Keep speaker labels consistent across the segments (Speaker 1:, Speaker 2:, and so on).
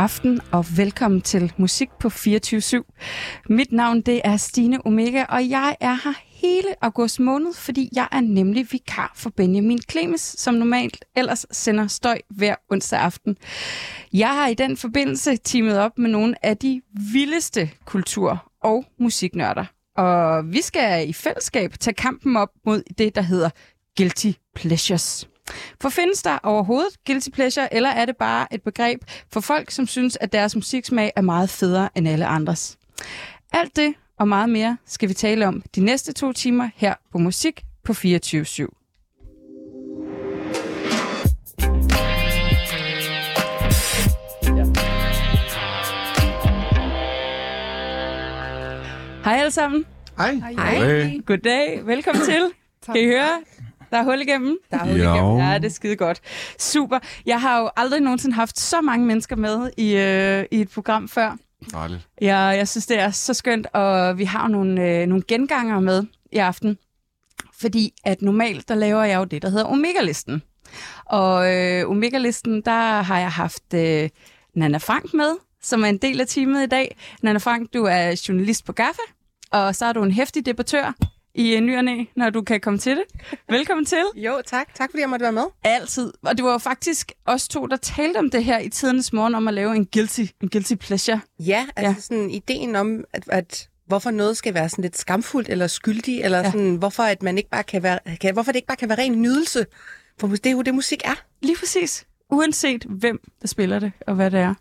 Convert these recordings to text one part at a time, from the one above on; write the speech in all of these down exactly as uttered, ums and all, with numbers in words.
Speaker 1: aften og velkommen til Musik på fireogtyve syv. Mit navn det er Stine Omega, og jeg er her hele august måned, fordi jeg er nemlig vikar for Benjamin Clemens, som normalt ellers sender støj hver onsdag aften. Jeg har i den forbindelse teamet op med nogle af de vildeste kultur- og musiknørder. Og vi skal i fællesskab tage kampen op mod det, der hedder Guilty Pleasures. For findes der overhovedet guilty pleasure, eller er det bare et begreb for folk, som synes, at deres musiksmag er meget federe end alle andres? Alt det og meget mere skal vi tale om de næste to timer her på Musik på fireogtyve syv. Hej alle sammen.
Speaker 2: Hej.
Speaker 1: Hej. Goddag. Velkommen til. Tak. Kan I høre? Der er hul igennem. Der er hul
Speaker 2: jo.
Speaker 1: igennem. Ja, det er skide godt. Super. Jeg har jo aldrig nogensinde haft så mange mennesker med i, øh, i et program før.
Speaker 2: Dejligt.
Speaker 1: Ja, jeg synes, det er så skønt, og vi har jo nogle, øh, nogle gengangere med i aften. Fordi at normalt, der laver jeg jo det, der hedder Omega-listen. Og øh, Omega-listen, der har jeg haft øh, Nanna Frank med, som er en del af teamet i dag. Nanna Frank, du er journalist på Gaffa, og så er du en heftig debattør i ny og næ, når du kan komme til det. Velkommen til.
Speaker 3: Jo, tak. Tak fordi jeg måtte være med.
Speaker 1: Altid. Og det var jo faktisk os to, der talte om det her i tidernes morgen, om at lave en guilty, en guilty pleasure.
Speaker 3: Ja, altså
Speaker 1: Ja.
Speaker 3: sådan ideen om, at, at hvorfor noget skal være sådan lidt skamfuldt eller skyldig, eller
Speaker 1: Ja.
Speaker 3: sådan, hvorfor, at man ikke bare kan være, kan, hvorfor det ikke bare kan være ren nydelse. For det er jo det, musik er.
Speaker 1: Lige præcis. Uanset hvem, der spiller det, og hvad det er.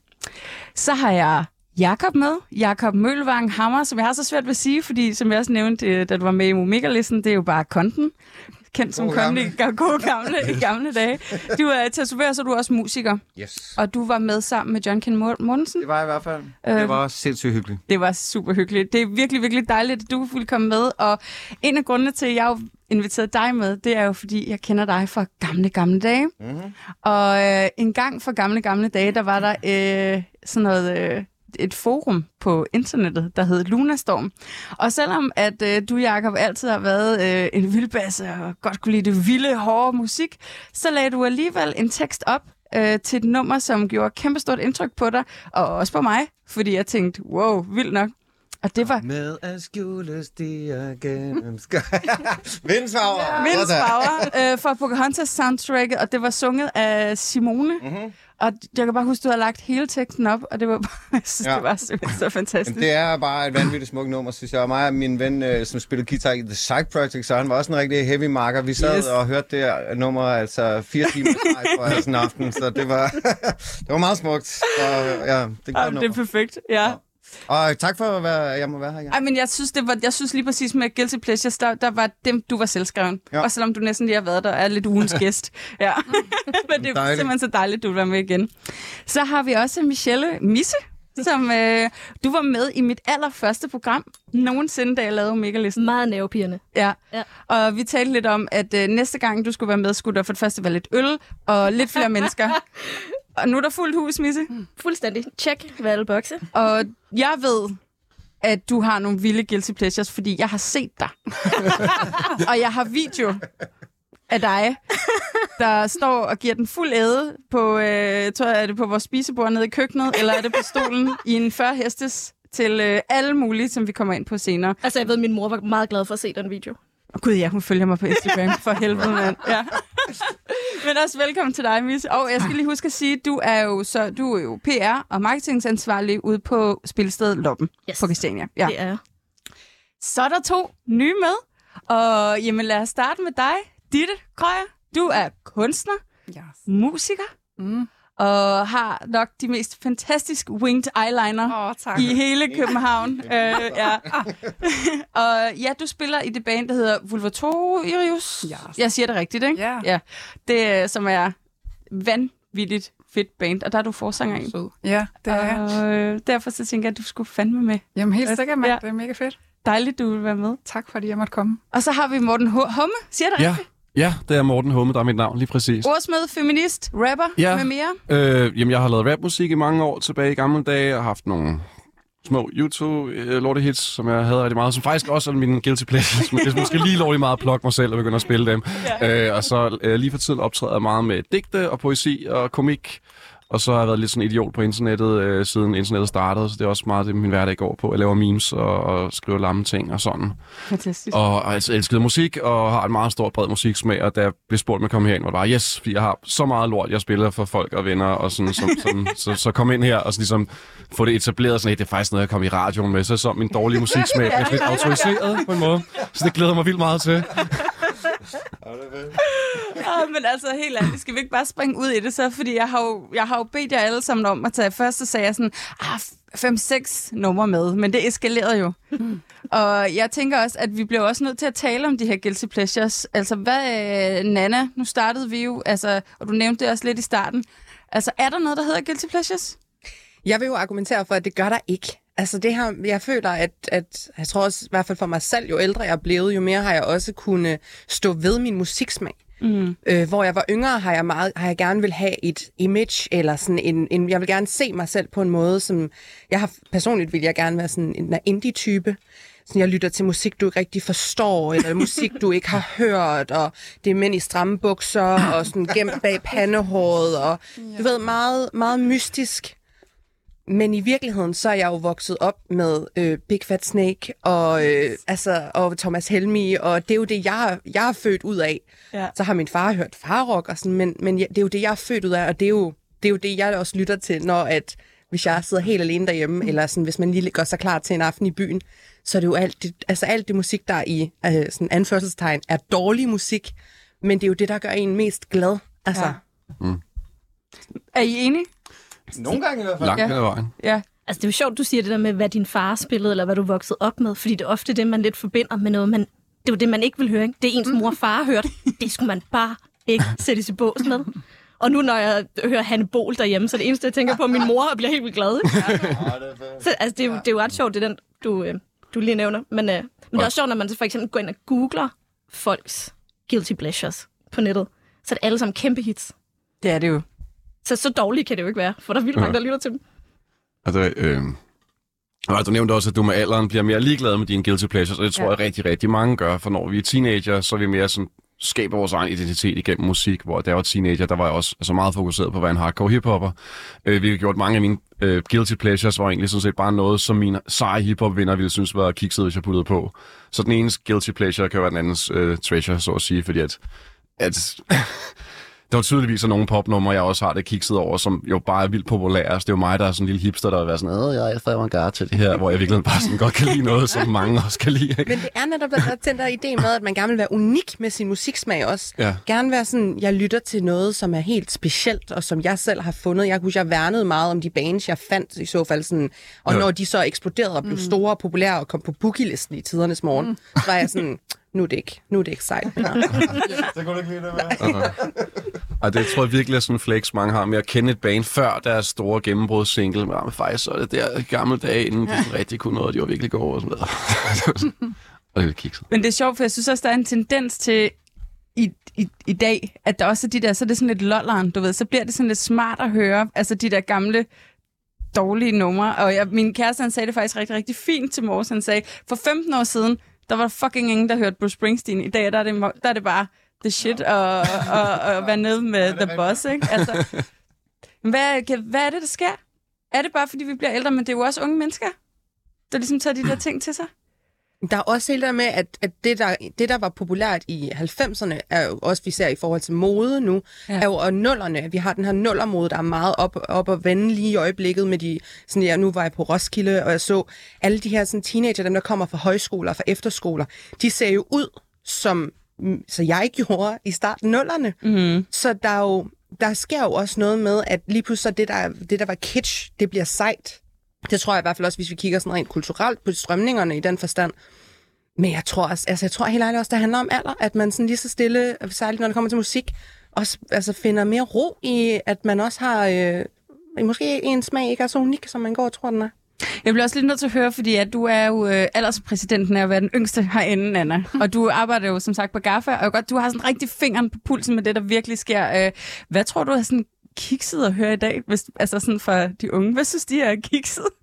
Speaker 1: Så har jeg Jakob med. Jakob Mølvang Hammer, som jeg har så svært ved at sige, fordi som jeg også nævnte, da du var med i Omega-listen, det er jo bare konten. Kendt som konten i gode gamle, i gamle dage. Du er tatovør, så er du også musiker.
Speaker 2: Yes.
Speaker 1: Og du var med sammen med John Ken Mortensen.
Speaker 2: Det var i hvert fald.
Speaker 1: Øh,
Speaker 2: Det var sindssygt hyggeligt.
Speaker 1: Det var super hyggeligt. Det er virkelig, virkelig dejligt, at du ville komme med. Og en af grundene til, at jeg har inviteret dig med, det er jo, fordi jeg kender dig fra gamle, gamle dage.
Speaker 2: Mm-hmm.
Speaker 1: Og øh, en gang for gamle, gamle dage, der var der øh, sådan noget... Øh, et forum på internettet, der hed Lunastorm. Og selvom at øh, du, Jakob, altid har været øh, en vildbasse og godt kunne lide det vilde, hårde musik, så lagde du alligevel en tekst op øh, til et nummer, som gjorde kæmpestort indtryk på dig, og også på mig, fordi jeg tænkte, wow, vildt nok. Og det var...
Speaker 2: Med at skjule stiger gennem sky. Vindsfarver.
Speaker 1: Vindsfarver øh, fra Pocahontas soundtracket, og det var sunget af Simone.
Speaker 2: Mm-hmm.
Speaker 1: Og jeg kan bare huske, du havde lagt hele teksten op, og det var bare, jeg synes,
Speaker 4: Ja.
Speaker 1: det var simpelthen så fantastisk.
Speaker 4: Det er bare et vanvittigt smukt nummer, synes jeg. Og mig og min ven, øh, som spillede guitar i The Psych Project, så han var også en rigtig heavy marker. Vi sad
Speaker 1: Yes.
Speaker 4: og hørte det her nummer altså fire timer strejf for sådan en aften, så det var, det var meget smukt. Så, ja, det er
Speaker 1: Ej,
Speaker 4: godt
Speaker 1: det er perfekt, ja.
Speaker 4: Ja. Og tak for, at være, jeg må være her igen.
Speaker 1: Ej, men jeg synes, det var, jeg synes lige præcis med Guilty Pleasures, der, der var dem, du var selvskreven. Ja.
Speaker 4: Ja.
Speaker 1: Og selvom du næsten lige har været der, er lidt ugens gæst. Ja. Men det er
Speaker 4: Dejligt.
Speaker 1: simpelthen så dejligt, at du vil være med igen. Så har vi også Michelle Misse, som øh, du var med i mit allerførste program nogensinde, da jeg lavede Omega-listen.
Speaker 5: Meget nervepirrende.
Speaker 1: Ja.
Speaker 5: Ja.
Speaker 1: Og vi talte lidt om, at øh, næste gang, du skulle være med, skulle der for det første være lidt øl og lidt flere mennesker. Og nu er der fuldt hus, Misse.
Speaker 5: Fuldstændig. Check ved alle bokse.
Speaker 1: Og jeg ved, at du har nogle vilde guilty pleasures, fordi jeg har set dig. Og jeg har video af dig, der står og giver den fuld æde på, øh, tror jeg, er det på vores spisebord nede i køkkenet, eller er det på stolen i en fyrre hestes til øh, alle mulige, som vi kommer ind på senere.
Speaker 5: Altså, jeg ved, at min mor var meget glad for at se den video.
Speaker 1: Og gud ja, hun følger mig på Instagram, for helvede, mand. Ja. Men også velkommen til dig, Miss. Og jeg skal lige huske at sige, at du er jo, så, du er jo P R og marketingansvarlig ude på spilstedet Loppen
Speaker 5: Yes.
Speaker 1: på Christiania. Ja.
Speaker 5: Det er jeg.
Speaker 1: Så er der to nye med, og jamen lad os starte med dig, Ditte Krøyer. Du er kunstner,
Speaker 3: Yes.
Speaker 1: musiker,
Speaker 3: Mm.
Speaker 1: og har nok de mest fantastiske winged eyeliner
Speaker 3: Åh, oh, tak.
Speaker 1: i hele København. øh, ja. Og ja, du spiller i det band, der hedder Vulvatorius.
Speaker 3: Yes.
Speaker 1: Jeg siger det rigtigt, ikke?
Speaker 3: Ja.
Speaker 1: Ja. Det, som er vanvittigt fedt band, og der er du forsanger i.
Speaker 6: Sød. Ja, det er jeg.
Speaker 1: Og øh, derfor så tænker jeg, at du skulle fandme med.
Speaker 6: Jamen helt sikkert, mand.
Speaker 1: Ja.
Speaker 6: Det er mega fedt.
Speaker 1: Dejligt, du vil være med.
Speaker 6: Tak fordi jeg måtte komme.
Speaker 1: Og så har vi Morten H- Humme. Siger jeg det
Speaker 7: Ja,
Speaker 1: rigtigt?
Speaker 7: ja, det er Morten Humme, der er mit navn, lige præcis.
Speaker 1: Ordsmed, feminist, rapper
Speaker 7: Ja.
Speaker 1: med mere.
Speaker 7: Øh, jamen, jeg har lavet rapmusik i mange år tilbage i gamle dage, og haft nogle små YouTube-lortehits, som jeg havde rigtig meget, som faktisk også er mine guilty pleasures, men det er måske lige lovligt meget at plukke mig selv og begynde at spille dem. Ja. Øh, og så øh, lige for tiden optræder jeg meget med digte og poesi og komik, Og så har jeg været lidt sådan en idiot på internettet, øh, siden internettet startede, så det er også meget det, min hverdag går på. Jeg laver memes og, og skriver lamme ting og sådan.
Speaker 1: Fantastisk.
Speaker 7: Og jeg altså elskede musik, og har en meget stor, bred musiksmag, og da jeg blev spurgt med at komme herind, var det bare, yes, fordi jeg har så meget lort, jeg spiller for folk og venner, og sådan, som, som, så, så kom ind her og så ligesom få det etableret, sådan, hey, det er faktisk noget, jeg kom i radioen med, så som min dårlige musiksmag bliver lidt autoriseret på en måde. Så det glæder mig vildt meget til.
Speaker 1: Ja, men altså helt ærligt, skal vi ikke bare springe ud i det så? Fordi jeg har jo, jeg har jo bedt jer alle sammen om at tage. Først så sagde jeg sådan, ah, fem seks numre med, men det eskalerede jo. Mm. Og jeg tænker også, at vi bliver også nødt til at tale om de her guilty pleasures. Altså hvad, Nana, nu startede vi jo, altså, og du nævnte det også lidt i starten. Altså er der noget, der hedder guilty pleasures?
Speaker 3: Jeg vil jo argumentere for, at det gør der ikke. Altså det her, jeg føler, at, at jeg tror også, i hvert fald for mig selv, jo ældre jeg er blevet, jo mere har jeg også kunnet stå ved min musiksmag. Mm. Øh, hvor jeg var yngre, har jeg, meget, har jeg gerne vil have et image, eller sådan en, en, jeg vil gerne se mig selv på en måde, som jeg har personligt vil jeg gerne være sådan en indie-type. Sådan, jeg lytter til musik, du ikke rigtig forstår, eller musik, du ikke har hørt, og det er mænd i stramme bukser, og sådan gemt bag pandehåret, og du ved, meget, meget mystisk. Men i virkeligheden, så er jeg jo vokset op med øh, Big Fat Snake og, øh, altså, og Thomas Helmig, og det er jo det, jeg, jeg er født ud af. Ja. Så har min far hørt farrock, og sådan, men, men det er jo det, jeg er født ud af, og det er jo det, er jo det jeg også lytter til, når at, hvis jeg sidder helt alene derhjemme, mm. eller sådan, hvis man lige gør sig klar til en aften i byen, så er det jo alt det, altså alt det musik, der er i øh, sådan anførselstegn, er dårlig musik, men det er jo det, der gør en mest glad. Altså. Ja.
Speaker 7: Mm.
Speaker 1: Er I enige?
Speaker 2: Nogle gange i hvert fald.
Speaker 7: Langt
Speaker 1: ja.
Speaker 7: ned ad vejen.
Speaker 1: Ja.
Speaker 5: Altså, det er jo sjovt, du siger det der med, hvad din far spillede, eller hvad du voksede op med, fordi det er ofte det, man lidt forbinder med noget, man, det er jo det, man ikke vil høre, ikke? Det er ens mor og far har hørt. Det skulle man bare ikke sætte i bås med. Og nu, når jeg hører Hanne Bol derhjemme, så er det eneste, jeg tænker på, min mor og bliver helt vildt glad. Så altså, det, er jo, det er jo ret sjovt, det er den, du, øh, du lige nævner. Men, øh, men det er også sjovt, når man for eksempel går ind og googler folks guilty pleasures på nettet, så er det alle sammen kæmpe hits.
Speaker 1: Det er det jo.
Speaker 5: Så så dårligt kan det jo ikke være, for der er vildt mange, der lytter til dem.
Speaker 7: Altså, øh... Og du nævnte også, at du med alderen bliver mere ligeglad med dine guilty pleasures, og det tror ja. jeg rigtig, rigtig mange gør, for når vi er teenager, så er vi mere sådan, skaber vores egen identitet igennem musik, hvor da jeg var teenager, der var jeg også altså meget fokuseret på at være en hardcore hiphopper. Øh, vi har gjort mange af mine øh, guilty pleasures, var egentlig sådan set bare noget, som mine seje hiphop-venner ville synes var kikset, hvis jeg puttede på. Så den enes guilty pleasure kan være den andens øh, treasure, så at sige, fordi at, at der var tydeligvis nogle popnumre, jeg også har det kikset over, som jo bare er vildt populære. Så det er jo mig, der er sådan en lille hipster, der vil være sådan, åh, jeg er avantgarde til det her, hvor jeg virkelig bare sådan godt kan lide noget, som mange også kan lide. Ikke?
Speaker 3: Men det er netop den der idé med, at man gerne vil være unik med sin musiksmag også.
Speaker 7: Ja.
Speaker 3: Gerne være sådan, jeg lytter til noget, som er helt specielt, og som jeg selv har fundet. Jeg kunne jeg værnede meget om de bands, jeg fandt i så fald sådan, og ja. når de så eksploderede og blev mm. store og populære og kom på bookielisten i tidernes morgen, mm. så var jeg sådan, nu er det ikke, nu er det ikke sejt.
Speaker 2: Så kunne du ikke lide det med.
Speaker 7: Og det tror jeg virkelig er sådan en flex, mange har med at kende et band før deres store gennembrudssingle. Men faktisk så er det der gamle dage, inden de rigtig kunne noget, de var virkelig gode og sådan noget. Og det er kikset.
Speaker 1: Men det er sjovt, for jeg synes også, der er en tendens til i, i, i dag, at der også er de der, så er det sådan lidt lolleren, du ved, så bliver det sådan lidt smart at høre, altså de der gamle dårlige numre. Og jeg, min kæreste, han sagde det faktisk rigtig, rigtig fint til Mors. Han sagde, for femten år siden, der var fucking ingen, der hørte Bruce Springsteen. I dag der er det, der er det bare the shit og, og, og være nede med The Boss, ikke? Altså, hvad, hvad er det, der sker? Er det bare, fordi vi bliver ældre, men det er jo også unge mennesker, der ligesom tager de der ting til sig?
Speaker 3: Der er også helt der med, at, at det, der, det, der var populært i halvfemserne, er jo også, vi ser i forhold til mode nu, ja. er jo og nullerne. Vi har den her nullermode, der er meget op, op og vende lige i øjeblikket med de, sådan ja, nu var jeg på Roskilde, og jeg så alle de her sådan, teenager, dem der kommer fra højskoler og fra efterskoler, de ser jo ud, som så jeg gjorde i starten nullerne. Mm. Så der, er jo, der sker jo også noget med, at lige pludselig det, der, det, der var kitsch, det bliver sejt. Det tror jeg i hvert fald også, hvis vi kigger sådan rent kulturelt på strømningerne i den forstand. Men jeg tror også, altså jeg tror helt ærligt også, der handler om alder, at man sådan lige så stille, særligt når det kommer til musik, også altså finder mere ro i, at man også har, øh, måske en smag ikke er så unik, som man går og tror, den er.
Speaker 1: Jeg bliver også lidt nødt til at høre, fordi at du er jo øh, alderspræsidenten af at være den yngste herinde, Anna. Og du arbejder jo som sagt på GAFFA, og godt, du har sådan rigtig fingeren på pulsen med det, der virkelig sker. Øh, hvad tror du er sådan kikset at høre i dag, hvis, altså sådan for de unge? Hvad synes de er kikset?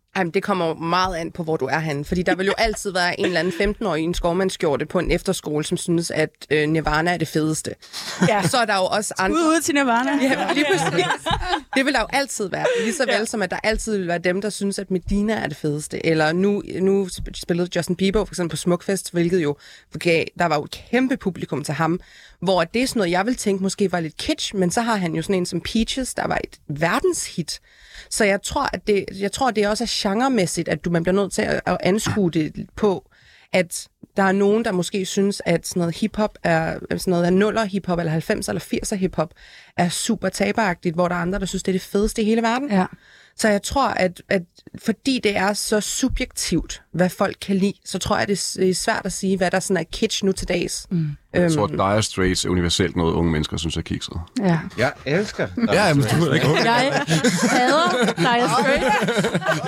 Speaker 3: Jamen, det kommer meget an på, hvor du er henne. Fordi der vil jo altid være en eller anden femten-årig i en skovmandskjorte på en efterskole, som synes, at øh, Nirvana er det fedeste.
Speaker 1: Ja.
Speaker 3: Så er der jo også andre...
Speaker 1: Ud ud til Nirvana.
Speaker 3: Ja, lige præcis. Det vil der jo altid være. Lige så vel ja. som, at der altid vil være dem, der synes, at Medina er det fedeste. Eller nu, nu spillede Justin Bieber for eksempel på Smukfest, hvilket jo gav, der var jo et kæmpe publikum til ham, hvor det er sådan noget, jeg vil tænke måske var lidt kitsch, men så har han jo sådan en som Peaches, der var et verdenshit. Så jeg tror, at det, jeg tror, det også er genremæssigt, at du, man bliver nødt til at, at anskue det på, at der er nogen, der måske synes, at sådan noget hiphop er sådan noget af nuller hiphop, eller halvfems eller firser hiphop, er super taberagtigt, hvor der er andre, der synes, det er det fedeste i hele verden. Ja. Så jeg tror, at, at fordi det er så subjektivt, hvad folk kan lide, så tror jeg, det er svært at sige, hvad der sådan er kitsch nu til dags. Mm.
Speaker 7: Jeg tror, at Dire Straits er universelt noget, unge mennesker synes er kikset.
Speaker 1: Ja.
Speaker 2: Jeg elsker Dire
Speaker 7: Ja, men du er ikke okay.
Speaker 1: Jeg hader Dire Straits.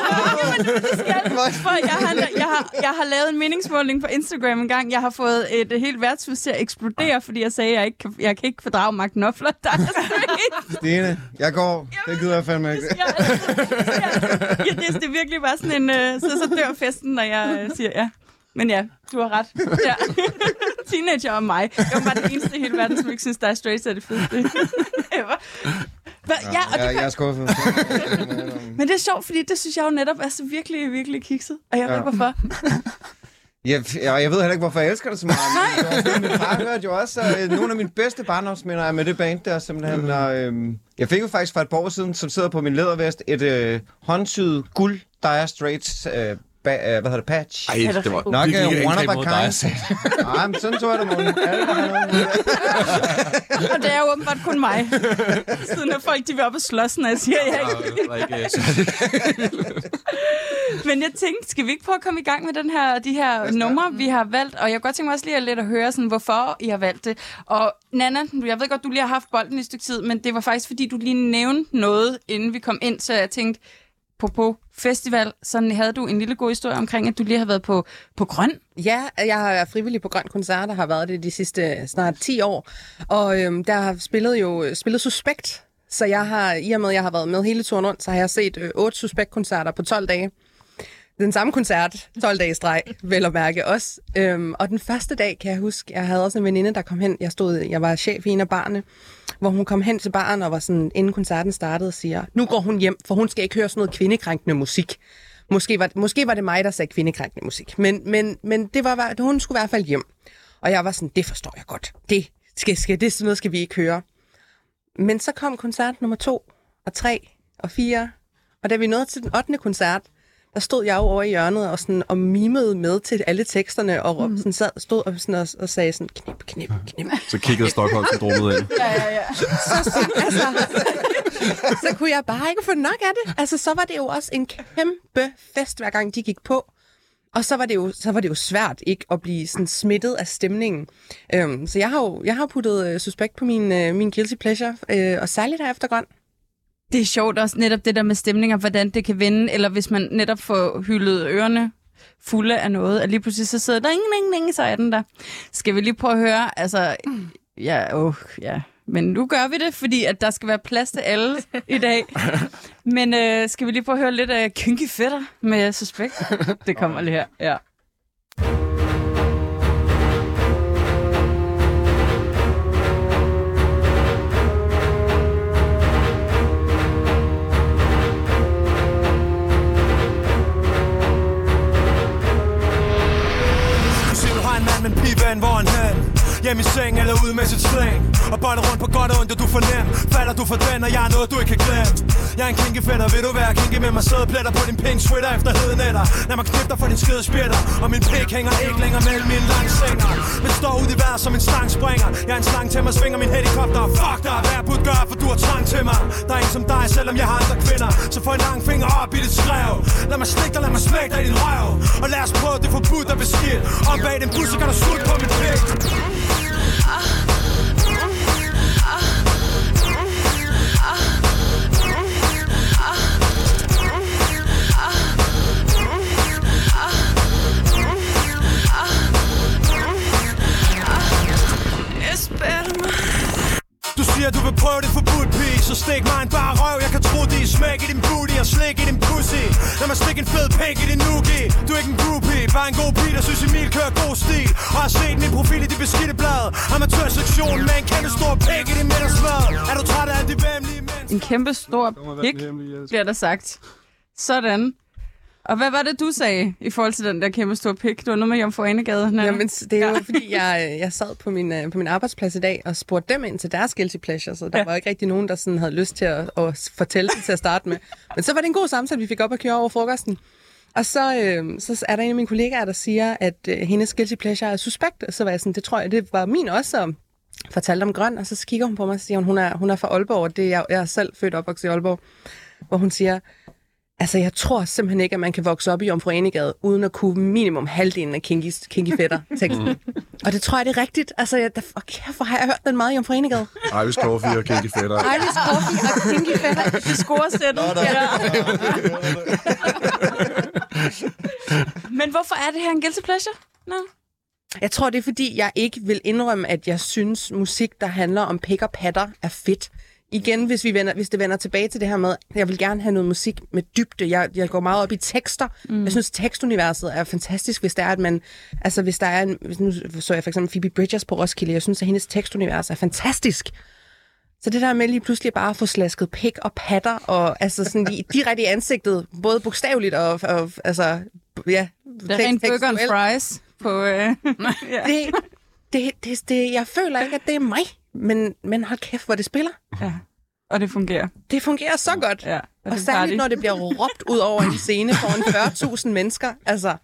Speaker 1: For jeg har, jeg, har, jeg har lavet en meningsmåling på Instagram en gang. Jeg har fået et helt værtshus til at eksplodere, fordi jeg sagde, at jeg, ikke kan, jeg kan ikke fordrage Mark Knopfler. Dire Straits.
Speaker 2: Stine, jeg går. Det gider jeg fandme ikke.
Speaker 1: Ja, ja, det, det er virkelig bare sådan en... Uh, så, så dør festen, når jeg uh, siger ja. Men ja, du har ret. Ja. Teenager og mig. Jeg var bare det eneste i hele verden, som ikke synes, Dire Straits er det fedeste. Hva? Ja, og det
Speaker 2: jeg, jeg er skuffet.
Speaker 1: Men det er sjovt, fordi det synes jeg jo netop er så virkelig, virkelig kikset. Og jeg ved ikke, hvorfor.
Speaker 2: Jeg, jeg, jeg ved heller ikke, hvorfor jeg elsker det så meget. Men min far hørte jo også, at nogle af mine bedste barndomsminder er med det band der, simpelthen. Og, øhm, jeg fik jo faktisk for et par år siden, som sidder på min lædervest, et øh, håndsyet guld Dire Straits øh, ba, øh, hvad hedder det, patch.
Speaker 7: Ej, det var
Speaker 2: nok
Speaker 7: virkelig
Speaker 2: uh, one of a
Speaker 7: kind.
Speaker 2: Nej, men sådan tror jeg det, Morten. Alle, der har noget.
Speaker 1: Og det er jo åbenbart kun mig. Siden at folk, de vil op og slås, når jeg siger, jeg ikke. Men jeg tænkte, skal vi ikke prøve at komme i gang med den her, de her numre, vi har valgt? Og jeg kunne godt tænke mig også lige at lidt at høre, sådan, hvorfor I har valgt det. Og Nana, jeg ved godt, du lige har haft bolden i stykke tid, men det var faktisk, fordi du lige nævnte noget, inden vi kom ind, så jeg tænkte, på, på festival, så havde du en lille god historie omkring, at du lige har været på, på Grøn.
Speaker 3: Ja, jeg har været frivillig på Grøn Koncerter, har været det de sidste snart ti år, og øhm, der har spillet jo spillet Suspekt, så jeg har, i og med, at jeg har været med hele turen rundt, så har jeg set øh, otte Suspekt-koncerter på tolv dage. Den samme koncert, tolv dage i streg, vel at mærke også. Øhm, og den første dag, kan jeg huske, jeg havde også en veninde, der kom hen. Jeg stod, jeg var chef i en af barne, hvor hun kom hen til baren og var sådan, inden koncerten startede, og siger, nu går hun hjem, for hun skal ikke høre sådan noget kvindekrænkende musik. Måske var, måske var det mig, der sagde kvindekrænkende musik, men, men, men det var, hun skulle i hvert fald hjem. Og jeg var sådan, det forstår jeg godt. Det skal, skal det sådan noget skal vi ikke høre. Men så kom koncert nummer to, og tre, og fire, og da vi nåede til den ottende koncert, der stod jeg jo over i hjørnet og, sådan, og mimede med til alle teksterne, og mm. sådan sad, stod og, sådan, og, og sagde sådan, knip, knip, knip.
Speaker 7: Så kiggede Stockholm-syndromet ind.
Speaker 1: Ja, ja, ja.
Speaker 3: Så, så, altså, så kunne jeg bare ikke få nok af det. Altså, så var det jo også en kæmpe fest, hver gang de gik på. Og så var det jo, så var det jo svært ikke at blive sådan smittet af stemningen. Øhm, så jeg har jo jeg har puttet uh, Suspekt på min, uh, min guilty pleasure, uh, og særligt her efter Grøn.
Speaker 1: Det er sjovt også netop det der med stemninger, hvordan det kan vende, eller hvis man netop får hyldet ørerne fulde af noget, at lige pludselig så sidder der ingen, ingen, ingen, så er den der. Skal vi lige prøve at høre, altså, ja, åh, ja, men nu gør vi det, fordi at der skal være plads til alle i dag. Men øh, skal vi lige prøve at høre lidt af Kinky Fætter med Suspekt? Det kommer lige her, ja.
Speaker 8: Men piven, hvor en hen? Hjem i seng eller ude med sit slæng. Og boller rundt på godt og ondt, og du får nem. Falder du for den, og jeg er noget, du ikke kan glemme. Jeg er en kinkefænder, vil du være kinky med mig? Sidde pletter på din pink sweater efter hedenetter. Lad mig knippe dig for din skide spjætter. Og min pik hænger ikke længere mellem mine lange sænger. Men står ud i vejret som en stang springer. Jeg er en slang til mig, svinger min helikopter. Fuck dig, hvad jeg burde gøre, for du har trang til mig. Der er ingen som dig, selvom jeg har andre kvinder. Så få en lang finger op i dit skrev. Lad mig slikke dig, lad mig smække dig i din røv. Og lad os prøve det forbudt og beskidt. Og bag den bus, så kan du slutte på mit pik. Du siger, du vil prøve det forbudt, pige. Så stik mig en bare røv, jeg kan tro, det er smæk i din booty og slik i din pussy. Lad mig stikke en fed pink i din noogie. Du er ikke en groupie, bare en god pige, der synes Emil kører god stil. Og har set min profil i de beskidte blad. Amatørsektion med en kæmpe stor pik i din middagsmad. Er du træt af de væmmelige mennesker?
Speaker 1: En kæmpe stor pik, bliver der sagt. Sådan. Og hvad var det, du sagde i forhold til den der kæmpe store pik? Det var noget med Jomfru Anegade.
Speaker 3: Jamen, det er jo fordi, jeg, jeg sad på min, på min arbejdsplads i dag og spurgte dem ind til deres guilty pleasure, så der ja. var ikke rigtig nogen, der sådan havde lyst til at, at fortælle det til at starte med. Men så var det en god samtale, vi fik op at køre over frokosten. Og så, øh, så er der en af mine kollegaer, der siger, at øh, hendes guilty pleasure er suspekt. Og så var jeg sådan, det tror jeg, det var min også, og fortalte om grøn. Og så kigger hun på mig og siger, hun, hun er, hun er fra Aalborg, og det er, jeg, jeg er selv født og opvokset i Aalborg, hvor hun siger... Altså, jeg tror simpelthen ikke, at man kan vokse op i Jomfru Anegade, uden at kunne minimum halvdelen af Kinky, kinky Fætter-teksten. Og det tror jeg, det er rigtigt. Altså, jeg, der, okay, hvor har jeg hørt den meget i Jomfru Anegade?
Speaker 7: Irish Coffee og Kinky Fætter.
Speaker 3: Irish Coffee og Kinky Fætter.
Speaker 1: Det scoresættet. Ja. Men hvorfor er det her en guilty pleasure? Nå.
Speaker 3: Jeg tror, det er, fordi jeg ikke vil indrømme, at jeg synes, musik, der handler om pik og patter, er fedt. Igen, hvis, vi vender, hvis det vender tilbage til det her med, jeg vil gerne have noget musik med dybde. Jeg, jeg går meget op i tekster. Mm. Jeg synes, tekstuniverset er fantastisk, hvis der er, at man... Altså, hvis der er en... Nu så jeg for eksempel Phoebe Bridgers på Roskilde. Jeg synes, at hendes tekstunivers er fantastisk. Så det der med lige pludselig bare at få slasket pik og patter, og altså sådan lige direkte i ansigtet, både bogstaveligt og... og altså, ja...
Speaker 1: Det er rent burger and fries på... Øh,
Speaker 3: ja. det, det, det, det, jeg føler ikke, at det er mig. Men, men hold kæft, hvor det spiller.
Speaker 1: Ja, og det fungerer.
Speaker 3: Det fungerer så godt.
Speaker 1: Ja, og
Speaker 3: og særligt, når det bliver råbt ud over en scene foran fyrre tusind mennesker. Altså,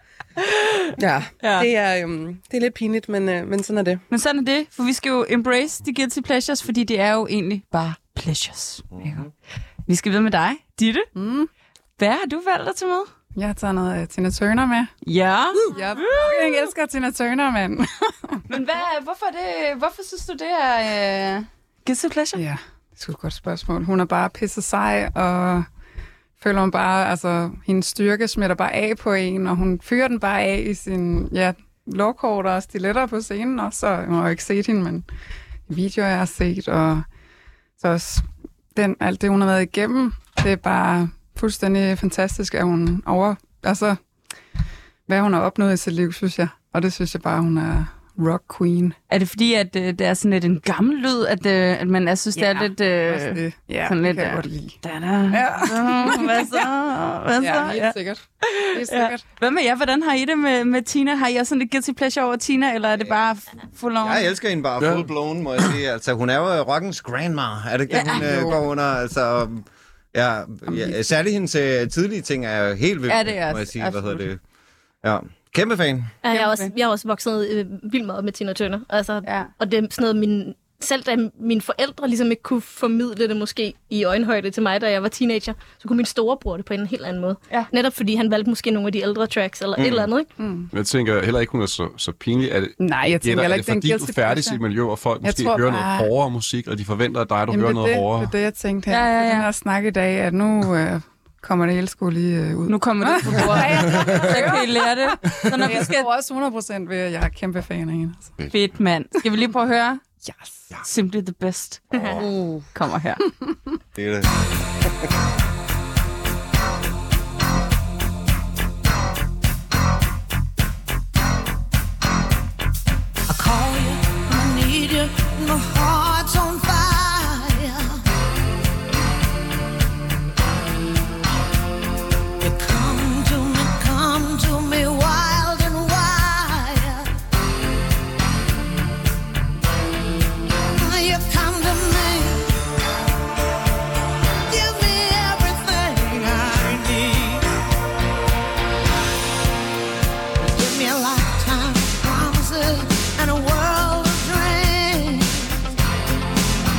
Speaker 3: ja, ja. Det, er, um, det er lidt pinligt, men, uh, men sådan er det.
Speaker 1: Men sådan er det, for vi skal jo embrace de guilty pleasures, fordi det er jo egentlig bare pleasures. Mm-hmm. Vi skal videre med dig, Ditte. Mm. Hvad har du valgt at tage med?
Speaker 6: Jeg har taget noget uh, Tina Turner med.
Speaker 1: Ja.
Speaker 6: Uh, jeg, jeg elsker Tina Turner, mand.
Speaker 1: Men hvad, hvorfor, det, hvorfor synes du, det er uh, guilty pleasure?
Speaker 6: Ja, det er sgu et godt spørgsmål. Hun er bare pisse sej, og føler hun bare, altså, hendes styrke smitter bare af på en, og hun fyrer den bare af i sin, ja, lårkort og stiletter på scenen også, så jeg har jo ikke set hende, men i videoer jeg har set, og så også den, alt det, hun har været igennem, det er bare fuldstændig fantastisk, at hun over... Altså, hvad hun har opnået i sit liv, synes jeg. Og det synes jeg bare, hun er rock queen.
Speaker 1: Er det fordi, at uh, det er sådan lidt en gammel lyd, at, uh, at man jeg synes,
Speaker 6: ja,
Speaker 1: det er lidt... Uh,
Speaker 6: det. Ja,
Speaker 1: sådan
Speaker 6: det
Speaker 1: lidt,
Speaker 6: kan jeg godt lide.
Speaker 1: Da, da. Ja. Hvad så? Hvad så?
Speaker 6: Ja, helt sikkert. Helt sikkert.
Speaker 1: Ja. Hvad med jer? Hvordan har I det med, med Tina? Har I også sådan lidt guilty pleasure over Tina, eller er det bare full on?
Speaker 2: Jeg elsker hende bare full blown, må jeg sige. Altså, hun er jo rockens grandma. Er det ikke, ja, hun uh, går under? Altså... Ja, ja, særligt hendes uh, tidlige ting er jo helt vildt,
Speaker 1: ja, det er
Speaker 2: må jeg sige. Hvad hedder det? Ja, kæmpe fan.
Speaker 5: Ja, jeg, er også, jeg er også vokset øh, vildt meget med Tina Turner. Altså, ja. Og det er sådan noget, min, selv da mine forældre ligesom ikke kunne formidle det måske i øjenhøjde til mig, da jeg var teenager, så kunne min storebror det på en helt anden måde. Ja. Netop fordi han valgte måske nogle af de ældre tracks eller mm. et eller andet, ikke?
Speaker 7: Mm. Jeg tænker heller ikke, hun er så, så pinlig. Er det,
Speaker 6: Nej, jeg tænker heller ikke,
Speaker 7: er det fordi, du er færdig i sit miljø, og folk måske hører bare... noget hårdere musik, og de forventer af dig, at du
Speaker 6: Jamen,
Speaker 7: hører noget
Speaker 6: det,
Speaker 7: hårdere?
Speaker 6: Det er det, jeg tænkte her.
Speaker 1: Ja, ja, ja.
Speaker 6: Den her snak i dag, at nu... Øh, kommer det hele sgu lige øh, ud.
Speaker 1: Nu kommer det på bordet. Så kan I lære det. Så når
Speaker 6: jeg
Speaker 1: vi skal...
Speaker 6: tror også hundrede procent ved, at jeg er kæmpe fan af hende. Altså.
Speaker 1: Fedt, mand. Skal vi lige prøve at høre?
Speaker 6: Yes.
Speaker 1: Ja. Simply the best. Uh, kommer her.
Speaker 2: Det er det.
Speaker 9: I call you, I need you, my heart's on fire. And a world of dreams.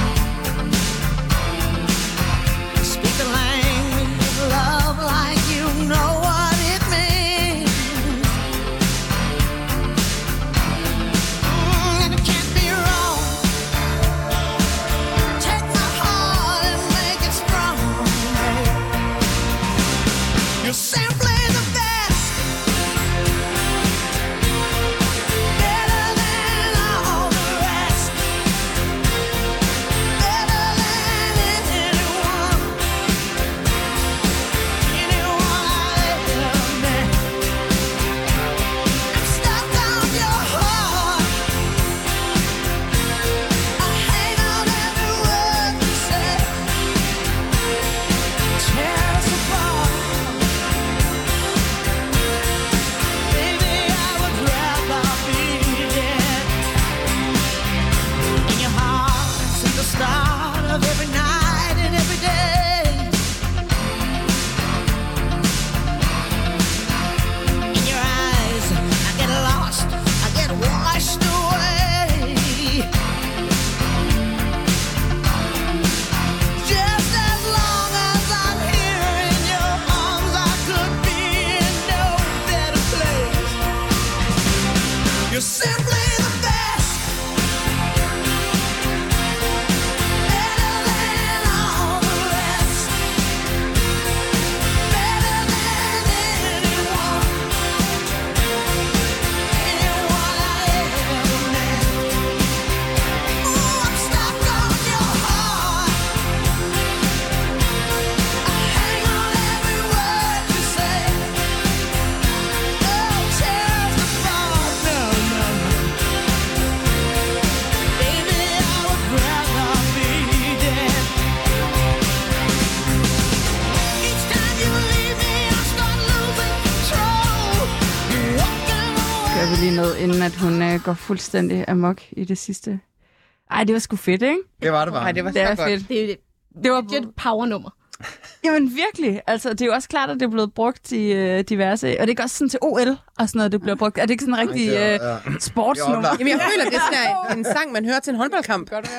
Speaker 1: ved, inden at hun øh, går fuldstændig amok i det sidste. Ej, det var sgu fedt, ikke?
Speaker 2: Det var det bare.
Speaker 3: Nej, det var
Speaker 1: Det
Speaker 3: så
Speaker 1: er
Speaker 3: godt.
Speaker 1: fedt.
Speaker 5: Det er
Speaker 1: Det var
Speaker 5: det er et powernummer.
Speaker 1: Jamen virkelig. Altså, det er jo også klart, at det er blevet brugt i øh, diverse... Og det er også sådan til O L og sådan noget, det bliver brugt. Er det ikke sådan en rigtig
Speaker 2: Ja,
Speaker 1: øh,
Speaker 2: ja.
Speaker 1: sportsnummer?
Speaker 3: Jamen, jeg føler, det er sådan en sang, man hører til en håndboldkamp. Gør det?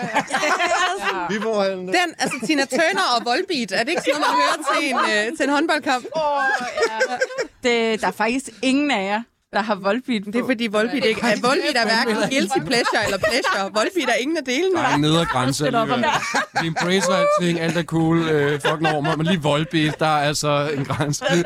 Speaker 2: Vi får hende.
Speaker 3: Den, altså Tina Turner og Volbeat, er det ikke sådan noget, man hører til en, øh, til en håndboldkamp?
Speaker 1: Det, der er faktisk ingen af jer, der har Volbeat på.
Speaker 3: Det er fordi Volbeat ikke er. Volbeat er hverken guilty pleasure eller pleasure. Volbeat er ingen af delene.
Speaker 7: Der er en nedre grænse alligevel. Vi embracer alting, alt er cool, øh, fuck normer, men lige Volbeat, der er altså en grænse.
Speaker 1: Det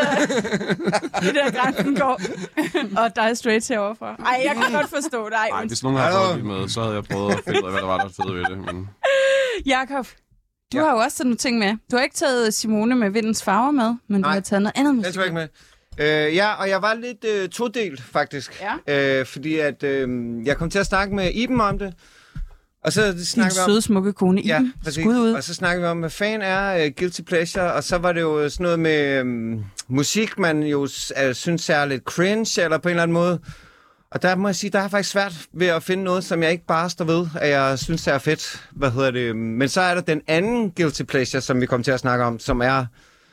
Speaker 1: der grænsen går. Og der er straight heroverfra. Ej, jeg kan godt forstå dig.
Speaker 7: Nej, hvis nogen har fået med, så havde jeg prøvet at finde ud af, hvad der var, der fede ved det. Men...
Speaker 1: Jakob, du
Speaker 2: Ja.
Speaker 1: har jo også sådan nogle ting med. Du har ikke taget Simone med Vindens Farver med, men
Speaker 2: Nej.
Speaker 1: du har taget noget andet med.
Speaker 2: Den tog jeg ikke med. Øh, ja, og jeg var lidt øh, todelt, faktisk.
Speaker 1: Ja.
Speaker 2: Øh, fordi at øh, jeg kom til at snakke med Iben om det. Og så
Speaker 1: Din
Speaker 2: snakkede vi om...
Speaker 1: søde, smukke kone
Speaker 2: Ja,
Speaker 1: Iben.
Speaker 2: præcis.
Speaker 1: Skud ud.
Speaker 2: Og så snakkede vi om, hvad fan er uh, guilty pleasure, og så var det jo sådan noget med um, musik, man jo uh, synes er lidt cringe, eller på en eller anden måde. Og der må jeg sige, der er faktisk svært ved at finde noget, som jeg ikke bare står ved, at jeg synes er fedt. Hvad hedder det? Men så er der den anden guilty pleasure, som vi kommer til at snakke om, som er,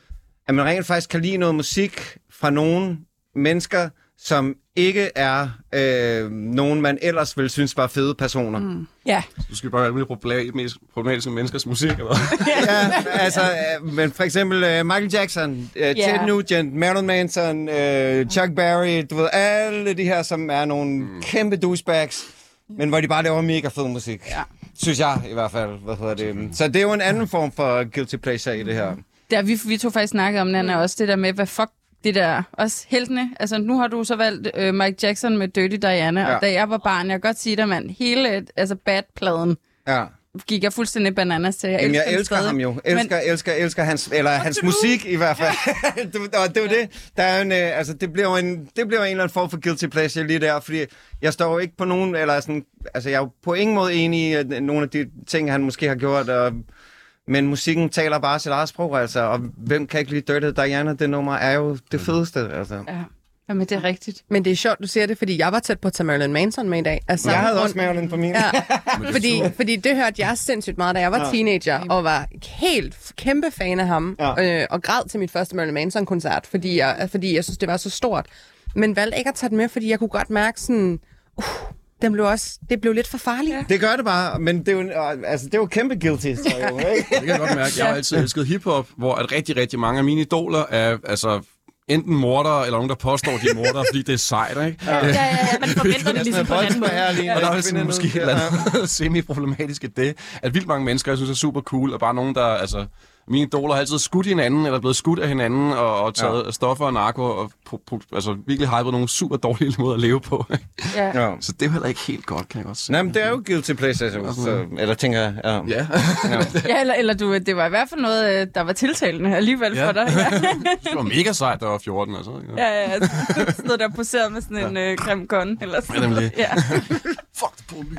Speaker 2: at man rent faktisk kan lide noget musik fra nogle mennesker, som ikke er øh, nogen, man ellers ville synes var fede personer. Mm.
Speaker 1: Ja.
Speaker 7: Du skal bare være alle mest problematiske menneskers musik, eller
Speaker 2: Ja, altså, øh, men for eksempel øh, Michael Jackson, øh,
Speaker 1: Yeah.
Speaker 2: Ted Nugent, Marilyn Manson, øh, Chuck Berry, du ved, alle de her, som er nogle mm. kæmpe douchebags, men hvor de bare laver mega fed musik.
Speaker 1: Ja.
Speaker 2: Synes jeg i hvert fald. Hvad hedder det? Så det er jo en anden form for guilty pleasure i det her.
Speaker 1: Der, vi, vi to faktisk snakket om, Nana, også det der med, hvad fuck det der, også heltene. Altså, nu har du så valgt øh, Mike Jackson med Dirty Diana, ja. Og da jeg var barn, jeg kan godt sige dig, mand, hele, altså Bad-pladen,
Speaker 2: Ja.
Speaker 1: gik jeg fuldstændig bananas til. Jeg
Speaker 2: Jamen, jeg
Speaker 1: den
Speaker 2: elsker
Speaker 1: stadig.
Speaker 2: ham jo. Elsker,
Speaker 1: Men,
Speaker 2: elsker, elsker hans, eller hans musik i hvert fald. det, og det er jo det. Der er en, øh, altså, det bliver jo en, det bliver jo en eller anden form for guilty pleasure lige der, fordi jeg står jo ikke på nogen, eller sådan, altså jeg er jo på ingen måde enig i at nogle af de ting, han måske har gjort, og, men musikken taler bare sit eget sprog, altså, og hvem kan ikke lide Dirty Diana? Det nummer er jo det fedeste, altså.
Speaker 1: ja. Jamen, det er rigtigt.
Speaker 3: Men det er sjovt, du siger det, fordi jeg var tæt på at tage Marilyn Manson med i dag. Altså,
Speaker 2: Jeg havde også Marilyn på min.
Speaker 3: Ja, fordi, fordi det hørte jeg sindssygt meget, da jeg var
Speaker 2: Ja.
Speaker 3: teenager, og var helt kæmpe fan af ham,
Speaker 2: Ja.
Speaker 3: øh, og græd til mit første Marilyn Manson-koncert, fordi jeg, fordi jeg synes, det var så stort. Men valgte ikke at tage det med, fordi jeg kunne godt mærke sådan, uh, den blev også, det blev lidt for farligt. Ja.
Speaker 2: Det gør det bare, men det er jo, altså, det er jo kæmpe guilty, så jo, ikke?
Speaker 7: det kan jeg godt mærke. Jeg har altid elsket hiphop, hvor at rigtig, rigtig mange af mine idoler er, altså, enten mordere, eller nogen, der påstår, de er mordere, fordi det er sejt, ikke?
Speaker 5: Ja, ja, ja, man forventer det ligesom på en anden måde.
Speaker 7: Og der er sådan måske et eller andet semi-problematisk i det, at vildt mange mennesker, jeg synes er super cool, og bare nogen, der, altså, mine idoler har altid skudt hinanden, eller blevet skudt af hinanden, og, og taget ja. stoffer og narko, og pro, pro, altså virkelig hypet nogle super dårlige måder at leve på.
Speaker 1: Ja.
Speaker 2: Ja.
Speaker 7: Så det er jo heller ikke helt godt, kan jeg godt se.
Speaker 2: Nej, men det er jo guilty pleasure, så, så, eller tænker jeg. Ja.
Speaker 7: Ja.
Speaker 1: Ja, eller, eller du, det var i hvert fald noget, øh, der var tiltalende alligevel
Speaker 7: Ja.
Speaker 1: for dig. Ja,
Speaker 7: Det var mega sejt, der var fjorten, altså. Ja.
Speaker 1: ja, ja. Sådan noget, der poseret med sådan en øh, grim gun, eller sådan
Speaker 7: Ja, nemlig.
Speaker 1: noget. Ja.
Speaker 7: Fuck the police.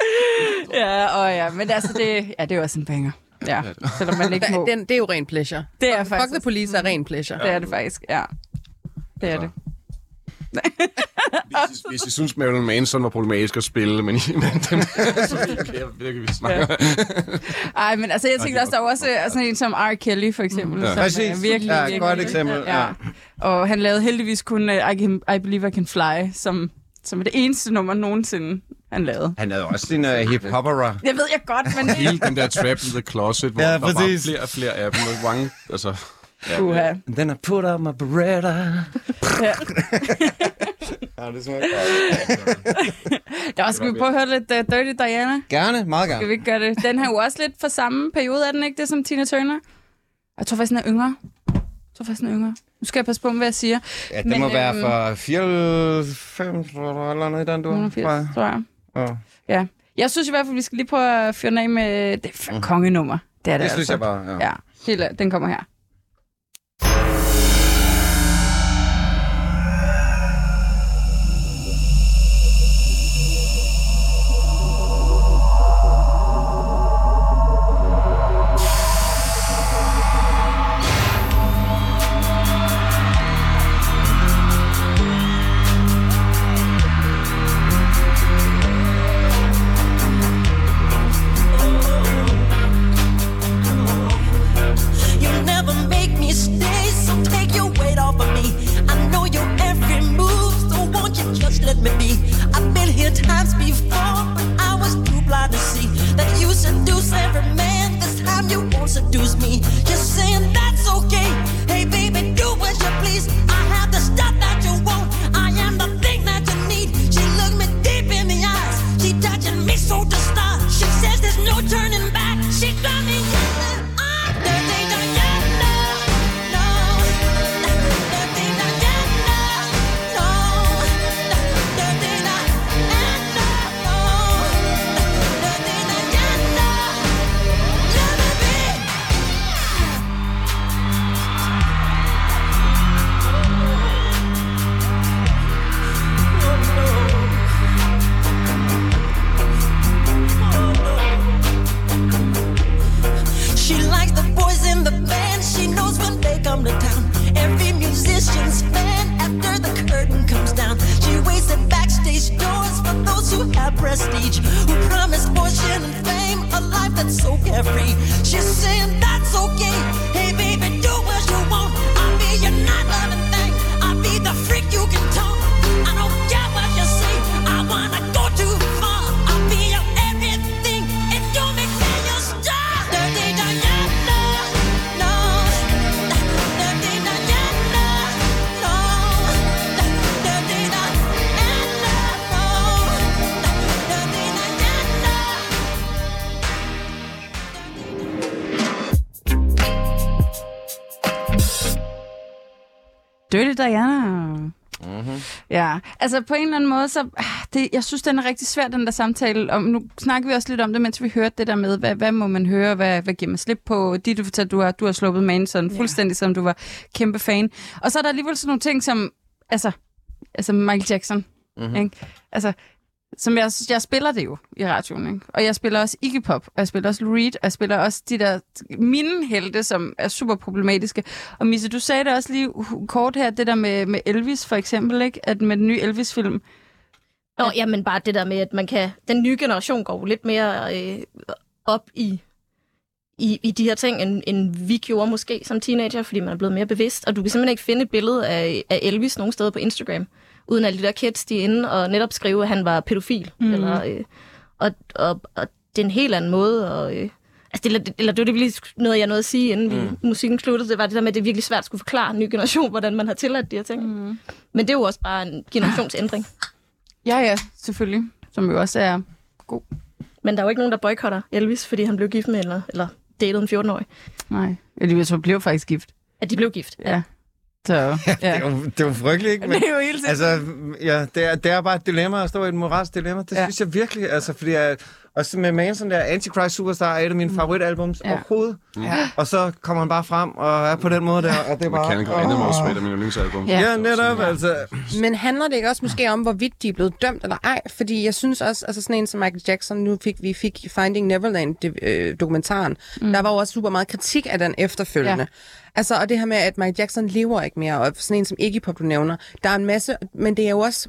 Speaker 1: Ja, og ja, men altså, det, ja, det er jo også en banger. Ja, selvom man ikke må.
Speaker 3: Den, det er jo ren pleasure.
Speaker 1: Det er
Speaker 3: Fuck
Speaker 1: faktisk
Speaker 3: the police er ren pleasure.
Speaker 1: Det er det faktisk, ja. Det er det.
Speaker 7: Hvis, I- hvis I synes, Marilyn Manson var problematisk at spille, men, men den, så kan jeg virkelig vi snakke.
Speaker 1: Ja. Ej, men altså, jeg tænkte også, der var også øh, sådan en som R. Kelly, for eksempel.
Speaker 7: Ja.
Speaker 1: Som,
Speaker 2: Præcis.
Speaker 1: øh, virkelig,
Speaker 2: Ja,
Speaker 1: virkelig,
Speaker 2: godt eksempel, ja.
Speaker 1: Og han lavede heldigvis kun uh, I, Can, I Believe I Can Fly, som, som er det eneste nummer nogensinde, han lavede.
Speaker 2: Han havde også sin uh, hip-hopera.
Speaker 1: Jeg ved jeg godt, men det
Speaker 7: Hele den der Trap in the Closet, hvor
Speaker 2: Ja,
Speaker 7: der var
Speaker 2: præcis.
Speaker 7: flere og flere af dem, og mange, altså... Ja,
Speaker 1: Uha.
Speaker 2: And then I put up my Beretta.
Speaker 1: Ja.
Speaker 2: Ja, det er smukt.
Speaker 1: Der skal vi prøve at høre lidt uh, Dirty Diana.
Speaker 2: Gerne, meget
Speaker 1: Skal
Speaker 2: gerne.
Speaker 1: vi ikke gøre det? Den her jo også lidt fra samme periode, er den ikke det, som Tina Turner? Jeg tror faktisk, den er yngre. Jeg tror faktisk, den er yngre. Nu skal jeg passe på, hvad jeg siger.
Speaker 2: Ja, det
Speaker 1: Men,
Speaker 2: må være
Speaker 1: øhm,
Speaker 2: for fireoghalvfems eller noget i den, du
Speaker 1: fireogfirs, tror jeg.
Speaker 2: Ja.
Speaker 1: Ja. Jeg synes i hvert fald, vi skal lige prøve at fyre den af med det er kongenummer. Det er det,
Speaker 2: Det synes
Speaker 1: altså.
Speaker 2: jeg bare, ja.
Speaker 1: Ja, helt, den kommer her.
Speaker 9: seduce me. You're saying that's okay. Hey baby, do what you please. I have the stuff that you want. I am the thing that you need. She looked me deep in the eyes. She touching me so to start. She says there's no turning back. She got me yelling. I'm dirty Diana. No. Dirty Diana. No. Dirty Diana. No. Dirty Diana. Let me be. She likes the boys in the band. She knows when they come to town. Every musician's fan after the curtain comes down. She waits at backstage doors for those who have prestige, who promise fortune and fame, a life that's so carefree. She's saying that's okay. Hey baby, do what you want. I'll be your night loving thing. I'll be the freak you can talk. I don't care what you say. I wanna go too far. I'll be your everything. If you make me your star. Dirty Diana, no. Dirty Diana, no. Dirty Diana, no. Dirty Diana.
Speaker 1: Dirty Diana. Mm-hmm. Ja, altså på en eller anden måde, så det, jeg synes, den er rigtig svær, den der samtale. Og nu snakker vi også lidt om det, mens vi hørte det der med, hvad, hvad må man høre, hvad, hvad giver man slip på? De, du fortalte, du har, du har sluppet Manson, yeah. fuldstændig som du var kæmpe fan. Og så er der alligevel sådan nogle ting, som, altså, altså Michael Jackson, mm-hmm. ikke? Altså, som jeg, jeg spiller det jo i radioen, ikke? Og jeg spiller også Iggy Pop, og jeg spiller også Lou Reed, og jeg spiller også de der mine helte, som er super problematiske. Og Misse, du sagde det også lige kort her, det der med, med Elvis for eksempel, ikke? At med den nye Elvis-film.
Speaker 5: Nå, at... jamen bare det der med, at man kan, den nye generation går lidt mere øh, op i, i, i de her ting, end, end vi gjorde måske som teenager, fordi man er blevet mere bevidst. Og du kan simpelthen ikke finde et billede af, af Elvis nogen steder på Instagram, uden at de der kids, de er inde og netop skrive, at han var pædofil. Mm. Eller, øh, og, og, og det er en helt anden måde. Og, øh, altså det, eller det var det virkelig noget, jeg nåede at sige, inden mm. vi, musikken sluttede. Det var det der med, at det er virkelig svært at skulle forklare en ny generation, hvordan man har tilladt de her ting. Mm. Men det er jo også bare en generationsændring.
Speaker 1: Ja, ja, selvfølgelig. Som jo også er god.
Speaker 5: Men der er jo ikke nogen, der boykotter Elvis, fordi han blev gift med, eller, eller datede en fjorten-årig.
Speaker 1: Nej, Elvis blev faktisk gift.
Speaker 5: At de blev gift, ja.
Speaker 1: ja. Så, ja.
Speaker 2: det, er jo, det er jo frygteligt, ikke? Men,
Speaker 1: det er jo helt
Speaker 2: altså, ja, det er, det er bare et dilemma at stå i et moralsk dilemma. Det ja. synes jeg virkelig, altså, fordi jeg, også med Manson der, Antichrist Superstar er et af mine favoritalbums ja. overhovedet. Ja. Og så kommer han bare frem og er på den måde der, og det er bare...
Speaker 7: Mechanical Animals er et af mine yndlingsalbum.
Speaker 2: Ja, ja netop, altså.
Speaker 3: Men handler det ikke også måske om, hvorvidt de er blevet dømt eller ej? Fordi jeg synes også, altså sådan en som Michael Jackson, nu fik vi fik Finding Neverland-dokumentaren, mm. der var jo også super meget kritik af den efterfølgende. Ja. Altså, og det her med, at Michael Jackson lever ikke mere, og sådan en som Iggy Pop, du nævner, der er en masse, men det er jo også,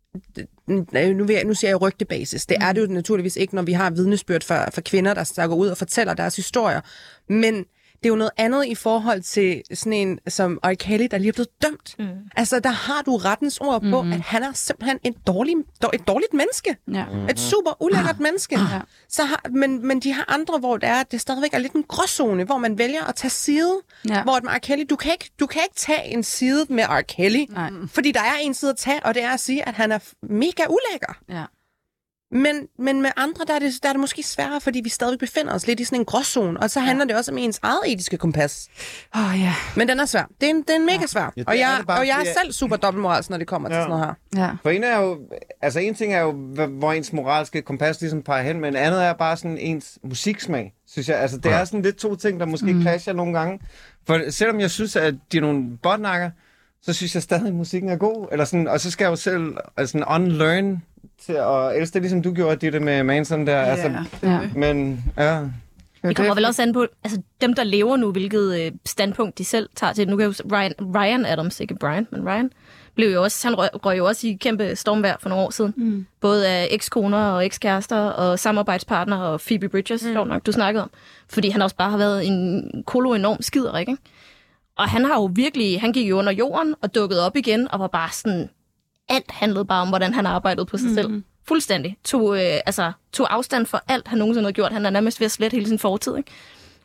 Speaker 3: nu, vil jeg, nu siger jeg rygtebasis, det er det jo naturligvis ikke, når vi har vidnesbyrd for, for kvinder, der, der går ud og fortæller deres historier, men det er jo noget andet i forhold til sådan en som R. Kelly, der lige er blevet dømt. Mm. Altså, der har du rettens ord på, mm-hmm. at han er simpelthen en dårlig, et dårligt menneske. Ja. Et super ulækkert menneske. Ja. Så har, men, men de har andre, hvor det er, det stadigvæk er lidt en gråzone, hvor man vælger at tage side. Ja. Hvor med R. Kelly, du kan, ikke, du kan ikke tage en side med R. Kelly, nej. Fordi der er en side at tage, og det er at sige, at han er mega ulækker. Ja. Men, men med andre, der er, det, der er det måske sværere, fordi vi stadig befinder os lidt i sådan en gråzone, og så handler ja. det også om ens eget etiske kompas.
Speaker 1: Åh oh, ja.
Speaker 3: Men den er svær. Det er, en, det er en mega svær. Ja, og, jeg, bare, og jeg er selv super dobbeltmoralsk, når det kommer ja. til sådan noget her.
Speaker 2: Ja. For en er jo, altså en ting er jo, hvor ens moralske kompas ligesom peger hen, men andet er bare sådan ens musiksmag, synes jeg. Altså det ja. er sådan lidt to ting, der måske mm. clasher nogle gange. For selvom jeg synes, at de er nogle botnakker, så synes jeg stadig, at musikken er god. Eller sådan, og så skal jeg jo selv altså, unlearn til at elske det, ligesom du gjorde det med Manson der. Yeah. Altså, ja. Men, ja.
Speaker 5: Det kommer vel også an på, altså dem, der lever nu, hvilket øh, standpunkt de selv tager til. Nu kan jo Ryan, Ryan Adams, ikke Brian, men Ryan, blev jo også, han røg, røg jo også i kæmpe stormvejr for nogle år siden. Mm. Både af ekskoner og ekskærester og samarbejdspartnere og Phoebe Bridgers, mm. nok, du snakkede om. Fordi han også bare har været en kolo enorm skiderik, ikke? Og han har jo virkelig, han gik jo under jorden og dukkede op igen og var bare sådan, alt handlede bare om, hvordan han arbejdede på sig mm. selv. Fuldstændig. Tog, øh, altså, tog afstand for alt, han nogensinde havde gjort. Han er nærmest ved at slette hele sin fortid, ikke?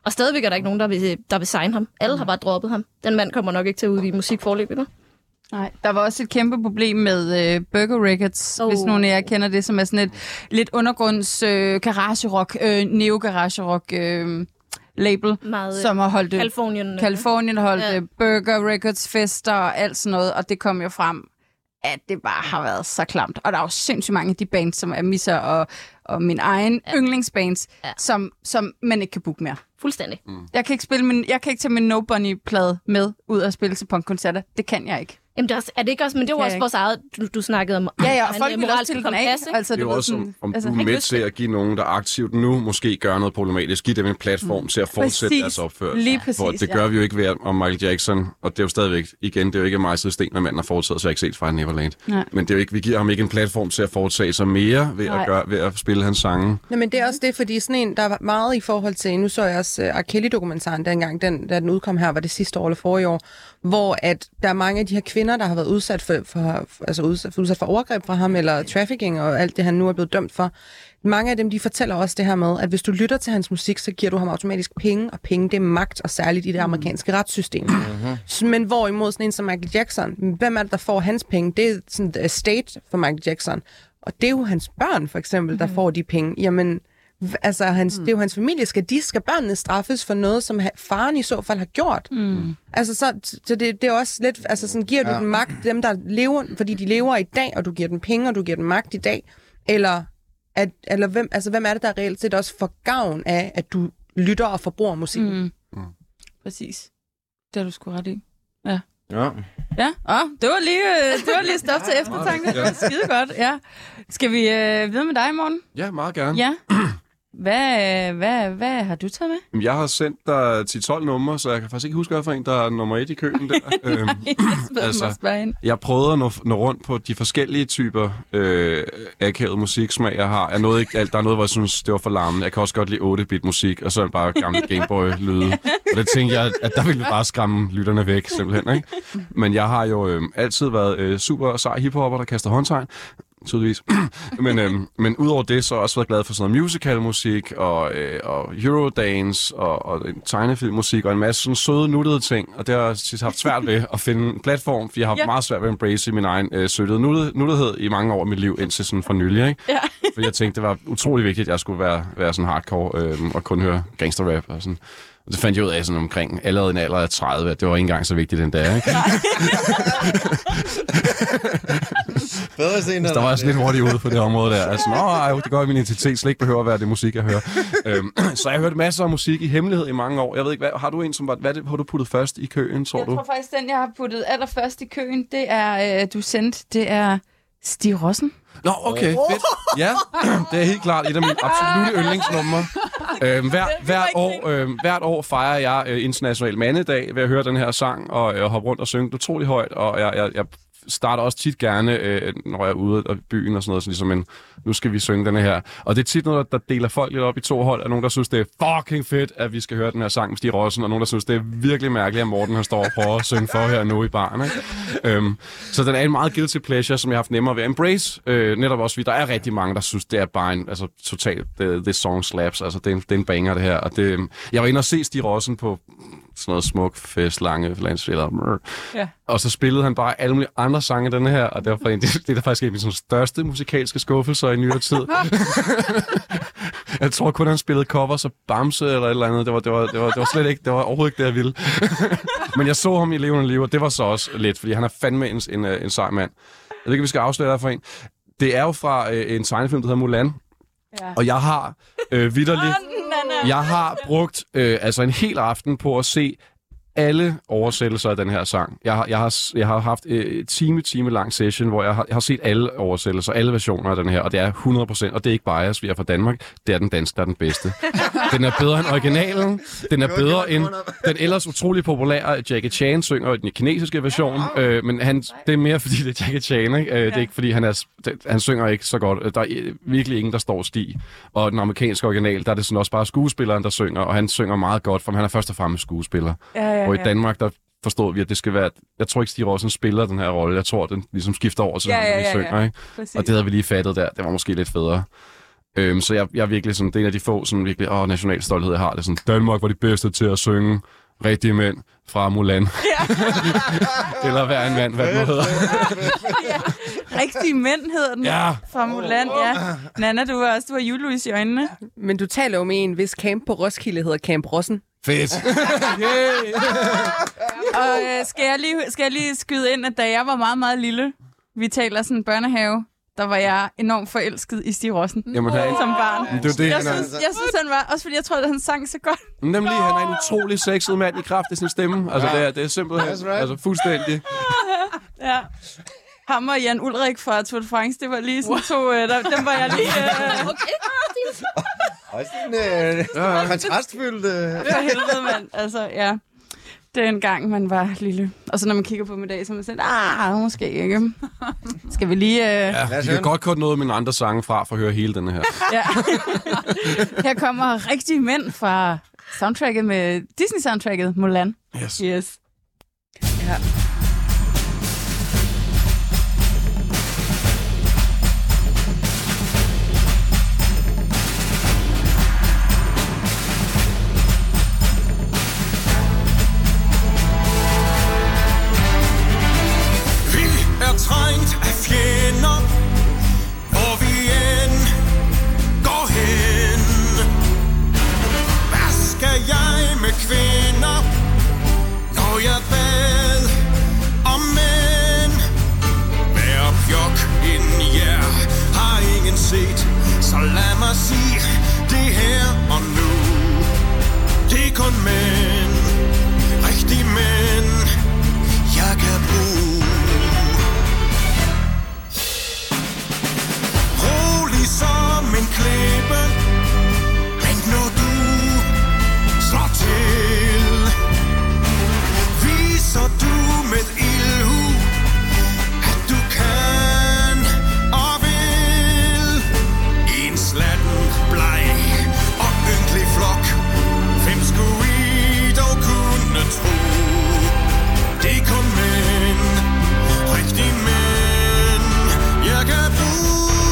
Speaker 5: Og stadigvæk er der ikke nogen, der vil, der vil signe ham. Alle har bare droppet ham. Den mand kommer nok ikke til at udgive musik forløbig nu.
Speaker 1: Nej, der var også et kæmpe problem med øh, Burger Records, oh. hvis nogen af jer kender det, som er sådan et lidt undergrunds øh, garage-rock, øh, neo-garage-rock øh, label, meget, som har holdt
Speaker 5: Californien,
Speaker 1: Californien holdt ja. Burger Records fester og alt sådan noget, og det kom jo frem, at det bare har været så klamt. Og der er jo sindssygt mange af de bands, som er Misser og, og min egen ja. yndlingsbands, ja. Som, som man ikke kan booke mere.
Speaker 5: Fuldstændig.
Speaker 1: Mm. Jeg kan ikke spille min, jeg kan ikke tage min No Bunny-plade med ud og spille til punkkoncerter. Det kan jeg ikke.
Speaker 5: Jamen, det er, også, er det ikke også, men det var også vores eget, du, du snakkede om.
Speaker 1: Ja, ja, og folk vil også til den af.
Speaker 7: Altså, det er jo også, om, om altså, du er med til at give nogen, der aktivt nu måske gør noget problematisk, give dem en platform mm. til at fortsætte præcis. Deres opførsel.
Speaker 1: Lige præcis,
Speaker 7: For det gør ja. vi jo ikke ved om Michael Jackson, og det er jo stadigvæk, igen, det er jo ikke mig, så sten med manden har foretaget, så jeg har ikke set fra Neverland. Nej. Men det er jo ikke, vi giver ham ikke en platform til at foretage sig mere ved at, gøre, ved at spille hans sange.
Speaker 3: Nej, men det er også det, fordi sådan en, der var meget i forhold til, nu så jeg også uh, R. Kelly-dokumentaren dengang, den, da den udkom her, var det sidste år eller forrige år, hvor at der er mange af de her kvinder, der har været udsat for, for, altså udsat, udsat for overgreb fra ham, eller trafficking og alt det, han nu er blevet dømt for. Mange af dem, de fortæller også det her med, at hvis du lytter til hans musik, så giver du ham automatisk penge, og penge, det er magt, og særligt i det amerikanske retssystem. Mm-hmm. Men hvorimod sådan en som Michael Jackson, hvem er det, der får hans penge? Det er sådan the estate for Michael Jackson. Og det er jo hans børn, for eksempel, der mm. får de penge. Jamen, altså, hans, mm. det er jo hans familie. Skal de, skal børnene straffes for noget, som faren i så fald har gjort? Mm. Altså, så, så det, det er også lidt, altså sådan, giver du ja. den magt, dem der lever, fordi de lever i dag, og du giver dem penge, og du giver dem magt i dag, eller, at, eller hvem, altså, hvem er det, der reelt set også får gavn af, at du lytter og forbruger musik? Mm.
Speaker 1: Mm. Præcis. Det har du sgu ret i. Ja.
Speaker 2: Ja.
Speaker 1: Ja, oh, det var lige, det var lige stof til eftertanke. Ja. Skide godt, ja. Skal vi øh, videre med dig i morgen?
Speaker 7: Ja, meget gerne.
Speaker 1: Ja. Hvad, hvad, hvad har du taget med?
Speaker 7: Jeg har sendt dig ti tolv numre, så jeg kan faktisk ikke huske, hvad for en, der er nummer et i køen der. øhm, altså, jeg prøvede at nå, nå rundt på de forskellige typer øh, akavet musiksmag, jeg har. Jeg nåede ikke alt. Der er noget, hvor jeg synes, det var for larmende. Jeg kan også godt lide otte-bit musik, og så er det bare gamle Gameboy-lyde. Og det tænkte jeg, at der ville bare skræmme lytterne væk, simpelthen. Ikke? Men jeg har jo øh, altid været øh, super sej hiphopper, der kaster håndtegn. Tydeligvis. men, øhm, men udover det, så har jeg også været glad for sådan noget musical-musik og, øh, og Eurodance og, og tegnefilmmusik og en masse sådan søde, nuttede ting. Og det har jeg sidst haft svært ved at finde en platform, for jeg har haft ja. meget svært ved at embrace min egen øh, sødede nuttighed i mange år af mit liv, indtil sådan for nylig. Ikke? Ja. For jeg tænkte, det var utrolig vigtigt, at jeg skulle være, være sådan hardcore øh, og kun høre gangsterrap og sådan. Og det fandt jeg ud af sådan omkring allerede en alder af tredive, at det var ikke engang så vigtigt den dag, ikke?
Speaker 2: Bedre senere.
Speaker 7: Så der var jeg sådan lidt hurtigt ude på det område der. Altså, nå, ej, det gør, at min identitet slet ikke behøver at være det musik, jeg hører. øhm, så jeg har hørt masser af musik i hemmelighed i mange år. Jeg ved ikke, hvad, har du en, som var, hvad det, har du puttet først i køen, tror
Speaker 1: jeg
Speaker 7: du?
Speaker 1: Jeg tror faktisk, den, jeg har puttet allerførst i køen, det er, øh, du sendte, det er Stig Rossen.
Speaker 7: Nå, okay, oh. fedt. Ja, det er helt klart et af mine absolutte yndlingsnumre. Øhm, hver, hvert, år, øhm, hvert år fejrer jeg øh, International Mandedag ved at høre den her sang og øh, hoppe rundt og synge utrolig højt, og jeg, jeg, jeg starter også tit gerne, øh, når jeg er ude af byen og sådan noget, så ligesom en, nu skal vi synge den her. Og det er tit noget, der deler folk lidt op i to hold, og nogen, der synes, det er fucking fedt, at vi skal høre den her sang med Stig Rossen, og nogen, der synes, det er virkelig mærkeligt, at Morten han står og prøver at synge for her nu i baren. Ikke? Øhm, så den er en meget guilty pleasure, som jeg har haft nemmere ved at embrace. Øh, netop også, fordi der er rigtig mange, der synes, det er bare en, altså totalt, this song slaps, altså det er en, det er en banger, det her. Og det, jeg var inde og se Stig Rossen på sådan noget smuk fest, lange landsfælder. Ja. Og så spillede han bare alle mulige andre sange af denne her, og det, var en, det, det er faktisk en af mine største musikalske skuffelser i nyere tid. Jeg tror kun, han spillede covers af Bamse eller et eller andet. Det var, det var, det var, det var slet ikke, det var overhovedet ikke det, jeg ville. Men jeg så ham i levende liv, og det var så også lidt, fordi han er fandme en, en, en sej mand. Jeg ved ikke, vi skal afsløre for en. Det er jo fra øh, en tegnefilm, der hedder Mulan. Ja. Og jeg har øh, vitterligt, jeg har brugt øh, altså en hel aften på at se alle oversættelser af den her sang. Jeg har, jeg har, jeg har haft et time, time lang session, hvor jeg har, jeg har set alle oversættelser, alle versioner af den her, og det er hundrede procent, og det er ikke bias, vi er fra Danmark, det er den danske, der er den bedste. Den er bedre end originalen, den er bedre end den ellers utrolig populære Jackie Chan synger i den kinesiske version, øh, men han, det er mere fordi det er Jackie Chan, ikke? Øh, det er ikke fordi han, er, han synger ikke så godt. Der er virkelig ingen, der står Stig. Og den amerikanske original, der er det sådan også bare skuespilleren, der synger, og han synger meget godt, for han er først og fremmest skuespiller. Ja, ja. Og i Danmark, der forstod vi, at det skal være... Jeg tror ikke, Stig Rossen spiller den her rolle. Jeg tror, den ligesom skifter over til, ja, ja, ja, ja. synger, ikke? Og det havde vi lige fattet der. Det var måske lidt federe. Øhm, så jeg, jeg er virkelig sådan, det er en af de få, sådan virkelig, åh, nationalstolthed, jeg har det sådan, Danmark var de bedste til at synge rigtige mænd fra Mulan. Ja. Eller hver en mand, hvad det nu hedder.
Speaker 1: Ja. Rigtige mænd hedder den.
Speaker 7: Ja.
Speaker 1: Fra Mulan, ja. Nana, du var også, du var julelys i øjnene.
Speaker 3: Men du taler jo med en, hvis camp på Roskilde hedder Camp Rossen.
Speaker 7: Fedt.
Speaker 1: Yeah. Og øh, skal, jeg lige, skal jeg lige skyde ind, at da jeg var meget, meget lille, vi taler sådan børnehave, der var jeg enormt forelsket i Stig Rossen.
Speaker 7: Jamen, han,
Speaker 1: som barn.
Speaker 7: det er det,
Speaker 1: jeg,
Speaker 7: han
Speaker 1: synes, jeg synes, han var, også fordi jeg tror, at han sang så godt.
Speaker 7: Nemlig, han er en utrolig sexet mand i kraft af sin stemme. Altså, det er, det er simpelthen right. altså, fuldstændig.
Speaker 1: Ja. Ham og Jan Ulrik fra Tour de France, det var lige sådan to... Øh, der, dem var jeg lige... Øh...
Speaker 5: Okay.
Speaker 2: Også en øh, ja. kontrastfyldt... Øh.
Speaker 1: For helvede, mand. Altså, ja. Det er en gang, man var lille. Og så når man kigger på dem i dag, så er man sådan, ah, måske ikke. Skal vi lige... Øh...
Speaker 7: Ja, vi kan godt korte noget af mine andre sange fra, for at høre hele denne her.
Speaker 1: Ja. Her kommer rigtige mænd fra soundtracket med Disney-soundtracket Mulan.
Speaker 7: Yes.
Speaker 1: Yes.
Speaker 3: Ja.
Speaker 8: Trængt af fjender, hvor vi end går hen. Hvad skal jeg med kvinder, når jeg bad om mænd? Hver pjok inden jer har ingen set, så lad mig sige det her og nu. Det er kun mænd, rigtige mænd, jeg kan bruge. Som en klippe, men når du slår til, viser du med ildhu, at du kan og vil. En slatten, bleg og ynkelig flok, hvem skulle I dog kunne tro? Det er kun mænd, rigtige mænd, jeg kan bruge.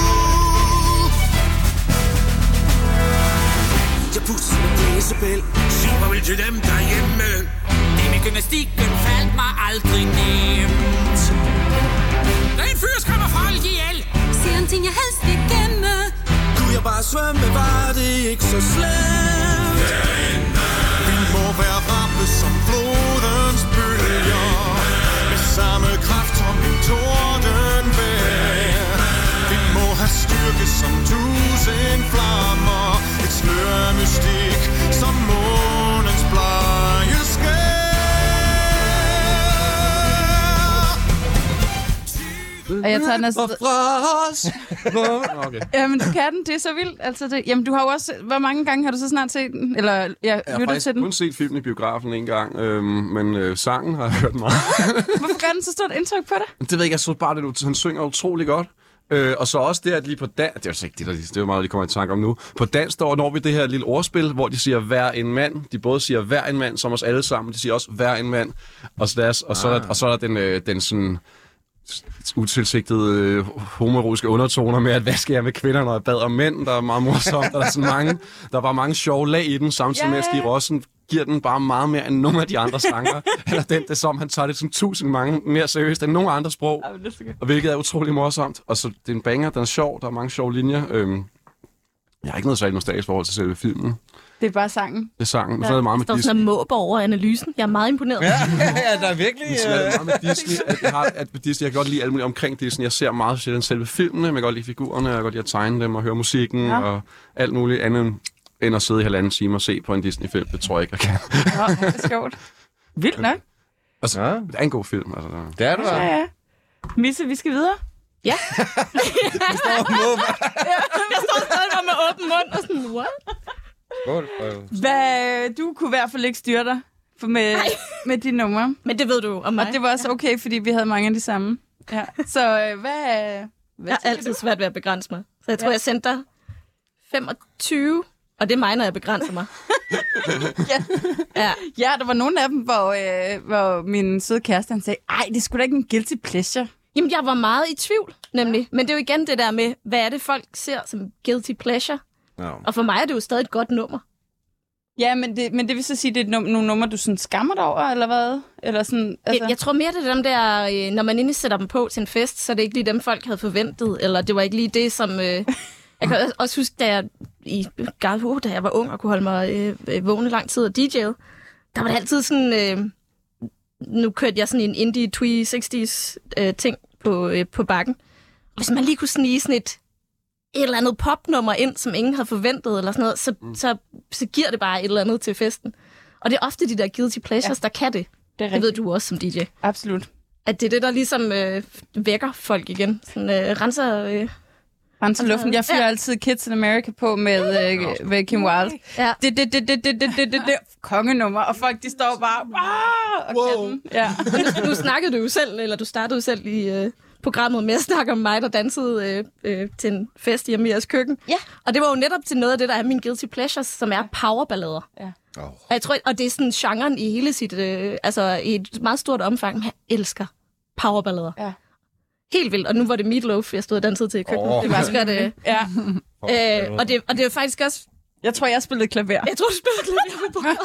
Speaker 8: Jeg pusser med Decibel, sig farvel til dem derhjemme. Det med gymnastikken faldt mig aldrig nemt. Der er en fyr skræmmer folk ihjel,
Speaker 10: siger en ting jeg helst vil gemme.
Speaker 8: Kunne jeg bare svømme, var det ikke så slemt. Vi må være rappe som flodens bølger, med samme kraft som en tordenvejr. Vi må have styrke som tusind flammer, et slør af mystik som månens blege skær.
Speaker 1: Og jeg tager den altså...
Speaker 8: fra os.
Speaker 7: Okay.
Speaker 1: Jamen, du kan den, det er så vildt. Altså, det... Jamen, du har jo også... Hvor mange gange har du så snart set den? Eller ja,
Speaker 7: jeg har
Speaker 1: lyttet til den?
Speaker 7: Jeg har kun set filmen i biografen en gang, øhm, men øh, sangen har jeg hørt meget.
Speaker 1: Hvorfor gør den så stort indtryk på dig?
Speaker 7: Det ved jeg ikke, jeg så bare, det, han synger utrolig godt. Øh, og så også det, at lige på dansk, det er jo ikke det, der, det er jo meget, de kommer i tanke om nu. På dansk, der når vi det her lille ordspil, hvor de siger hver en mand. De både siger hver en mand, som os alle sammen. De siger også hver en mand. Og så, der, og så, ah. der, og så er der den, øh, den sådan utilsigtede øh, homoerotiske undertoner med, at hvad skal jeg med kvinder, når jeg bad om mænd? Der er meget morsomt. Der er sådan mange, der er bare mange sjove lag i den, samtidig yeah. med, at Stig Rossen giver den bare meget mere end nogle af de andre sanger. Eller den, det som, han tager det som tusind mange mere seriøst end nogle andre sprog. Ja, og hvilket er utrolig morsomt. Og så det er en banger, den er sjov, der er mange sjove linjer. Øhm, jeg har ikke noget særligt nostalgisk forhold til selve filmen.
Speaker 1: Det er bare sangen.
Speaker 7: Det er sangen, ja. Så er det meget med
Speaker 5: Disney. Der er sådan en måb over analysen. Jeg er meget imponeret.
Speaker 2: Ja, ja, der er virkelig...
Speaker 7: Det er meget med Disney, at jeg, har, at Disney, jeg kan godt lide alt muligt omkring Disney. Jeg ser meget sjældent selve filmene, men jeg kan godt lide figurerne, jeg kan godt lide at tegne dem og høre musikken ja. Og alt muligt andet end at sidde i halvanden time og se på en Disney-film. Det tror jeg ikke, jeg kan.
Speaker 1: Ja, det er sjovt. Vildt nok.
Speaker 7: Altså, ja. Det er en god film. Altså, der...
Speaker 2: Det er det,
Speaker 1: ja, ja. Misse, vi skal videre.
Speaker 5: Ja.
Speaker 2: Vi står og måber.
Speaker 5: Jeg står stadig med åben mund og sådan, what?
Speaker 1: Hvad, du kunne i hvert fald ikke styre dig for med, med de numre.
Speaker 5: Men det ved du om mig.
Speaker 1: Og det var også okay, fordi vi havde mange af de samme. Ja. Så øh, hvad, hvad
Speaker 5: jeg har altid du? svært ved at begrænse mig. Så jeg tror, ja. jeg sendte dig femogtyve, og det er mig, når jeg begrænser mig.
Speaker 1: ja. Ja. ja, der var nogle af dem, hvor, øh, hvor min søde kæreste han sagde, ej, det er sgu da ikke en guilty pleasure.
Speaker 5: Jamen, jeg var meget i tvivl, nemlig. Men det er jo igen det der med, hvad er det, folk ser som guilty pleasure?
Speaker 7: Ja.
Speaker 5: Og for mig er det jo stadig et godt nummer.
Speaker 1: Ja, men det, men det vil så sige, det er num- nogle numre, du sådan skammer dig over, eller hvad? Eller sådan, altså...
Speaker 5: jeg, jeg tror mere, det er dem der, øh, når man egentlig sætter dem på til en fest, så er det ikke lige dem, folk havde forventet, eller det var ikke lige det, som... Øh, jeg kan også huske, da jeg, i, uh, da jeg var ung og kunne holde mig øh, vågne lang tid og D J'ede, der var det altid sådan... Øh, nu kørte jeg sådan en indie twee sixties øh, ting på, øh, på bakken. Hvis man lige kunne snige sådan et, et eller andet popnummer ind, som ingen havde forventet, eller sådan noget, så, mm. så, så giver det bare et eller andet til festen. Og det er ofte de der guilty pleasures, ja. Der kan det. Det, er det ved du også som D J.
Speaker 1: Absolut.
Speaker 5: At det er det, der ligesom øh, vækker folk igen. Sådan øh, renser... Øh,
Speaker 1: renser luften. Jeg fyrer ja. altid Kids in America på med, øh, med Kim Wilde. Ja. Det, det, det, det, det, det, det, det, det. Kongenummer, og folk de står bare... Og wow. Ja.
Speaker 5: Nu snakkede du jo selv, eller du startede jo selv i... Øh, programmet med at snakke om mig, der dansede øh, øh, til en fest i Amias køkken.
Speaker 1: Ja.
Speaker 5: Og det var jo netop til noget af det, der er min guilty pleasures, som er powerballader. Ja. Oh. Og jeg tror, og det er sådan genren i hele sit, øh, altså i et meget stort omfang, men jeg elsker powerballader. Ja. Helt vildt. Og nu var det Meatloaf, jeg stod og dansede til i køkkenet. Oh. Det var skørt. Øh, ja. øh, og, det, og det er faktisk også...
Speaker 1: Jeg tror, jeg spillede klaver.
Speaker 5: Jeg tror, du spillede klaver med programmet.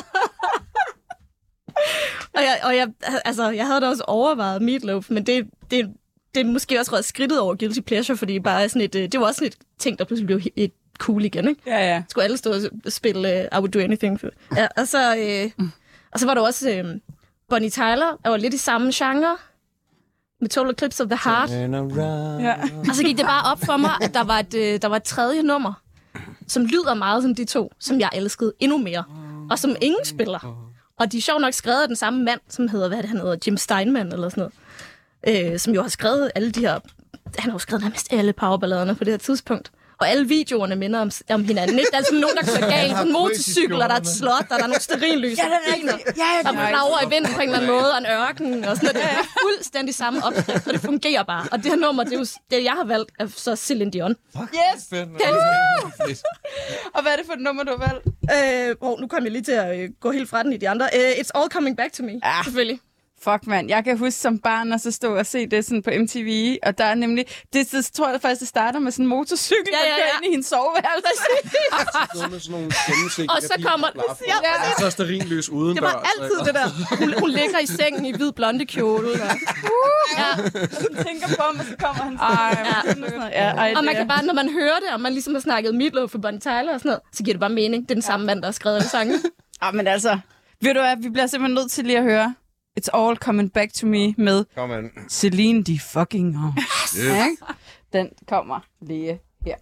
Speaker 5: og jeg, og jeg, altså, jeg havde da også overvejet Meatloaf, men det, det det er måske også ret skridtet over guilty pleasure, fordi bare sådan et, det var også sådan et ting, der pludselig blev et cool igen, ikke?
Speaker 1: Ja, ja.
Speaker 5: Skulle alle stå og spille uh, I Would Do Anything for. Ja, og så, øh, og så var der også øh, Bonnie Tyler, der var lidt i samme genre, med Total Eclipse of the Heart. Ja. Og så gik det bare op for mig, at der var et, øh, der var et tredje nummer, som lyder meget som de to, som jeg elskede endnu mere, og som ingen spiller. Og de er sjovt nok skrevet af den samme mand, som hedder, hvad det, han hedder, Jim Steinman eller sådan noget. Øh, som jo har skrevet alle de her... Han har jo skrevet nærmest alle powerballaderne på det her tidspunkt. Og alle videoerne minder om, om hinanden. Det er altså nogen, der kører galt på en motorcykel, og der er et slot, og der er nogle stearinlys, ja, der er flager i vinden på en eller anden måde, og en ørken, og sådan noget. Det er fuldstændig samme opskrift, og det fungerer bare. Og det her nummer, det er jo det, jeg har valgt, er så Celine Dion.
Speaker 1: Fuck, yes! Og hvad er det for et nummer, du har valgt?
Speaker 5: Øh, oh, nu kommer jeg lige til at øh, gå helt fra den i de andre. Uh, It's All Coming Back to Me, ja. Selvfølgelig.
Speaker 1: Fuck, mand. Jeg kan huske som barn, og så stå og se det sådan på M T V, og der er nemlig... Det, det tror jeg faktisk, det starter med sådan en motorcykel, ja, ja, ja. der kører ind i hendes soveværelse.
Speaker 7: Noget med sådan nogle gennemsigtige...
Speaker 5: Og så kommer...
Speaker 7: Ja, ja. Og så stearinlys uden
Speaker 5: det var dør, altid så, ja. Det der. Hun, hun ligger i sengen i hvid blonde kjole. Og,
Speaker 1: ja. Hun tænker på ham, og så kommer han... Ej, ja. Ja, ej,
Speaker 5: og man kan bare, når man hører det, og man ligesom har snakket Meatloaf for Bonnie Tyler og sådan noget, så giver det bare mening. Det er den samme mand, der har skrevet den sang.
Speaker 1: Ja, men altså... Ved du hvad, vi bliver simpelthen nødt til lige at høre... It's All Coming Back to Me med Celine de fucking on. Yes. Ja, den kommer lige her.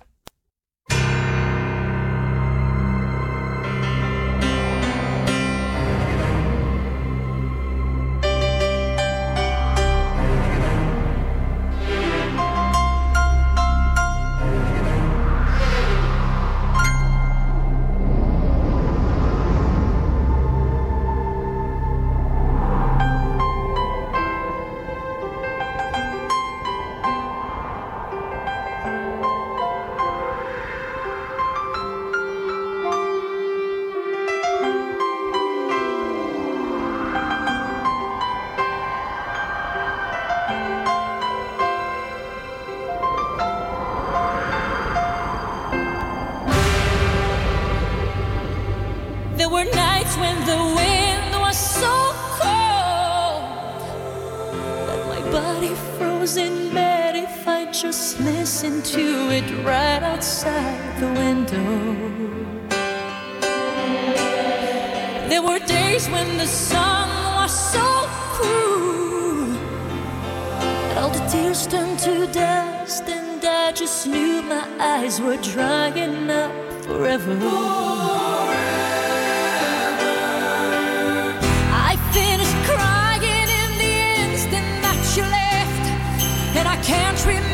Speaker 9: Listen to it right outside the window. There were days when the sun was so cruel that all the tears turned to dust, and I just knew my eyes were drying up forever. Forever. I finished crying in the instant that you left, and I can't remember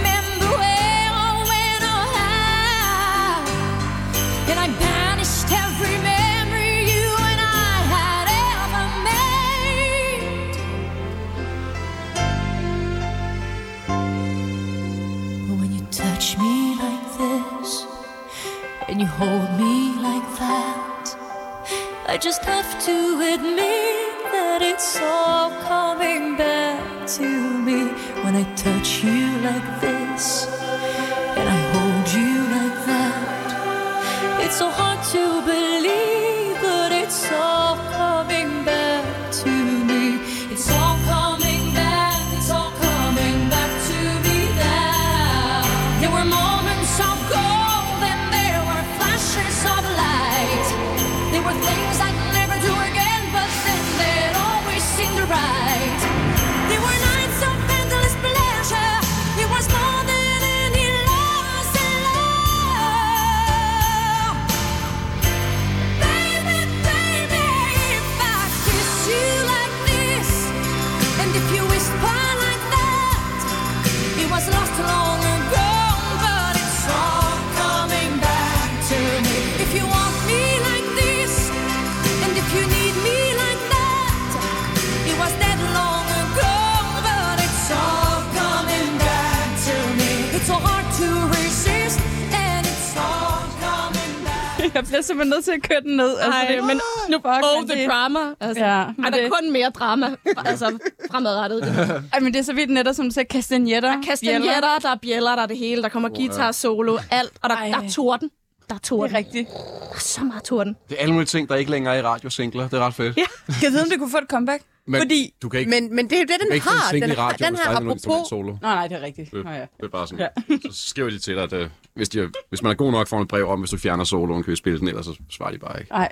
Speaker 9: and you hold me like that, I just have to admit that it's all coming back to me when I touch you like this and I hold you like that. It's so hard to believe, but it's all coming back to me. It's all coming back, it's all coming back to me now. There were moments of gold and there were flashes of light. There were things I'd never do again, but then they'd always seem right. There were nights of endless pleasure. It was more than any loss in love. Baby, baby, if I kiss you like this, and if you whisper like that, it was lost long ago, but it's all coming back to me. If you want me like this, and if you need me like that, it was that long ago, but it's all coming back to me. It's so hard to resist, and it's all coming back.
Speaker 1: Jeg bliver simpelthen nødt til at køre den ned. Altså,
Speaker 5: Ej,
Speaker 1: det,
Speaker 5: men nu
Speaker 1: fuck,
Speaker 5: oh,
Speaker 1: men
Speaker 5: the
Speaker 1: det-
Speaker 5: drama. Altså,
Speaker 1: Ja,
Speaker 5: ja,
Speaker 1: men
Speaker 5: er der
Speaker 1: det-
Speaker 5: kun mere drama altså, fremadrettet?
Speaker 1: Ej, men det er så vildt netop, som du siger, kastanjetter.
Speaker 5: Der er kastanjetter, der er bjæller, der er det hele. Der kommer guitar, solo, alt. Og der, der er torden. Der er torden.
Speaker 1: Det er rigtigt.
Speaker 5: Der er så meget torden.
Speaker 7: Det er alle mulige ting, der ikke længere er i radiosingler. Det er ret fedt.
Speaker 5: Ja.
Speaker 1: Jeg ved, om det kunne få et comeback.
Speaker 7: Men
Speaker 1: Fordi...
Speaker 7: du kan ikke,
Speaker 3: Men, men det er jo det,
Speaker 7: du kan
Speaker 3: den
Speaker 7: ikke få en
Speaker 3: har.
Speaker 7: single
Speaker 3: Den,
Speaker 7: i radio,
Speaker 3: den
Speaker 7: hvis
Speaker 3: her
Speaker 7: der er en
Speaker 3: apropos...
Speaker 7: solo.
Speaker 1: Nej, nej, det er rigtigt.
Speaker 7: Det,
Speaker 1: Nå, ja.
Speaker 7: det er bare sådan. Ja. Så skriver de til dig, at uh, hvis, de, hvis man er god nok, får man et brev om, hvis du fjerner soloen, kan vi spille den, ellers så svarer de bare ikke.
Speaker 1: Nej.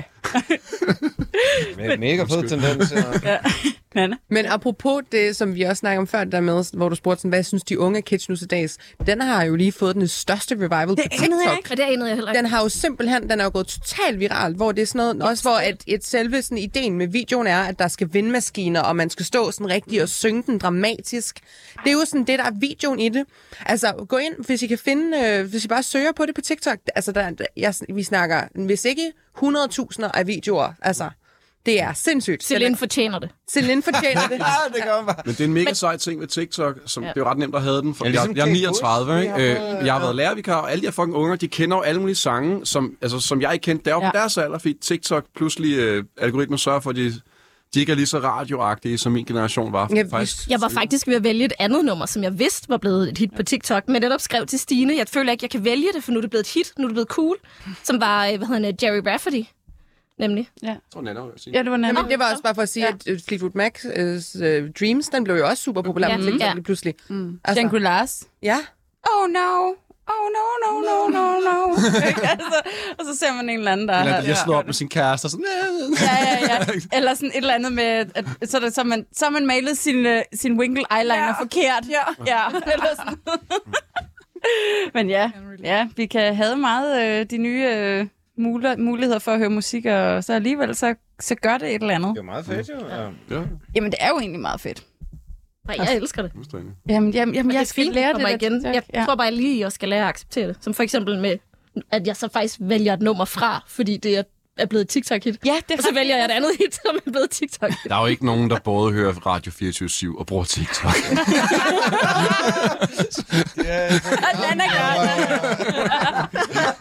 Speaker 2: Men, mega fed tendens. Ja.
Speaker 1: Nana?
Speaker 3: Men apropos det, som vi også snakkede om før, der med, hvor du spurgte, sådan, hvad synes de unge kids nu til dags? Den har jo lige fået den største revival på TikTok.
Speaker 5: Og det anede jeg heller ikke.
Speaker 3: Den har jo simpelthen, den er jo gået totalt viralt, hvor det er sådan noget, også hvor et, et selve sådan, ideen med videoen er, at der skal vindmaskiner, og man skal stå sådan rigtigt og synge den dramatisk. Det er jo sådan det, der er videoen i det. Altså, gå ind, hvis I kan finde, øh, hvis I bare søger på det på TikTok. Altså, der, jeg, vi snakker, hvis ikke hundrede tusinder af videoer, altså... Det er sindssygt.
Speaker 5: Celine fortjener det.
Speaker 3: Celine fortjener det.
Speaker 2: Ja, det gør man bare.
Speaker 7: Men det er en mega sej ting med TikTok, som
Speaker 5: Ja.
Speaker 7: det er jo ret nemt at have den. For
Speaker 2: Ja,
Speaker 7: ja,
Speaker 2: ligesom
Speaker 7: jeg, jeg er
Speaker 2: Kate
Speaker 7: niogtredive,
Speaker 2: Bush.
Speaker 7: ikke?
Speaker 2: Vi
Speaker 7: Øh,
Speaker 2: har fået-
Speaker 7: jeg har været lærervikar, og alle de her fucking unger, de kender jo alle mulige sange, som, altså, som jeg ikke kendte. Det er jo
Speaker 1: Ja.
Speaker 7: på deres alder, fordi TikTok pludselig øh, algoritmer sørger for, at de, de ikke er lige så radioagtige, som min generation var.
Speaker 3: Ja,
Speaker 7: Faktisk.
Speaker 5: Jeg var faktisk ved at vælge et andet nummer, som jeg vidste var blevet et hit på TikTok, men netop skrev til Stine, jeg føler ikke, jeg kan vælge det, for nu er det blevet et hit, nu er det blevet cool, som var, øh, hvad hedder det, Jerry Rafferty, nemlig.
Speaker 7: Jeg tror, Nana vil sige.
Speaker 1: Ja, det var Nana.
Speaker 3: Jamen, det var også bare for at sige,
Speaker 1: Ja.
Speaker 3: at uh, Fleetwood Mac's uh, Dreams, den blev jo også super populær
Speaker 5: Ja.
Speaker 3: på TikTok
Speaker 5: Ja.
Speaker 3: lige pludselig.
Speaker 1: Mm.
Speaker 3: Altså,
Speaker 1: Shangri-Las.
Speaker 3: ja.
Speaker 1: Oh no. Oh no, no, no, no, no. altså, og så ser man en eller anden, der...
Speaker 7: Eller de har
Speaker 1: ja.
Speaker 7: slået op med sin kæreste og sådan...
Speaker 1: Ja, ja, ja. Eller sådan et eller andet med, at så, er det, så, man, så har man malet sin, uh, sin winkle eyeliner ja. forkert. Ja. ja. Eller sådan. Men ja, ja, vi kan have meget øh, de nye øh, muligheder, muligheder for at høre musik, og så alligevel så, så gør det et eller andet.
Speaker 2: Det er jo meget fedt, jo. Ja.
Speaker 7: Ja,
Speaker 1: Jamen, det er jo egentlig meget fedt.
Speaker 5: Nej, jeg elsker det.
Speaker 7: fuldstændig.
Speaker 1: Jamen, jamen, jamen
Speaker 5: Og
Speaker 1: jeg
Speaker 5: det er
Speaker 1: skal
Speaker 5: fint,
Speaker 1: lære
Speaker 5: det
Speaker 1: det
Speaker 5: kommer
Speaker 1: der
Speaker 5: igen.
Speaker 1: TikTok.
Speaker 5: Jeg
Speaker 1: Ja.
Speaker 5: tror bare lige, jeg skal lære at acceptere det. Som for eksempel med, at jeg så faktisk vælger et nummer fra, fordi det er, er blevet et TikTok-hit.
Speaker 1: Ja, det er
Speaker 5: Og så vælger jeg et andet hit, som er blevet TikTok.
Speaker 7: Der er jo ikke nogen, der både hører Radio fireogtyve syv og bruger TikTok.
Speaker 2: Ja,
Speaker 1: Nana gør det.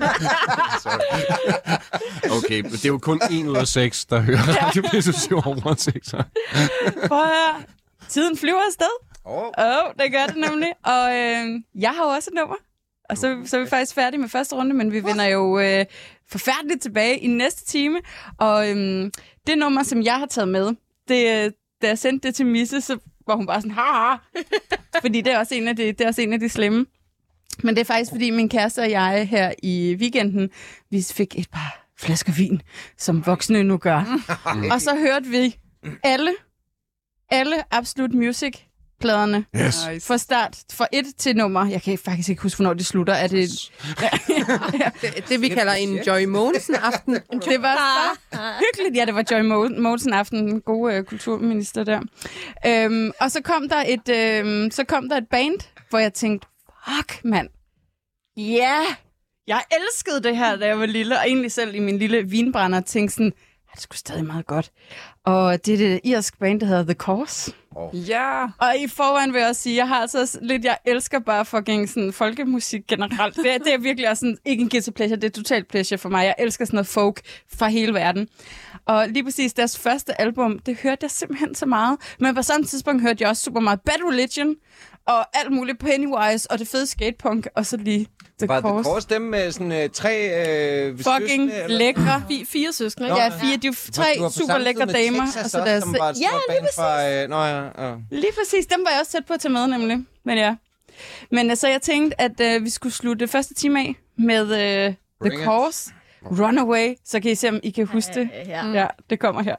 Speaker 7: Okay, men det er jo kun en ud af seks, der hører Radio fireogtyve syv og bruger TikTok.
Speaker 1: Prøv at høre. Tiden flyver afsted.
Speaker 2: Åh,
Speaker 1: Åh, oh, det gør det nemlig. Og øh, jeg har jo også et nummer. Og så, så er vi faktisk færdige med første runde, men vi vender jo øh, forfærdeligt tilbage i næste time. Og øh, det nummer, som jeg har taget med, det, da jeg sendte det til Misse, så var hun bare sådan, haha. Fordi det er, også en af de, det er også en af de slemme. Men det er faktisk, fordi min kæreste og jeg her i weekenden, vi fik et par flasker vin, som voksne nu gør. Og så hørte vi alle, alle Absolute Music pladerne
Speaker 7: Yes.
Speaker 1: fra start, fra et til nummer. Jeg kan faktisk ikke huske, hvornår det slutter. Er det...
Speaker 3: Det, det vi kalder en Joy Mogensen-aften.
Speaker 1: Det var så hyggeligt. Ja, det var Joy Mogensen aften, den gode øh, kulturminister der. Øhm, og så kom der et, øhm, så kom der et band, hvor jeg tænkte, fuck, mand. Ja, yeah. Jeg elskede det her, da jeg var lille, og egentlig selv i min lille vinbrænder tænkte sådan, det er sgu stadig meget godt. Og det er det irsk band, der hedder The Course.
Speaker 6: Oh. Ja.
Speaker 1: Og i forvejen vil jeg også sige, jeg har altså lidt, jeg elsker bare fucking sådan folkemusik generelt. Det er, det er virkelig også sådan, ikke en guilty pleasure, det er totalt pleasure for mig. Jeg elsker sådan noget folk fra hele verden. Og lige præcis deres første album, det hørte jeg simpelthen så meget. Men på samme tidspunkt hørte jeg også super meget Bad Religion, og alt muligt Pennywise, og det fede skatepunk, og så lige The
Speaker 2: Var
Speaker 1: Course.
Speaker 2: The Course dem med sådan uh, tre øh,
Speaker 1: fucking
Speaker 2: søskende,
Speaker 1: lækre.
Speaker 5: F- fire søskende.
Speaker 1: Ja, fire, de er tre super lækre damer.
Speaker 2: Og
Speaker 1: så deres...
Speaker 2: som var et
Speaker 1: ja,
Speaker 2: stort
Speaker 1: lige
Speaker 2: band fra... Øh, nå, ja, ja.
Speaker 1: Lige præcis, dem var jeg også tæt på at tage med, nemlig. Men ja. Men altså, jeg tænkte, at øh, vi skulle slutte første time af med øh, The Course, Runaway, så kan I se, om I kan huske det.
Speaker 5: Ja,
Speaker 1: ja, det kommer her.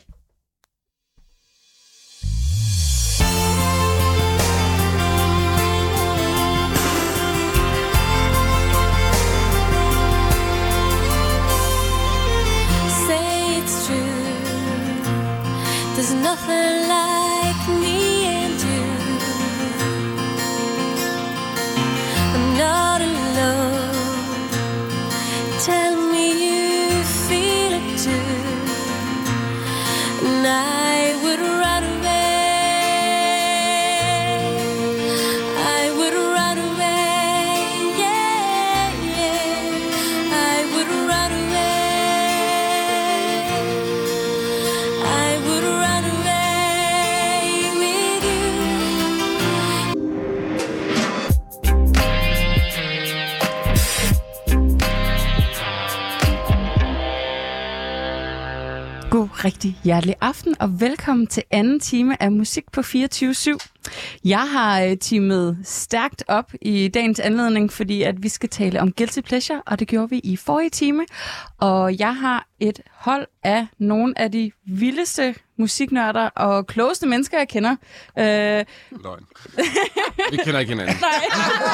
Speaker 10: There's nothing like me and you. I'm not alone. Tell me you feel it too. And I would run away. I would run away. Yeah, yeah. I would run away. I would run away with you.
Speaker 1: God rigtig hjertelig aften, og velkommen til anden time af Musik på fireogtyve syv. Jeg har øh, teamet stærkt op i dagens anledning, fordi at vi skal tale om Guilty Pleasure, og det gjorde vi i forrige time. Og jeg har et hold af nogle af de vildeste musiknørder og klogeste mennesker, jeg kender. Øh...
Speaker 7: Løgn. Vi kender ikke hinanden.
Speaker 1: Nej.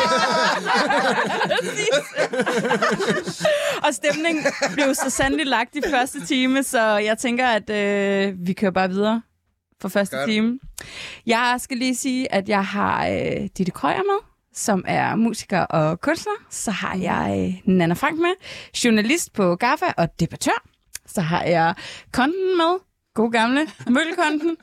Speaker 1: Og stemningen blev så sandelig lagt i første time, så jeg tænker, at øh, vi kører bare videre for første time. Jeg skal lige sige, at jeg har øh, Ditte Krøyer med, som er musiker og kunstner. Så har jeg øh, Nanna Frank med, journalist på Gaffa og debattør. Så har jeg Konten med, god gamle Møllekonten,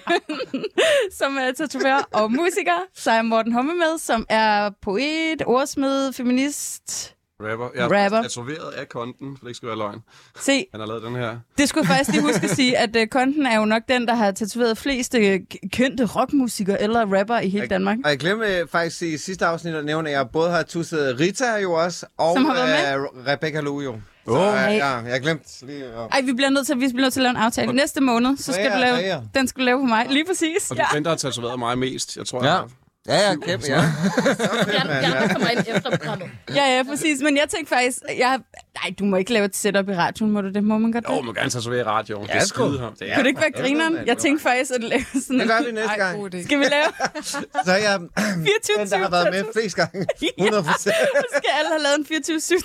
Speaker 1: som er tatovør og musiker. Så har jeg Morten Humme med, som er poet, ordsmed, feminist...
Speaker 7: Rapper. Jeg er
Speaker 1: Rapper.
Speaker 7: tatoveret af Konten, for det ikke skal være løgn.
Speaker 1: Se.
Speaker 7: Han har lavet den her.
Speaker 1: Det skulle jeg faktisk lige huske at sige, at uh, Konten er jo nok den, der har tatoveret flest uh, kendte rockmusikere eller rapper i hele
Speaker 2: jeg,
Speaker 1: Danmark.
Speaker 2: Og jeg glemte faktisk i sidste afsnit at nævne, at jeg både har tusset Rita jo også, og
Speaker 1: Som har været
Speaker 2: uh, Rebecca Lu jo. Så,
Speaker 1: Oh.
Speaker 2: uh, ja, jeg glemte lige... Uh...
Speaker 1: Ej, vi bliver nødt til, vi bliver nødt til at lave en aftale. Næste måned, så skal
Speaker 2: Ja,
Speaker 1: du lave,
Speaker 2: ja, ja.
Speaker 1: den skal du lave på mig. Lige præcis.
Speaker 7: Og det er den, der har tatoveret mig mest. Jeg tror,
Speaker 2: Ja.
Speaker 7: jeg har...
Speaker 2: Ja, ja, kæmpe, ja.
Speaker 5: Jeg kommer ind efter programmet.
Speaker 1: Ja, ja, præcis. Men jeg tænkte faktisk, jeg... nej, du må ikke lave et setup i radioen, må du det? Må man godt det?
Speaker 7: Jo, man må gerne tatovere i radioen.
Speaker 2: Ja,
Speaker 7: det er
Speaker 2: sgu.
Speaker 7: skide ham. Det er
Speaker 1: Kunne det ikke være grineren? Jeg tænkte faktisk at lave sådan...
Speaker 2: Det gør vi næste gang.
Speaker 6: God idé.
Speaker 1: Skal vi lave
Speaker 2: Så er jeg
Speaker 1: fireogtyve
Speaker 2: den, der har været med flest gange. hundrede procent.
Speaker 1: Så skal alle have lavet en fireogtyve syv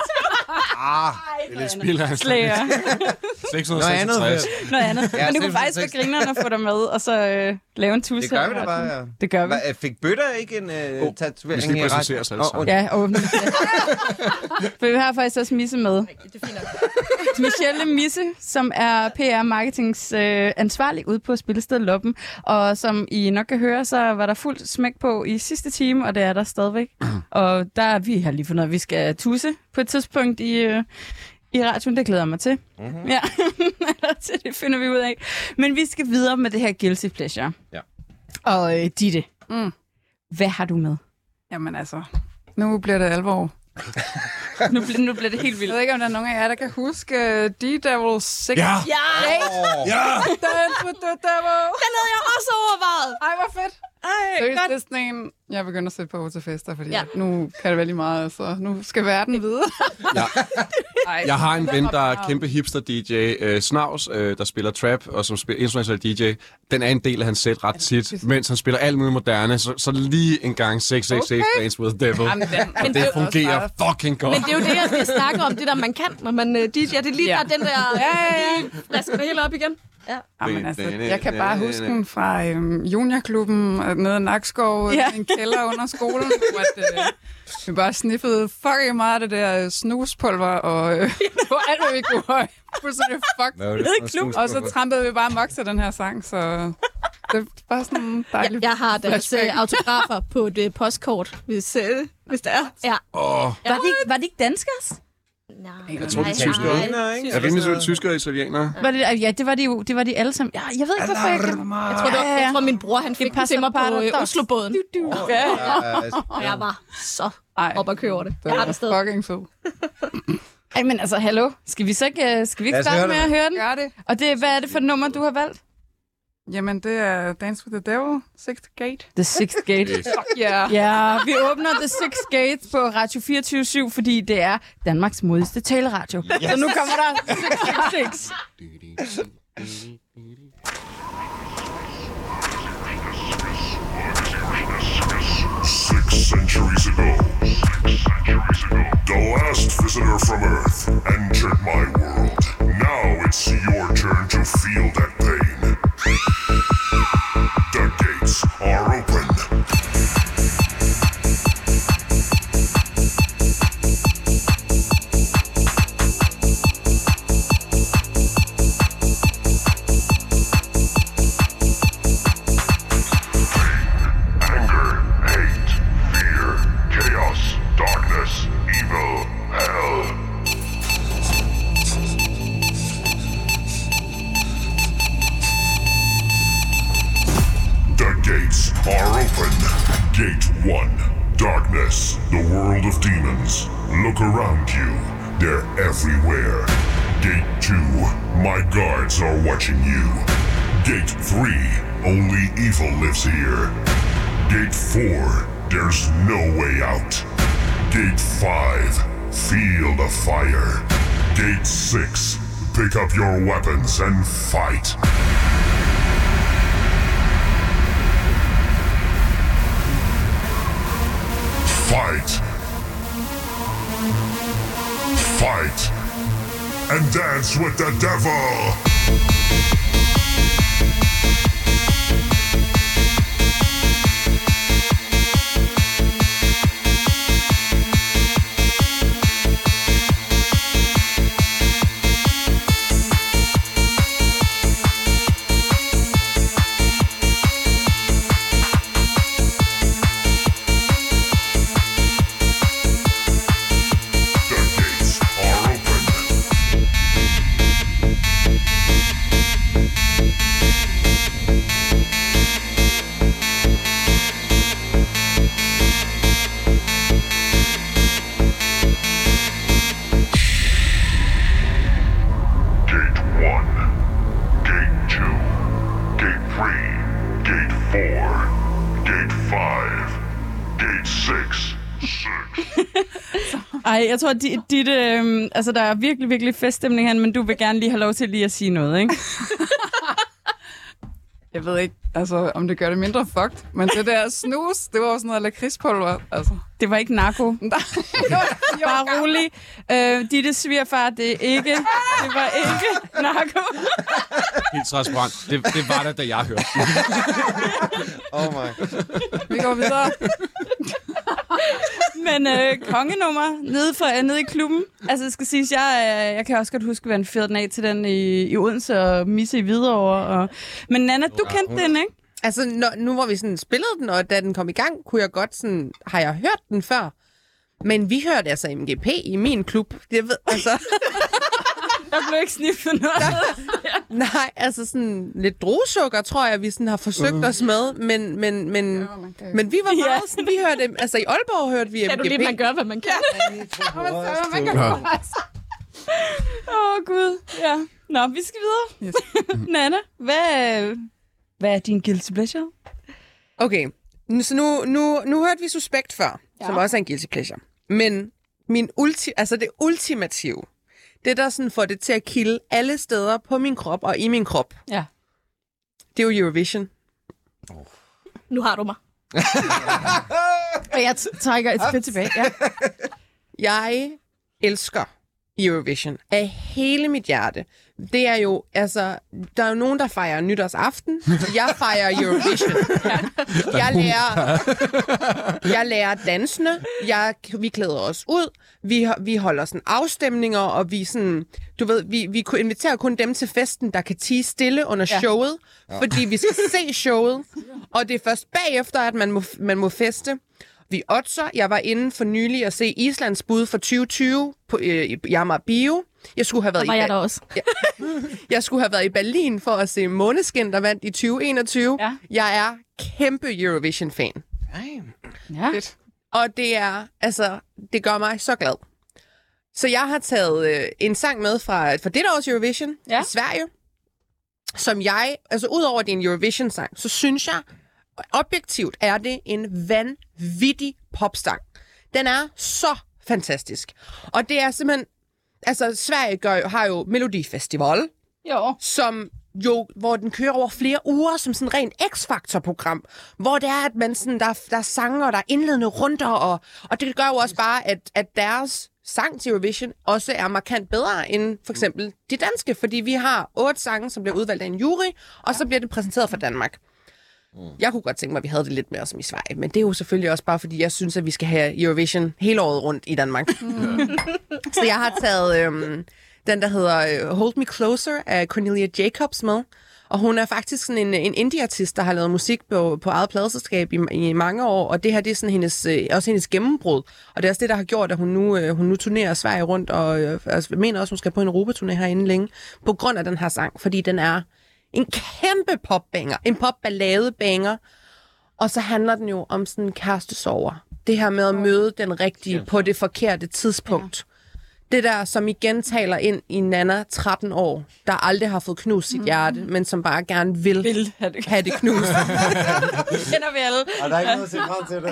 Speaker 2: Ah,
Speaker 7: Det er lidt spild af
Speaker 1: slager.
Speaker 7: seks
Speaker 2: noget
Speaker 7: hundrede
Speaker 2: andet.
Speaker 7: seksogtres.
Speaker 1: Noget andet.
Speaker 2: Ja,
Speaker 1: Men det kunne faktisk være
Speaker 2: selvsagt.
Speaker 1: grineren at få dig med, og så øh, lave en tusse.
Speaker 2: Det gør vi da bare, ja.
Speaker 1: Det gør vi.
Speaker 2: Hva, fik Bøtter ikke en uh,
Speaker 7: vi
Speaker 2: tatovering
Speaker 7: skal
Speaker 2: i
Speaker 7: præsentere os alle
Speaker 2: Åh,
Speaker 7: sammen.
Speaker 1: Ja, og for vi har faktisk også Misse med.
Speaker 5: Det er fint nok.
Speaker 1: Michelle Misse, som er P R Marketings øh, ansvarlig ude på Spillestedet Loppen. Og som I nok kan høre, så var der fuldt smæk på i sidste time, og det er der stadigvæk. Og der er vi har lige fundet, at vi skal tusse på et tidspunkt i, øh, i radioen. Det glæder jeg mig til. Mm-hmm. Ja, til det finder vi ud af. Men vi skal videre med det her Guilty Pleasure.
Speaker 2: Ja.
Speaker 1: Og øh, Ditte,
Speaker 6: Mm.
Speaker 1: hvad har du med?
Speaker 6: Jamen altså, nu bliver det alvor.
Speaker 1: Nu, bl- nu bliver det helt
Speaker 6: Jeg
Speaker 1: vildt.
Speaker 6: ved ikke, om der er nogen af jer, der kan huske uh, D-Devil seks.
Speaker 7: Ja!
Speaker 5: Ja!
Speaker 7: Ja!
Speaker 6: Dance with the devil!
Speaker 5: Den havde jeg også overvejet.
Speaker 6: Ej, hvor fedt!
Speaker 1: Ej,
Speaker 6: Seriøst,
Speaker 1: godt.
Speaker 6: det er sådan en, jeg begynder at sætte på til fester, fordi
Speaker 5: Ja.
Speaker 6: ja. nu kan det være lige meget, så nu skal verden vide.
Speaker 7: Ja.
Speaker 6: Ej,
Speaker 7: Jeg har en ven, der er
Speaker 6: meget.
Speaker 7: kæmpe hipster-D J, øh, Snavs, øh, der spiller trap, og som spiller international D J. Den er en del af hans sæt ret tit, mens han spiller alt muligt moderne, så, så lige en gang seks seks seks
Speaker 6: Okay.
Speaker 7: Dance with the Devil.
Speaker 6: Jamen, den,
Speaker 7: Og
Speaker 6: men
Speaker 7: det
Speaker 6: er også
Speaker 7: fungerer
Speaker 6: bare-
Speaker 7: fucking godt.
Speaker 5: Men det er jo det, jeg skal snakke om, det der man kan, når man uh, D J'er. Det er lige
Speaker 6: Ja.
Speaker 5: der, den der,
Speaker 6: Ja, ja, ja.
Speaker 5: lige frisker det hele op igen. Ja.
Speaker 6: Jamen, altså, jeg kan bare huske den fra øhm, juniorklubben øh, nede i Nakskov,
Speaker 1: Ja.
Speaker 6: ja. en kælder under skolen, hvor at, øh, vi bare sniffede fucking meget af det der øh, snuspulver, og øh, det var alt, hvad vi kunne. fuldstændig fucked. Og så trampede vi bare mok til den her sang, så det var sådan dejligt.
Speaker 5: Jeg, jeg har deres uh, autografer på et uh, postkort, hvis, uh, hvis det er. Ja.
Speaker 7: Oh.
Speaker 1: Var, de ikke, var de ikke danskers?
Speaker 5: Nej,
Speaker 7: jeg tror, de er tyskere. Jeg er rimelig sødt tyskere og italienere.
Speaker 1: Var det, ja, det var de jo. Det var de alle sammen. Ja, jeg ved ikke, hvorfor jeg kan...
Speaker 5: Jeg tror, det var, jeg tror min bror han fik det til mig på uh, Oslobåden. Du, du. Oh, ja. Og jeg var så op at køre over det. Jeg har det stadig.
Speaker 6: Fucking fed.
Speaker 1: Ej, men altså, hallo. Skal vi så ikke, skal vi ikke starte med at høre den?
Speaker 6: Gør det.
Speaker 1: Og det, hvad er det for et nummer, du har valgt?
Speaker 6: Jamen, det er Dance with the Devil, Sixth Gate.
Speaker 1: The Sixth Gate.
Speaker 6: Ja.
Speaker 1: Ja, vi åbner The Sixth Gate på Radio fireogtyve syv, fordi det er Danmarks modigste taleradio. Yes. Så nu kommer der seks seks seks.
Speaker 11: Six centuries ago, the last visitor from Earth entered my world. Now it's your turn to feel that pain. The gates are open. Gate one, darkness, the world of demons. Look around you, they're everywhere. Gate two, my guards are watching you. Gate three, only evil lives here. Gate four, there's no way out. Gate five, feel the fire. Gate six, pick up your weapons and fight. Fight. Fight. And dance with the devil.
Speaker 1: Ej, jeg tror, at dit, dit, øh, altså, der er virkelig, virkelig feststemning her, men du vil gerne lige have lov til lige at sige noget, ikke?
Speaker 6: Jeg ved ikke, altså, om det gør det mindre fucked, men det der snus, det var også sådan noget lakridspulver, altså.
Speaker 1: Det var ikke narko. Bare rolig. Øh, Ditte svigerfar, det er ikke, det var ikke narko.
Speaker 7: Helt transparent. Det, det var det, da jeg hørte.
Speaker 2: Oh my.
Speaker 6: Vi går videre.
Speaker 1: Men øh, kongenummer nede, fra, nede i klubben. Altså, det skal siges, jeg, øh, jeg kan også godt huske, at vi fyrede den af til den i, i Odense og Misse i Hvidovre. Og... Men Nana, du ja, kendte den, ikke?
Speaker 3: Altså, når, nu hvor vi sådan spillede den, og da den kom i gang, kunne jeg godt sådan... Har jeg hørt den før? Men vi hørte altså M G P i min klub. Jeg ved, altså...
Speaker 1: Der blev ikke sniffet noget.
Speaker 3: Nej, altså sådan lidt druesukker, tror jeg, vi sådan har forsøgt uh. os med, men, men, men, ja, men vi var meget sådan, vi hørte, altså i Aalborg hørte vi M G P.
Speaker 5: Kan du lige, man gør, hvad man kan?
Speaker 1: Åh, oh, Gud, ja. Nå, vi skal videre. Yes. Nana, hvad, hvad er din guilty pleasure?
Speaker 3: Okay, så nu, nu, nu hørte vi Suspekt før, ja. Som også er en guilty pleasure. Men min ulti, altså det ultimative, det, der sådan får det til at kilde alle steder på min krop og i min krop,
Speaker 1: ja.
Speaker 3: Det er jo Eurovision.
Speaker 5: Oh. Nu har du mig.
Speaker 1: Og jeg trækker et skridt tilbage. Ja.
Speaker 3: Jeg elsker Eurovision af hele mit hjerte. Det er jo, altså, der er jo nogen, der fejrer nytårsaften. Jeg fejrer Eurovision. Jeg lærer, jeg lærer dansene. Jeg, vi klæder os ud. Vi, vi holder sådan afstemninger, og vi sådan, du ved, vi, vi inviterer kun dem til festen, der kan tie stille under ja. showet, ja. fordi vi skal se showet. Og det er først bagefter, at man må, man må feste. Vi oddser. Jeg var inde for nylig at se Islands bud for tyve tyve på øh, i Amager Bio. Jeg skulle have været
Speaker 5: var
Speaker 3: i
Speaker 5: jeg der også.
Speaker 3: Ja. Jeg skulle have været i Berlin for at se Måneskin, der vandt i tyve enogtyve. Ja. Jeg er kæmpe Eurovision-fan.
Speaker 1: Ja.
Speaker 3: Og det er, altså, det gør mig så glad. Så jeg har taget øh, en sang med fra, fra det års Eurovision ja. i Sverige, som jeg, altså udover at det er en Eurovision-sang, så synes jeg, objektivt er det en vanvittig popsang. Den er så fantastisk. Og det er simpelthen, altså Sverige gør, har jo Melodifestival, jo. som jo, hvor den kører over flere uger som sådan rent X-Factor-program, hvor det er, at man sådan, der, der er sanger, der er indledende runder, og, og det gør jo også bare, at, at deres sang til Eurovision også er markant bedre end for eksempel de danske, fordi vi har otte sange, som bliver udvalgt af en jury, og så bliver det præsenteret for Danmark. Jeg kunne godt tænke mig, at vi havde det lidt mere som i Sverige, men det er jo selvfølgelig også bare, fordi jeg synes, at vi skal have Eurovision hele året rundt i Danmark. Mm. Så jeg har taget øhm, den, der hedder Hold Me Closer af Cornelia Jacobs med, og hun er faktisk sådan en, en indie-artist, der har lavet musik på, på eget pladeselskab i, i mange år, og det her det er sådan hendes, øh, også hendes gennembrud, og det er også det, der har gjort, at hun nu, øh, hun nu turnerer Sverige rundt, og øh, altså, mener også, hun skal på en Europaturné herinde længe, på grund af den her sang, fordi den er en kæmpe popbanger, en popballadebanger, og så handler den jo om sådan en kærestesorger. Det her med at møde den rigtige på det forkerte tidspunkt. Det der, som igen taler ind i Nana, tretten år, der aldrig har fået knust sit hjerte, mm. men som bare gerne vil, vil have, det. have det knust.
Speaker 1: Kender vi alle.
Speaker 2: Og der er ikke noget at se frem til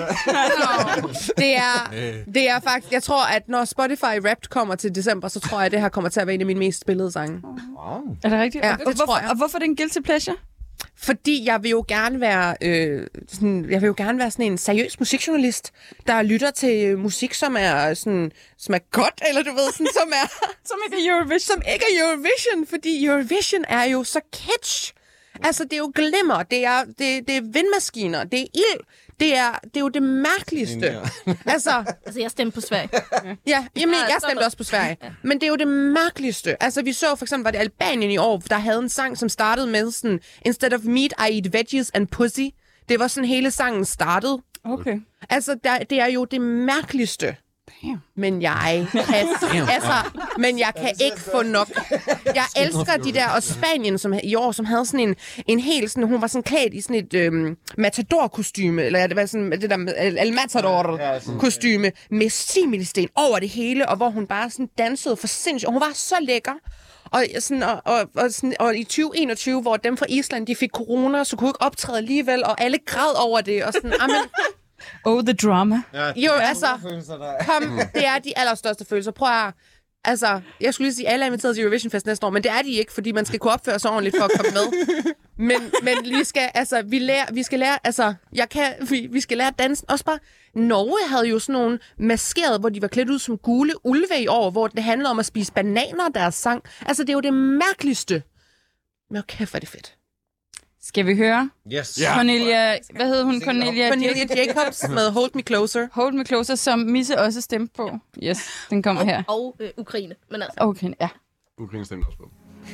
Speaker 2: det.
Speaker 3: det, er, det er faktisk, jeg tror, at når Spotify Wrapped kommer til december, så tror jeg, at det her kommer til at være en af mine mest spillede sange.
Speaker 1: Wow. Er det rigtigt?
Speaker 3: Ja,
Speaker 1: og,
Speaker 3: det
Speaker 1: hvorfor,
Speaker 3: tror jeg.
Speaker 1: Og hvorfor er det en guilty pleasure?
Speaker 3: Fordi jeg vil jo gerne være, øh, sådan, jeg vil jo gerne være sådan en seriøs musikjournalist, der lytter til musik, som er sådan, som er godt, eller du ved, sådan, som er
Speaker 1: som ikke er Eurovision,
Speaker 3: som ikke er Eurovision, fordi Eurovision er jo så kitsch. Altså, det er jo glimmer, det er, det, det er vindmaskiner, det er ild, det er, det er jo det mærkeligste. altså,
Speaker 5: altså, jeg stemte på Sverige.
Speaker 3: ja, jamen, jeg stemte også på Sverige. Men det er jo det mærkeligste. Altså, vi så for eksempel, var det Albanien i år, der havde en sang, som startede med sådan, instead of meat, I eat veggies and pussy. Det var sådan, hele sangen startede.
Speaker 1: Okay.
Speaker 3: Altså, der, det er jo det mærkeligste.
Speaker 1: Damn.
Speaker 3: Men jeg kan, altså, men jeg kan ikke få nok. Jeg elsker de der, og Spanien som, i år, som havde sådan en, en helt sådan, hun var sådan klædt i sådan et øhm, matador-kostyme, eller det var sådan det der El Matador-kostyme, med similisten over det hele, og hvor hun bare sådan dansede for sindssygt, og hun var så lækker. Og, sådan, og, og, og, sådan, og i tyve enogtyve, hvor dem fra Island, de fik corona, så kunne ikke optræde alligevel, og alle græd over det, og sådan, amen.
Speaker 1: Oh, the drama.
Speaker 3: Ja, jo, altså, kom, det er de allerstørste følelser. Prøv at, altså, jeg skulle lige sige, at alle er inviteret til Eurovision Fest næste år, men det er de ikke, fordi man skal kunne opføre sig ordentligt for at komme med. Men, men vi skal, altså, vi, lærer, vi skal lære, altså, jeg kan, vi, vi skal lære dansen. Også bare, Norge havde jo sådan nogle maskerede, hvor de var klædt ud som gule ulve i år, hvor det handlede om at spise bananer, deres sang. Altså, det er jo det mærkeligste. Men kæft, hvor er det fedt.
Speaker 1: Skal vi høre?
Speaker 2: Yes.
Speaker 1: Yeah. Cornelia, hvad hedder hun? Cornelia,
Speaker 3: Cornelia Jacobs med Hold Me Closer.
Speaker 1: Hold Me Closer, som Misse også stemte på. Yes, den kommer her.
Speaker 5: Og øh, Ukraine, men altså.
Speaker 1: Okay, ja.
Speaker 7: Ukraine stemte også på.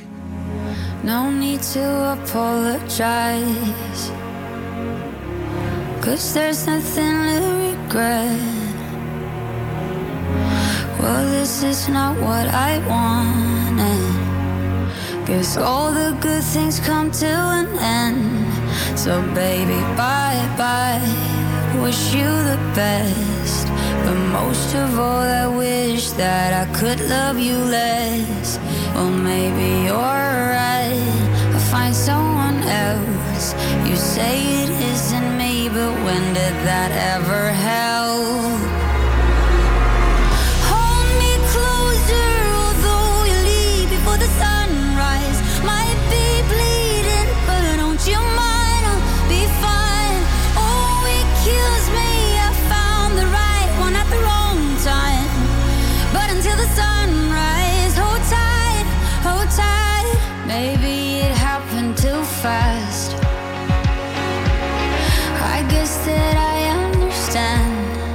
Speaker 10: No need to apologize, 'cause there's nothing to regret. Well, this is not what I wanted. Guess all the good things come to an end. So baby, bye bye. Wish you the best, but most of all I wish that I could love you less. Well, maybe you're right, I'll find someone else. You say it isn't me, but when did that ever help? Hold me closer, although you leave before the sunrise. Might be bleeding, but don't you mind, I'll be fine. Oh, it kills me, I found the right one at the wrong time. But until the sunrise, maybe it happened too fast. I guess that I understand.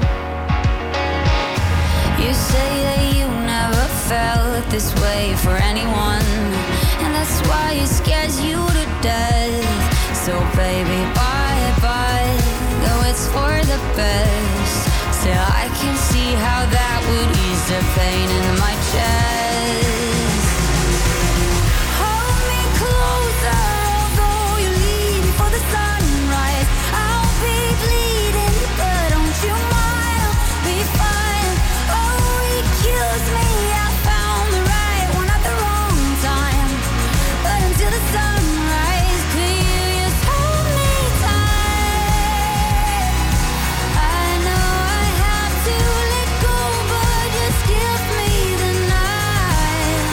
Speaker 10: You say that you never felt this way for anyone, and that's why it scares you to death. So baby, bye bye, though it's for the best. Still I can see how that would ease the pain in my chest. Hold me closer, although you leave before the sunrise. I'll be bleeding, but don't you mind, I'll be fine. Oh, he kills me, I found the right one at the wrong time. But until the sunrise, could you just hold me tight? I know I have to let go, but just give me the night.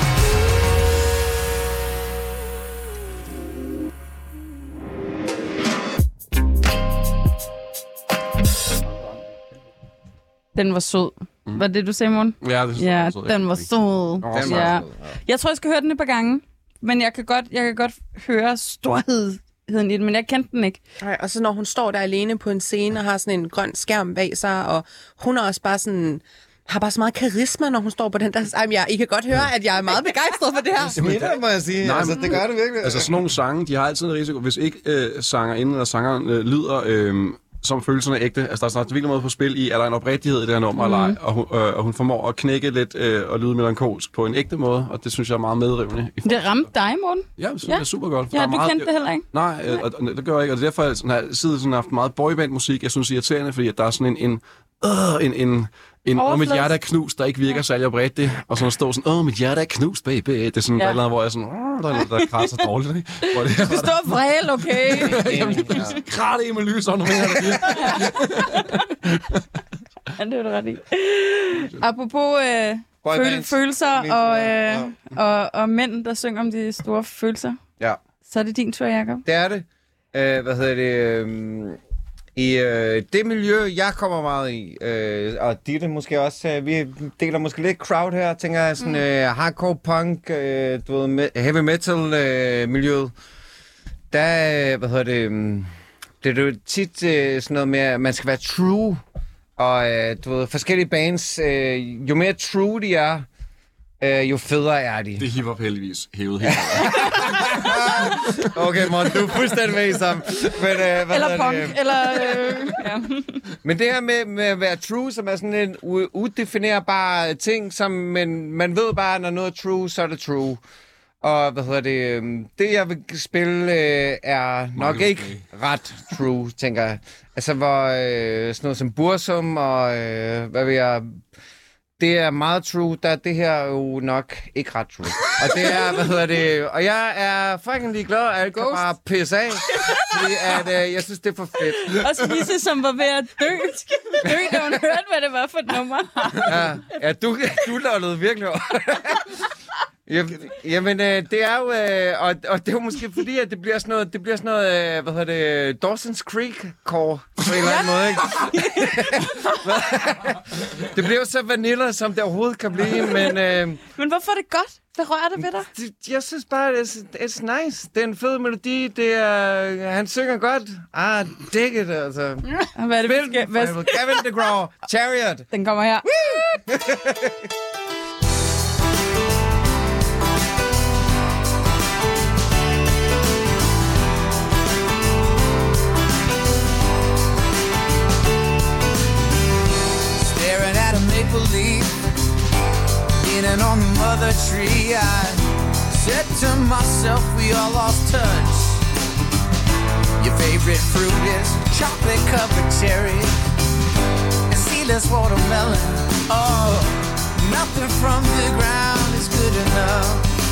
Speaker 1: Den var sød. Mm. Var det, du sagde, Morten?
Speaker 7: Ja, det
Speaker 1: Ja,
Speaker 7: er sød.
Speaker 1: den var sød.
Speaker 2: Den var
Speaker 1: Ja.
Speaker 2: sød, ja.
Speaker 1: Jeg tror, jeg skal høre den et par gange. Men jeg kan godt, jeg kan godt høre storheden i den, men jeg kendte den ikke.
Speaker 3: Nej, og så når hun står der alene på en scene og har sådan en grøn skærm bag sig, og hun er også bare sådan... har bare så meget karisma, når hun står på den der... Ej, men jeg, I kan godt høre, at jeg er meget begejstret for det her.
Speaker 2: Det smitter, må jeg sige.
Speaker 7: Nej,
Speaker 2: altså,
Speaker 7: men-
Speaker 2: det gør det virkelig.
Speaker 7: Altså sådan nogle sange, de har altid en risiko. Hvis ikke øh, sangerinden eller sangeren øh, lyder... Øh, som følelserne er ægte. Altså, der er snart virkelig måde på spil i, er der en oprigtighed i det her nummer, mm. eller ej, og hun, øh, og hun formår at knække lidt øh, og lyde melankolsk på en ægte måde, og det synes jeg er meget medrivende.
Speaker 1: Det ramte dig, Morten.
Speaker 7: Ja, det synes
Speaker 1: Ja.
Speaker 7: jeg er super godt.
Speaker 1: Ja,
Speaker 7: Der er
Speaker 1: du
Speaker 7: meget,
Speaker 1: kendte det heller ikke.
Speaker 7: Nej, øh, og, og det gør jeg ikke, og det er derfor, jeg sådan, har siden sådan haft meget boyband-musik, jeg synes er irriterende, fordi at der er sådan en... en øh, en, en en, åh, mit hjerte er knust, der ikke virker særlig oprigtigt, og sådan stå sådan, åh, mit hjerte er knust, baby. Det er sådan
Speaker 1: Ja.
Speaker 7: et eller andet, hvor jeg sådan, åh, der er noget, der krasser dårligt, ikke? Hvor det,
Speaker 1: Du står vræl, okay?
Speaker 7: Græd i med lys og noget mere, der bliver.
Speaker 1: Ja, det er du ret i. Apropos øh, føl-
Speaker 2: bands.
Speaker 1: følelser
Speaker 2: Lige
Speaker 1: og,
Speaker 2: så,
Speaker 1: øh, og, og mænd, der synger om de store følelser,
Speaker 2: Ja,
Speaker 1: så er det din tur, Jacob.
Speaker 2: det er det. Øh, hvad hedder det? Øh, I øh, det miljø, jeg kommer meget i, øh, og Ditte måske også, øh, vi deler måske lidt crowd her, tænker jeg, sådan øh, hardcore punk, øh, du ved, me- heavy metal øh, miljøet. Der, øh, hvad hedder det, øh, det er jo tit øh, sådan noget med, at man skal være true, og øh, du ved, forskellige bands, øh, jo mere true de er, øh, jo federe er de.
Speaker 7: Det er hiphop heldigvis hævet helt.
Speaker 2: Okay, Morten, du er fuldstændig med i sammen. Men, øh, hvad
Speaker 1: Eller
Speaker 2: hedder
Speaker 1: punk,
Speaker 2: det?
Speaker 1: eller... Øh, ja.
Speaker 2: Men det her med, med at være true, som er sådan en u- udefinerbar ting, som men man ved bare, når noget er true, så er det true. Og hvad hedder det? øhm, Det, jeg vil spille, øh, er nok
Speaker 7: Michael
Speaker 2: ikke ret true, tænker jeg. Altså, hvor øh, sådan noget som Bursum og øh, hvad ved jeg... Det er meget true, der det her er jo nok ikke ret true. Og det er, hvad hedder det, og jeg er fucking lige glad, at jeg kan bare pisse af, fordi at, øh, jeg synes, det er for fedt.
Speaker 1: Også Lise, som var ved at dø. Dø, da hun hørte, hvad det var for et nummer.
Speaker 2: Ja, ja du, du lollede virkelig over. Ja, jamen, øh, det er jo, øh, og, og det er jo måske fordi, at det bliver sådan noget, det bliver sådan noget, øh, hvad hedder det, Dawson's Creek-core, på en eller anden måde, ikke? Det bliver jo så vanilla, som det overhovedet kan blive, men... Øh,
Speaker 1: Men hvorfor er det godt? Hvad rører det ved dig?
Speaker 2: det, jeg synes bare, it's, it's nice. Det er en fed melodi, det er, han synger godt. Ah, dig it, altså.
Speaker 1: Og hvad er det, vi
Speaker 2: Spil
Speaker 1: skal...
Speaker 2: den,
Speaker 1: Hvad...
Speaker 2: for helvede. Kevin DeGraw, Chariot.
Speaker 1: Den kommer her.
Speaker 12: Staring at a maple leaf, leaning on the mother tree. I said to myself, we all lost touch. Your favorite fruit is chocolate covered cherry and seedless watermelon. Oh, nothing from the ground is good enough.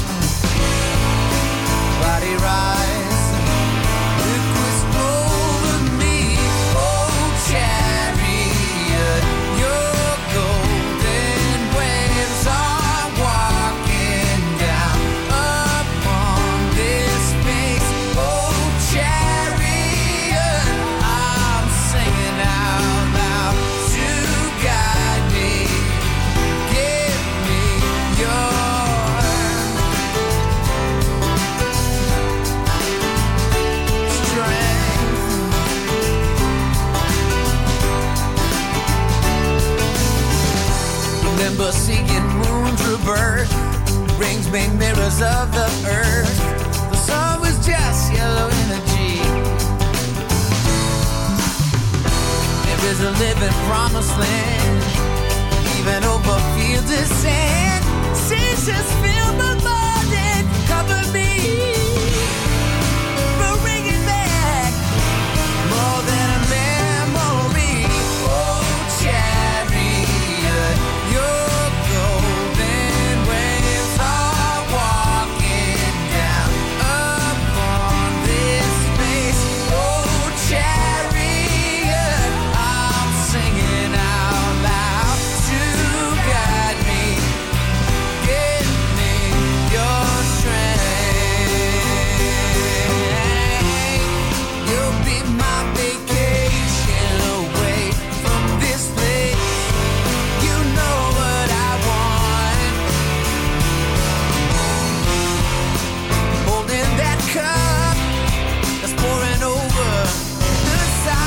Speaker 12: Body rise, liquids over me. Oh, chariot, your golden waves are walking down upon this space. Oh, chariot, I'm singing out loud to guide me. Give me your hand. mirrors of the earth. The sun was just yellow energy. There is a living promised land, even over fields of sand. Seas just fill my mind and cover me. But bring it back, more than a memory. Oh, chariot, your golden waves are walking down upon this space. Oh, chariot, I'm singing out loud to guide me. Give me your strength. You'll be my vacation away from this place. You know what I want. Holding that cup that's pouring over the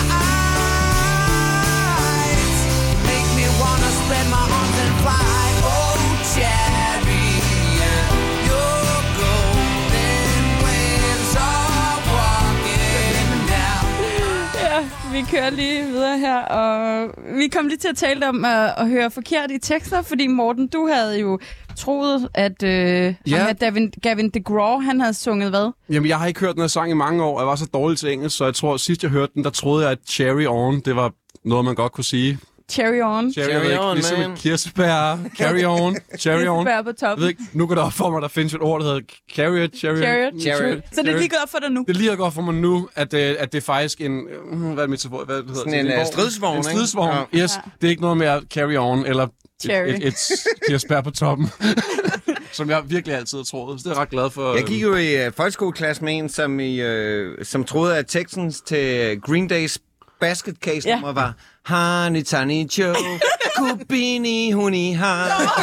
Speaker 12: sides. Make me wanna spread my arms and fly. Oh, chariot, your golden waves are walking down.
Speaker 1: Ja, vi kører lige videre her, og vi kom lige til at tale om at, at høre forkert i tekster, fordi Morten, du havde jo troet, at øh,
Speaker 7: Ja.
Speaker 1: ham her Gavin, Gavin DeGraw, han havde sunget hvad?
Speaker 7: Jamen, jeg har ikke hørt den her sang i mange år, og jeg var så dårlig til engelsk, så jeg tror, at sidst jeg hørte den, der troede jeg, at Cherry On, det var noget, man godt kunne sige.
Speaker 1: Cherry On.
Speaker 7: Cherry,
Speaker 2: Cherry
Speaker 7: on,
Speaker 2: on,
Speaker 7: ligesom
Speaker 2: man.
Speaker 7: et kirsebær. Carry on. Cherry on.
Speaker 1: Kirsebær på
Speaker 7: Jeg
Speaker 1: toppen.
Speaker 7: ved ikke, nu går det op for mig, der findes et ord, der hedder carriot. Chariot.
Speaker 1: Chariot.
Speaker 2: Chariot.
Speaker 1: Så det er lige gået op for dig nu.
Speaker 7: Det er lige godt for mig nu, at, øh, at det er faktisk en... Øh, hvad er det metafor? Hvad det hedder
Speaker 2: Sådan
Speaker 7: det?
Speaker 2: en, øh,
Speaker 7: vogn.
Speaker 2: stridsvogn,
Speaker 7: En
Speaker 2: ikke?
Speaker 7: stridsvogn,
Speaker 2: Ja.
Speaker 7: yes. Det er ikke noget med at carry on, eller
Speaker 1: Cherry.
Speaker 7: et, et, et kirsebær på toppen. Som jeg virkelig altid har troet. Så det er jeg ret glad for.
Speaker 2: Jeg gik jo i uh, folkeskoleklasse med en, som, i, uh, som troede, at teksten til Green Days basket case nummer var Honey, Tani, Joe, Kubini, Huni, Han.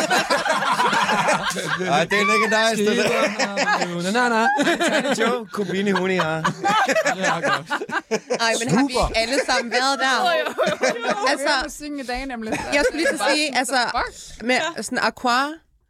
Speaker 2: Ej, det er legendarisk, det der.
Speaker 7: Na, na.
Speaker 2: Tani, Joe, Kubini, Huni, Han.
Speaker 3: Ej, men har vi alle sammen været der? Altså,
Speaker 6: musikken i dag nemlig.
Speaker 3: jeg skulle lige til at sige, altså, med sådan Aqua.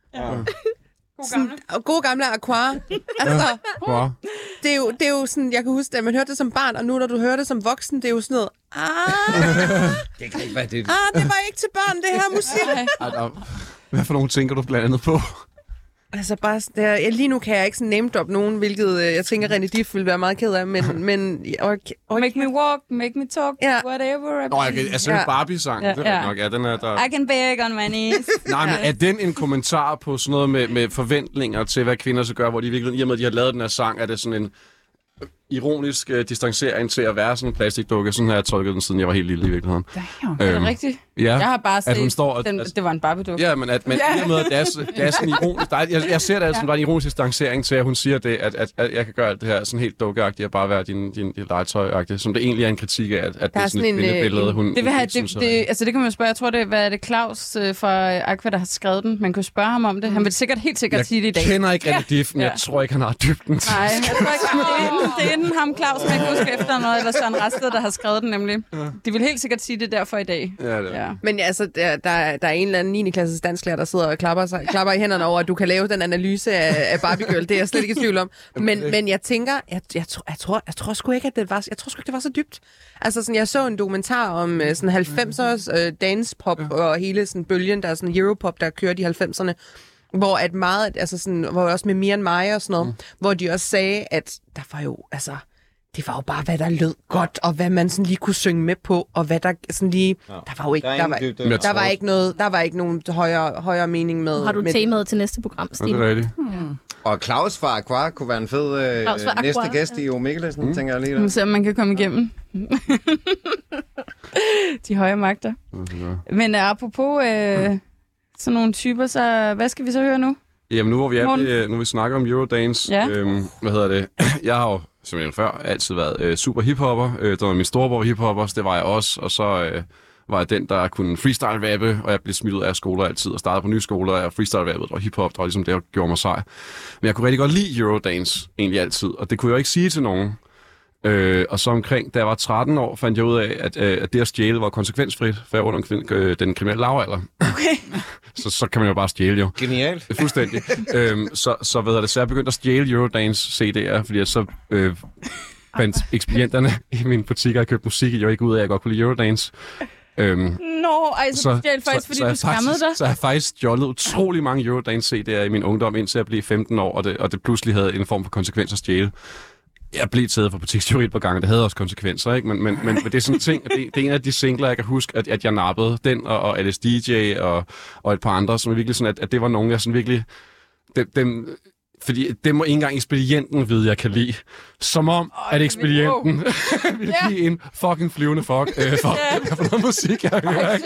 Speaker 3: Sådan, gode gamle Aqua. Altså,
Speaker 7: Wow.
Speaker 3: det er, jo, det er jo sådan, jeg kan huske, at man hørte det som barn, og nu når du hører det som voksen, det er jo sådan noget, ah,
Speaker 2: Det kan ikke være det.
Speaker 3: ah, det var ikke til børn, det her musik.
Speaker 7: Ej, der- Hvad for nogle tænker du blandt andet på?
Speaker 3: Altså bare, det er, ja, lige nu kan jeg ikke sådan name-drop nogen, hvilket øh, jeg tænker, René Diff ville være meget ked af, men... men og, og,
Speaker 1: Make me walk, make me talk,
Speaker 3: Ja.
Speaker 1: whatever.
Speaker 7: Nå, jeg kan, altså en
Speaker 3: Ja.
Speaker 7: Barbie-sang,
Speaker 1: Ja,
Speaker 7: det er
Speaker 1: ja.
Speaker 7: ja. nok. Ja, den er der...
Speaker 1: I can beg on my knees.
Speaker 7: Nej, men er den en kommentar på sådan noget med, med forventninger til, hvad kvinder så gør, hvor de virkelig, i og med, at de har lavet den her sang, er det sådan en ironisk uh, distancering til at være sådan en plastikdukke? Sådan har jeg tolket den, siden jeg var helt lille i virkeligheden.
Speaker 6: Damn.
Speaker 1: Er det rigtigt?
Speaker 7: Ja,
Speaker 1: Jeg har bare
Speaker 7: at hun
Speaker 1: set,
Speaker 7: står og-
Speaker 1: den, det var en Barbie-dukke.
Speaker 7: Ja, men, at, men i og med, at det er, så- det er sådan ironisk. Der er, jeg, jeg ser det altså som, der er en ironisk distancering til, at hun siger det, at, at, at jeg kan gøre alt det her sådan helt dukkeagtigt og bare være din, din, din legetøj-agtigt, som det egentlig er en kritik af, at, at det er sådan et billede, hun...
Speaker 1: Det vil have,
Speaker 7: hun
Speaker 1: det,
Speaker 7: synes er-
Speaker 1: det, altså det kan man jo spørge, jeg tror det, hvad er det Claus øh, fra Aqua, der har skrevet den? Man kunne spørge ham om det. Han vil sikkert helt sikkert
Speaker 7: Jeg
Speaker 1: sige det i dag.
Speaker 7: kender ikke René Diff, men
Speaker 1: Ja.
Speaker 7: jeg tror ikke, han har dybden.
Speaker 1: Nej, jeg tror ikke, det er enten, det er enten ham, Claus, som jeg kan huske efter noget, eller Søren Rasted, der har skrevet den nemlig. De vil helt sikkert sige det derfor i dag.
Speaker 7: Ja, det er.
Speaker 1: Ja.
Speaker 3: Men altså, der, der, er- der er en eller anden niende klasses dansklærer, der sidder og klapper, sig, klapper i hænderne over, at du kan lave den analyse af, af Barbie Girl. Det er jeg slet ikke i tvivl om. Men, men jeg tænker, jeg, jeg, tror, jeg, tror, jeg tror sgu ikke, at det var, jeg tror sgu ikke, det var så dybt. Altså, sådan, jeg så en dokumentar om øh, sådan halvfemsers øh, dance-pop og hele sådan bølgen, der er sådan Europop, der kører i halvfemserne. Hvor at meget, altså sådan, hvor også med Mia and Maya og sådan noget, mm. hvor de også sagde, at der var jo, altså, det var jo bare, hvad der lød godt, og hvad man sådan lige kunne synge med på, og hvad der sådan lige, ja. der var jo ikke,
Speaker 2: Der er
Speaker 3: der,
Speaker 2: ingen
Speaker 3: var,
Speaker 2: dybde.
Speaker 3: der,
Speaker 7: Jeg
Speaker 3: var
Speaker 7: tror-
Speaker 3: ikke noget, der var ikke nogen højere, højere mening med.
Speaker 5: Har du
Speaker 3: med
Speaker 5: temaet til næste program,
Speaker 7: Ja,
Speaker 5: Stine?
Speaker 7: det er rigtigt.
Speaker 2: Og Claus fra Aqua kunne være en fed
Speaker 5: Claus fra
Speaker 2: øh, næste
Speaker 5: Aqua,
Speaker 2: gæst i Omega-listen, mm. tænker jeg lige
Speaker 1: Nu
Speaker 2: der.
Speaker 1: ser om man kan komme igennem. De høje magter. Men uh, apropos øh, sådan nogle typer, så hvad skal vi så høre nu?
Speaker 7: Jamen nu hvor vi er
Speaker 1: Morten.
Speaker 7: ved, nu vi snakker om Eurodance,
Speaker 1: Ja.
Speaker 7: øhm, hvad hedder det? Jeg har jo simpelthen før altid været øh, super hiphopper. Øh, det var min storebror hiphopper, det var jeg også, og så øh, var jeg den, der kunne freestyle-rappe, og jeg blev smidt ud af skoler altid, og startede på nye skoler, og freestyle-rappede, og hiphop, det var ligesom det, der gjorde mig sej. Men jeg kunne rigtig godt lide Eurodance, egentlig altid, og det kunne jeg ikke sige til nogen. Øh, og så omkring, da jeg var tretten år, fandt jeg ud af, at, øh, at det at stjæle var konsekvensfrit, for jeg var under øh, den kriminelle lavalder.
Speaker 1: Okay.
Speaker 7: så, så kan man jo bare stjæle, jo.
Speaker 2: Genialt.
Speaker 7: Fuldstændig. øhm, så, så, hvad det, så jeg begyndte at stjæle Eurodance C D'er, fordi jeg så øh, fandt ekspedienterne i mine butikker, jeg købte musik, jeg var ikke ud af, at jeg godt kunne lide Eurodance. Øhm,
Speaker 1: Nå, ej, så, så du stjælte faktisk, så, fordi så du skammede
Speaker 7: faktisk,
Speaker 1: dig?
Speaker 7: Så jeg har faktisk stjålet utrolig mange Eurodance C D'er i min ungdom, indtil jeg blev femten år, og det, og det pludselig havde en form for konsekvens at stjæle. Jeg blev taget for butikstyveri et par gange, det havde også konsekvenser, ikke? Men, men, men det er sådan en ting, at det, det er en af de singler, jeg kan huske, at, at jeg nappede. Den og, og Alice D J og, og et par andre, som er virkelig sådan, at, at det var nogen, jeg sådan virkelig... Dem, dem, fordi det må ikke engang ekspedienten vide, jeg kan lide. Som om, at ekspedienten vil give en fucking flyvende fuck øh, for, yeah. for noget musik, jeg hører.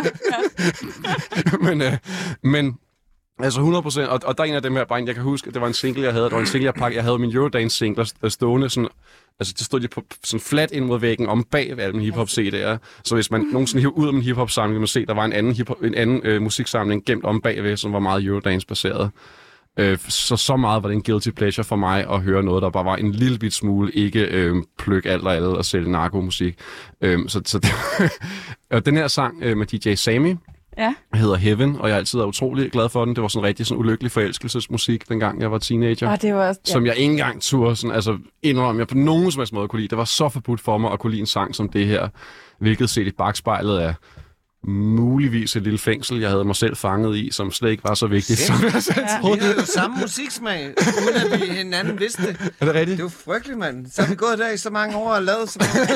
Speaker 7: men, øh, men altså hundrede procent, og, og der er en af dem her, bare en, jeg kan huske, at det var en single, jeg havde. Det var en single, jeg pakkede. Jeg havde min Eurodance-singler stående sådan... Altså, det stod de på sådan flat ind mod væggen om bag ved alle mine hiphop C D'er. Så hvis man nogensinde hiver ud af min hiphop-samling, kan man se, at der var en anden, hip-hop, en anden øh, musiksamling gemt om bagved, som var meget Eurodance-baseret. Øh, så så meget var det en guilty pleasure for mig at høre noget, der bare var en lille bit smule ikke øh, pløk alt og alle og sælge narkomusik. Øh, så, så det, og den her sang øh, med D J Sammy,
Speaker 1: ja.
Speaker 7: hedder Heaven, og jeg altid er utrolig glad for den. Det var sådan rigtig sådan ulykkelig forelskelsesmusik, dengang jeg var teenager.
Speaker 1: Ah, det var også, ja. Som
Speaker 7: jeg ikke engang turde sådan, altså, indrømme, jeg på nogen som helst måde kunne lide. Det var så forbudt for mig at kunne lide en sang som det her, hvilket set i bagspejlet af muligvis et lille fængsel, jeg havde mig selv fanget i, som slet ikke var så vigtigt, som jeg selv
Speaker 2: ja.
Speaker 7: troede.
Speaker 2: Vi havde jo samme musiksmag, uden at vi hinanden vidste det.
Speaker 7: Er det rigtigt?
Speaker 2: Det er jo frygteligt, mand. Så har vi gået der i så mange år og lavet så mange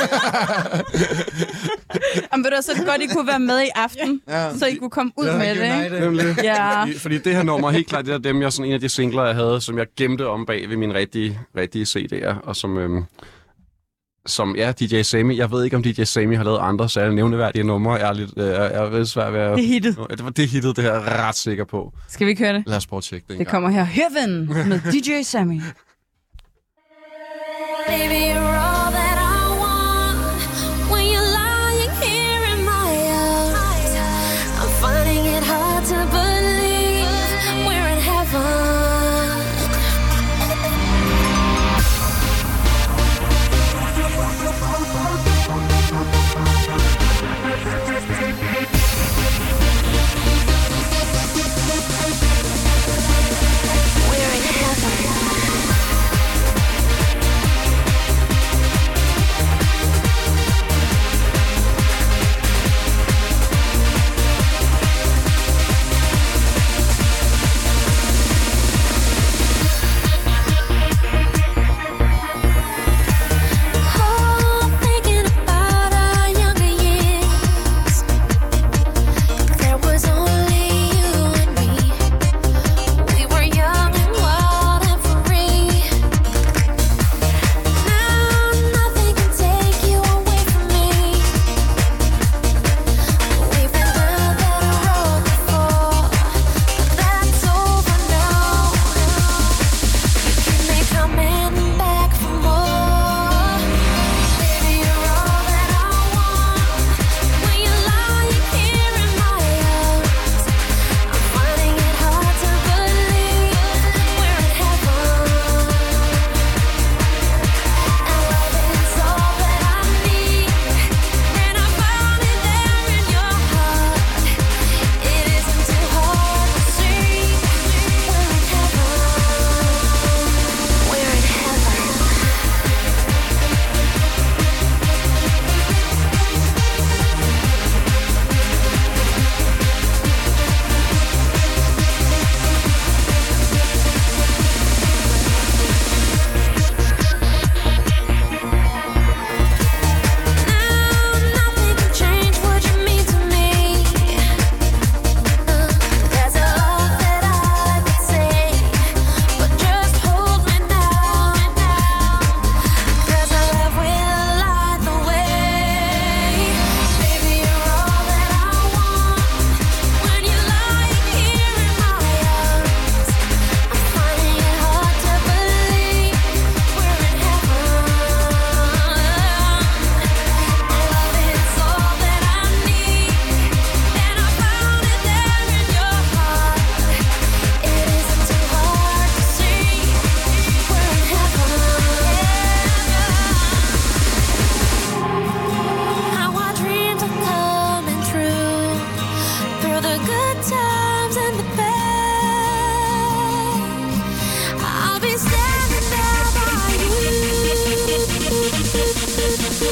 Speaker 1: Jamen, ved du, så det godt, I kunne være med i aften, ja. Så I kunne komme ud ja, med det, ikke?
Speaker 7: Ja. Fordi det her nummer, helt klart, det er dem, jeg sådan en af de singler, jeg havde, som jeg gemte om bag ved mine rigtige, rigtige C D'er, og som... Øhm, Som, ja, D J Sammy. Jeg ved ikke, om D J Sammy har lavet andre særligt nævneværdige numre. Jeg er lidt, øh, jeg er lidt svært ved at...
Speaker 1: Det er hittet.
Speaker 7: Det var det hittet, det her er jeg ret sikker på.
Speaker 1: Skal vi køre det?
Speaker 7: Lad os prøve at tjekke det.
Speaker 1: Det kommer her. Heaven med D J Sammy.
Speaker 10: Baby, you're all that I want. When you're lying here in my arms, I'm finding it hard to believe we're in heaven.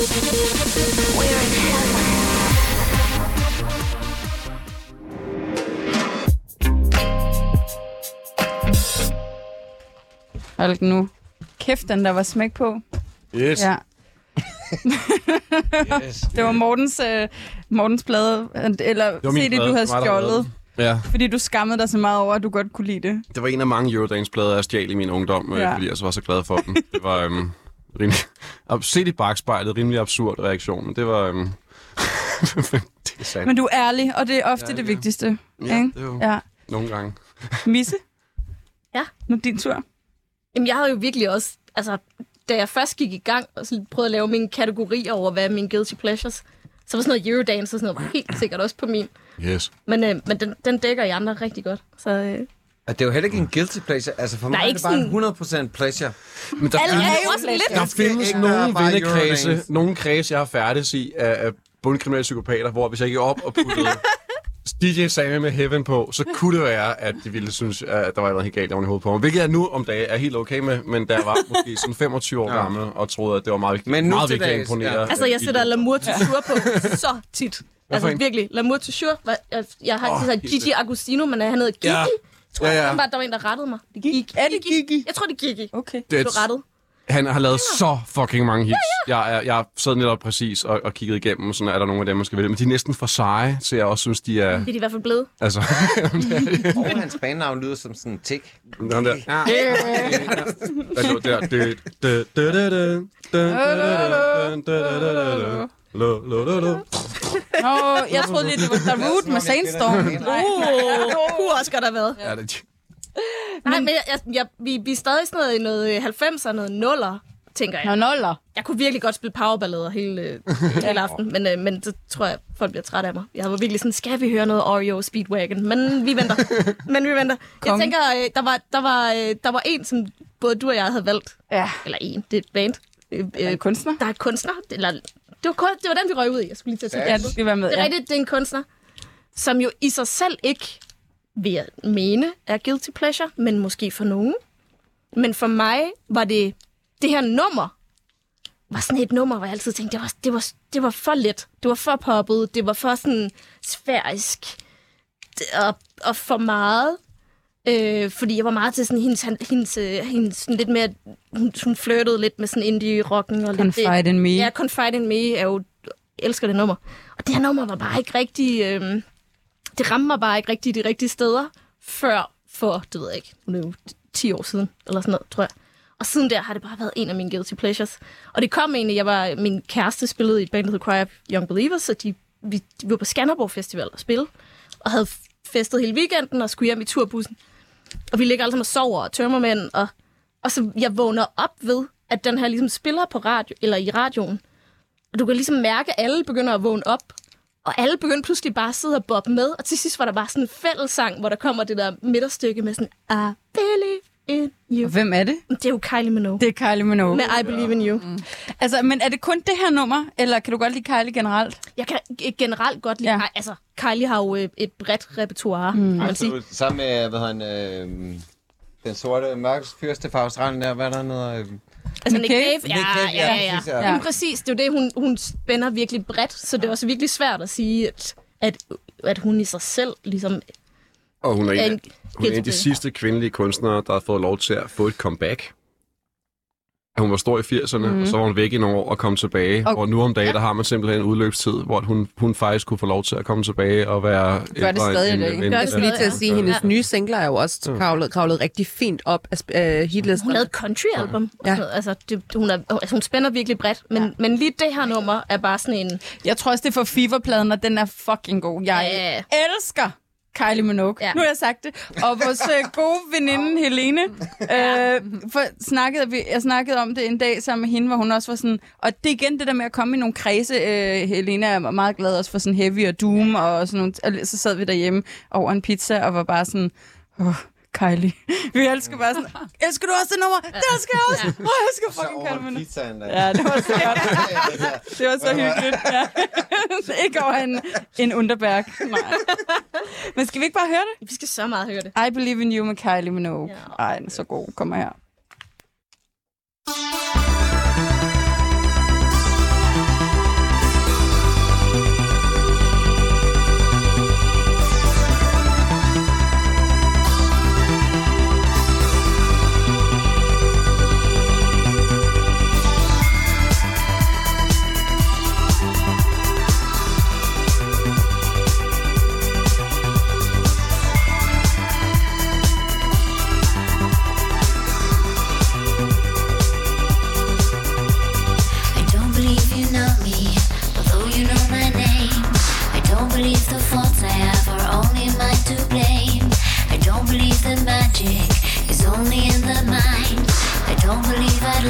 Speaker 10: We're in heaven.
Speaker 1: Hold nu. Kæft, den der var smæk på.
Speaker 7: Yes.
Speaker 1: Ja.
Speaker 7: yes.
Speaker 1: Det var Mortens, øh, Mortens plade, eller C D, du havde stjålet.
Speaker 7: Ja.
Speaker 1: Fordi du skammede dig så meget over, at du godt kunne lide det.
Speaker 7: Det var en af mange Eurodance-plader, jeg stjal i min ungdom,
Speaker 1: Ja.
Speaker 7: øh, fordi jeg så var så glad for den. Det var øhm, rimelig... Set i bagspejlet, rimelig absurd reaktion, men det var... Øhm, det er sandt.
Speaker 1: Men du er ærlig, og det er ofte
Speaker 7: Ja,
Speaker 1: det
Speaker 7: ja.
Speaker 1: vigtigste.
Speaker 7: Ja,
Speaker 1: ikke?
Speaker 7: det er jo
Speaker 1: Ja.
Speaker 7: nogle gange.
Speaker 1: Misse?
Speaker 5: Ja?
Speaker 1: Nu er din tur.
Speaker 5: Jamen, jeg havde jo virkelig også... Altså, da jeg først gik i gang og så prøvede at lave mine kategorier over, hvad er mine guilty pleasures, så var sådan noget Eurodance og sådan noget var helt sikkert også på min.
Speaker 7: Yes.
Speaker 5: Men, øh, men den, den dækker I andre rigtig godt. Så, øh...
Speaker 2: Og det er jo heller ikke en guilty pleasure. Altså for
Speaker 5: Nej,
Speaker 2: mig er
Speaker 5: ikke
Speaker 2: det bare
Speaker 5: sådan-
Speaker 2: en hundrede procent pleasure.
Speaker 7: Men der,
Speaker 5: Alle
Speaker 7: findes,
Speaker 5: er jo også lidt...
Speaker 7: der findes
Speaker 2: ikke
Speaker 7: nogle
Speaker 2: være bare
Speaker 7: vennekredse,
Speaker 2: Eurodance.
Speaker 7: nogle kredse, jeg har færdes i af, af bundkriminelle psykopater, hvor hvis jeg gik op og puttede D J Sammy med Heaven på, så kunne det være, at de ville synes, at der var noget helt galt oven i hovedet på mig. Hvilket jeg nu om dagen er helt okay med, men da jeg var måske sådan femogtyve år
Speaker 2: Ja.
Speaker 7: gammel og troede, at det var meget vigtigt,
Speaker 2: Men nu
Speaker 7: meget
Speaker 2: til
Speaker 7: vigtigt at
Speaker 2: dags,
Speaker 7: imponere.
Speaker 2: ja.
Speaker 5: Altså, jeg sætter L'amour toujours på så tit. Altså,
Speaker 7: en?
Speaker 5: virkelig. L'amour toujours. Hvad- Jeg, jeg har
Speaker 7: Åh,
Speaker 5: altid sagt
Speaker 7: helt
Speaker 5: Gigi Agostino, men han hed Gigi.
Speaker 7: Ja.
Speaker 5: Tror
Speaker 7: Ja,
Speaker 5: jeg,
Speaker 7: ja.
Speaker 5: ja. der var en, der rettede mig. Gigi.
Speaker 1: Er det Gigi?
Speaker 5: Jeg tror, det er Gigi.
Speaker 1: Okay.
Speaker 7: Det er
Speaker 5: Du
Speaker 7: et-
Speaker 5: rettet.
Speaker 7: Han har lavet så fucking mange hits. Jeg, er, jeg sad netop præcis og, og kiggede igennem, sådan er der nogle af dem, man skal vælge. Men de er næsten for seje, så jeg også synes, de er...
Speaker 5: Det er de i hvert fald blevet.
Speaker 7: Altså,
Speaker 2: Og hans bandnavn lyder som sådan en tik.
Speaker 7: den der... Der lå der... Det- det- det- det- det- det- det- det- det- Lo, lo, lo, lo.
Speaker 1: Nå, jeg troede lige, det var The Root med Sandstorm. Nej.
Speaker 5: Uh, kunne også godt have været.
Speaker 7: Ja, det,
Speaker 5: Nej, men jeg, jeg, jeg, vi, vi er stadig sådan noget, noget halvfemser, noget nuller, tænker jeg.
Speaker 1: Nå, nuller.
Speaker 5: Jeg kunne virkelig godt spille powerballader hele, øh, hele aften, men, øh, men det tror jeg, folk bliver trætte af mig. Jeg var virkelig sådan, skal vi høre noget Oreo Speedwagon? Men vi venter. men vi venter. Jeg
Speaker 1: Konge.
Speaker 5: tænker, øh, der, var, der, var, øh, der var en, som både du og jeg havde valgt.
Speaker 1: Ja.
Speaker 5: Eller en, det er et band. Øh,
Speaker 1: Er en kunstner?
Speaker 5: Der er et kunstner. Eller, det, var, kun, det var den, vi røg ud i. Jeg skulle lige til at tage
Speaker 1: Ja,
Speaker 5: det.
Speaker 1: du skal være med.
Speaker 5: Det er
Speaker 1: Ja.
Speaker 5: rigtigt, det er en kunstner, som jo i sig selv ikke, vil jeg mene, er guilty pleasure, men måske for nogen. Men for mig var det, det her nummer, var sådan et nummer, hvor jeg altid tænkte, det var, det var, det var for let, det var for poppet, det var for sådan sfærisk, det- og, og for meget. Øh, fordi jeg var meget til sådan hendes, hendes, øh, hendes sådan lidt mere, hun, hun flirtede lidt med sådan indie-rocken. Og lidt,
Speaker 1: Confide in Me.
Speaker 5: Ja, Confide in Me er jo, jeg elsker det nummer. Og det her nummer var bare ikke rigtig, øh, det ramte mig bare ikke rigtig de rigtige steder, før for, det ved jeg ikke, det er jo ti år siden, eller sådan noget, tror jeg. Og siden der har det bare været en af mine guilty pleasures. Og det kom egentlig, jeg var, min kæreste spillede i et band, der hed Cry Up Young Believers, så de, vi, vi var på Skanderborg Festival og spille, og havde festet hele weekenden og skulle hjem i turbussen. Og vi ligger alle sammen og sover og tømmermænd, og, og så jeg vågner op ved, at den her ligesom spiller på radio, eller i radioen. Og du kan ligesom mærke, at alle begynder at vågne op, og alle begyndte pludselig bare at sidde og bobbe med, og til sidst var der bare sådan en fællessang, hvor der kommer det der midterstykke med sådan, I believe in you.
Speaker 1: Og hvem er det?
Speaker 5: Det er jo Kylie Minogue.
Speaker 1: Det er Kylie Minogue.
Speaker 5: Med I Believe in You.
Speaker 1: Mm. Altså, men er det kun det her nummer, eller kan du godt lide Kylie generelt?
Speaker 5: Jeg kan generelt godt lide...
Speaker 1: Ja.
Speaker 5: Ja. Altså, Kylie har jo øh, et bredt repertoire, mm. kan man sige.
Speaker 2: Absolut. Sammen med, hvad hedder han, øh, den sorte mørkeste fyrste fra Australien der, hvad der hedder? Øh,
Speaker 5: Altså,
Speaker 1: Nick
Speaker 5: Nick
Speaker 1: Cave?
Speaker 5: Cave? Ja,
Speaker 2: Nick Cave,
Speaker 5: ja,
Speaker 2: ja,
Speaker 5: ja. ja.
Speaker 2: præcis, ja.
Speaker 5: ja. Jamen, præcis, det er jo det, hun, hun spænder virkelig bredt, så det er også virkelig svært at sige, at, at, at hun i sig selv ligesom...
Speaker 7: og hun er, en,
Speaker 5: En
Speaker 7: hun er en af de
Speaker 5: guilty
Speaker 7: sidste kvindelige kunstnere, der har fået lov til at få et comeback. Hun var stor i firserne, mm. og så var hun væk i nogle år og kom tilbage.
Speaker 1: Og-
Speaker 7: Og nu om dagen, der har man simpelthen en udløbstid, hvor hun, hun faktisk kunne få lov til at komme tilbage og være...
Speaker 1: Gør det stadig i dag.
Speaker 3: Gør det
Speaker 5: Ja.
Speaker 3: lige til at sige, at hendes
Speaker 5: Ja.
Speaker 3: nye singler er jo også kravlet, kravlet rigtig fint op af uh, hitlisten.
Speaker 5: Hun lavede et country-album.
Speaker 3: Ja.
Speaker 5: Ja. Altså, det, hun, er, altså, hun spænder virkelig bredt, men, ja. men lige det her nummer er bare sådan en...
Speaker 1: Jeg tror også, det er for Fever-pladen, og den er fucking god. Jeg
Speaker 5: Ja.
Speaker 1: elsker Kylie Minogue. Ja.
Speaker 5: Ja.
Speaker 1: Nu har jeg sagt det. Og vores øh, gode veninde Helene, øh, for snakkede, vi, jeg snakkede om det en dag sammen med hende, hvor hun også var sådan... Og det er igen det der med at komme i nogle kredse. Øh, Helene er meget glad også for sådan Heavy og Doom, og sådan nogle, og så sad vi derhjemme over en pizza og var bare sådan... Oh, Kylie. Vi elsker bare sådan... Elsker du også det nummer? Det elsker jeg også! Åh, oh, jeg elsker fucking Kylie Minogue.
Speaker 2: pizzaen der.
Speaker 1: Ja, det var så godt. Det var så hyggeligt. Ja. Ikke over en, en Underberg. Nej. Men skal vi ikke bare høre det?
Speaker 5: Vi skal så meget høre det.
Speaker 1: I Believe in You med Kylie Minogue.
Speaker 5: Ja.
Speaker 1: Ej, den er så god. Kommer her.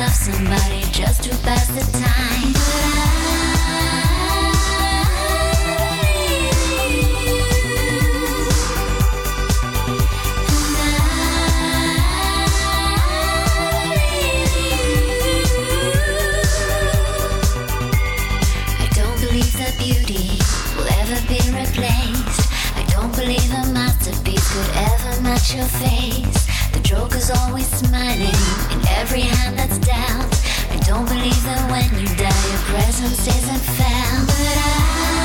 Speaker 10: love somebody just to pass the time. But I don't believe that beauty will ever be replaced. I don't believe a masterpiece could ever match your face. The Joker's always smiling in every hand that's dealt. I don't believe that when you die your presence isn't felt. But I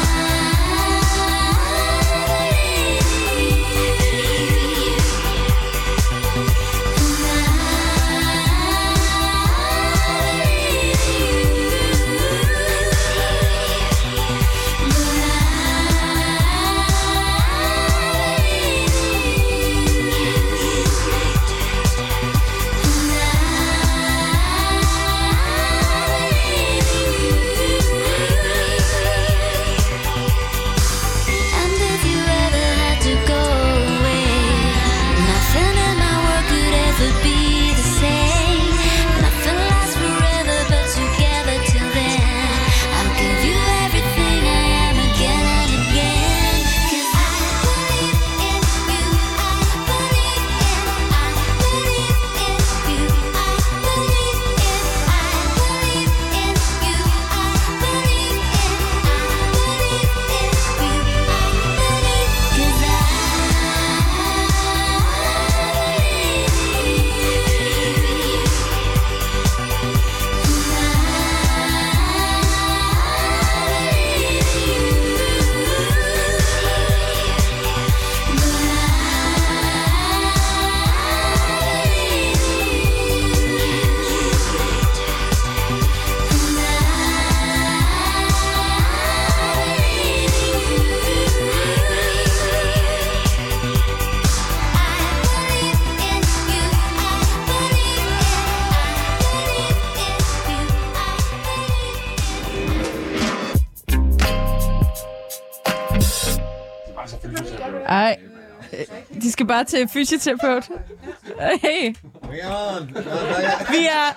Speaker 1: Ej, de skal bare til fysioterapeut. Hey. Vi er...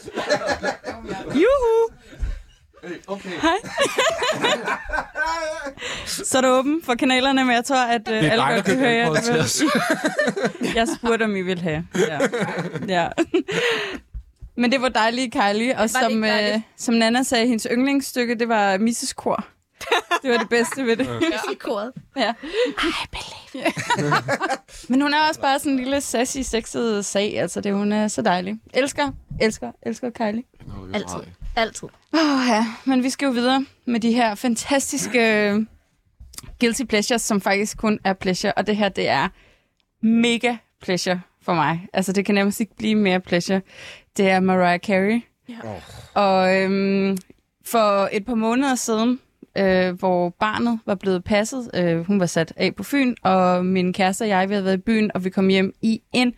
Speaker 1: Juhu.
Speaker 7: Okay.
Speaker 1: Hej. Så er det åben for kanalerne, men jeg tror, at uh, alle godt kan høre jer. Jeg spurgte, om I ville have. Ja. Ja. Men det var dejligt, Kylie. Og som, uh, som Nana sagde, hendes yndlingsstykke, det var misses Kor. Det var det bedste ved det.
Speaker 5: Ja. Koret.
Speaker 1: Ja. I believe. Men hun er også bare sådan en lille sassy, sexet sag. Altså, det, hun er så dejlig. Elsker, elsker, elsker Kylie.
Speaker 5: Altid. Altid.
Speaker 1: Åh ja, men vi skal jo videre med de her fantastiske uh, guilty pleasures, som faktisk kun er pleasure. Og det her, det er mega pleasure for mig. Altså, det kan nærmest ikke blive mere pleasure. Det er Mariah Carey. Ja. Og øhm, for et par måneder siden, øh, hvor barnet var blevet passet, øh, hun var sat af på Fyn, og min kæreste og jeg, vi havde været i byen, og vi kom hjem i en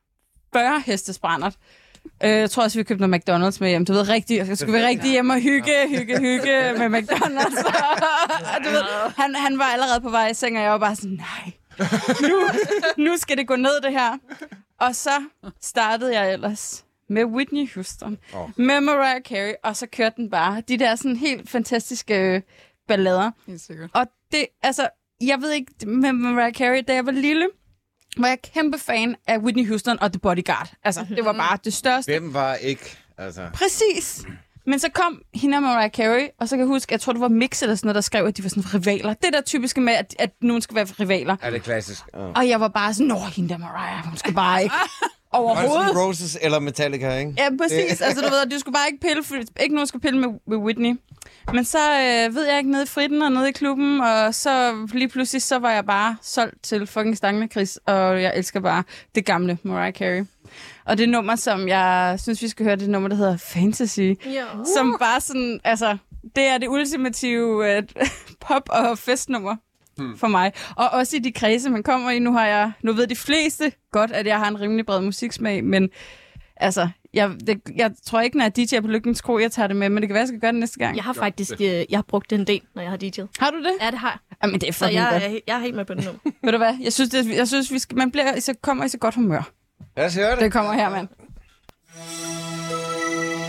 Speaker 1: fyrre hestesbrændert. Øh, jeg tror også, vi købte noget McDonald's med hjem. Du ved, rigtig, så skulle vi rigtig hjem og hygge, hygge, hygge med McDonald's. Og, du ved, han, han var allerede på vej i seng, og jeg var bare sådan, nej, nu, nu skal det gå ned, det her. Og så startede jeg ellers med Whitney Houston, oh. med Mariah Carey, og så kørte den bare. De der sådan helt fantastiske ballader.
Speaker 6: Helt sikkert.
Speaker 1: Og det, altså, jeg ved ikke, med Mariah Carey, da jeg var lille, var jeg kæmpe fan af Whitney Houston og The Bodyguard. Altså, det var bare det største.
Speaker 2: Hvem var ikke? Altså.
Speaker 1: Præcis. Men så kom hende og Mariah Carey, og så kan jeg huske, jeg tror, det var Mix eller sådan noget, der skrev, at de var sådan rivaler. Det der typiske med, at, at nogen skal være rivaler.
Speaker 2: Ja, det er klassisk. Oh.
Speaker 1: Og jeg var bare sådan, nå, hende der Mariah, hun skal bare ikke overhovedet.
Speaker 2: Guns N' Roses eller Metallica, ikke?
Speaker 1: Ja, præcis. Altså, du ved, du skulle bare ikke pille, for ikke nogen skulle pille med, med Whitney. Men så øh, ved jeg ikke, nede i fritten og nede i klubben, og så lige pludselig, så var jeg bare solgt til fucking Stanglekris, og jeg elsker bare det gamle Mariah Carey. Og det nummer, som jeg synes, vi skal høre, det nummer, der hedder Fantasy. Ja. Som bare sådan, altså, det er det ultimative øh, pop- og festnummer hmm. for mig. Og også i de kredse, man kommer i. Nu har jeg, nu ved de fleste godt, at jeg har en rimelig bred musiksmag, men altså, jeg, det, jeg tror ikke, når jeg D J'er på Lykkens Kro, jeg tager det med, men det kan være, jeg skal gøre det næste gang.
Speaker 5: Jeg har faktisk øh, jeg har brugt det en del, når jeg har D J'et.
Speaker 1: Har du det?
Speaker 5: Ja, det har jeg.
Speaker 1: Jamen, det er
Speaker 5: så jeg, jeg, jeg er helt med på det nu.
Speaker 1: Ved du hvad? Jeg synes, det, jeg synes vi skal, man bliver, så kommer i så godt humør.
Speaker 2: Lad os høre det.
Speaker 1: Det kommer her, mand.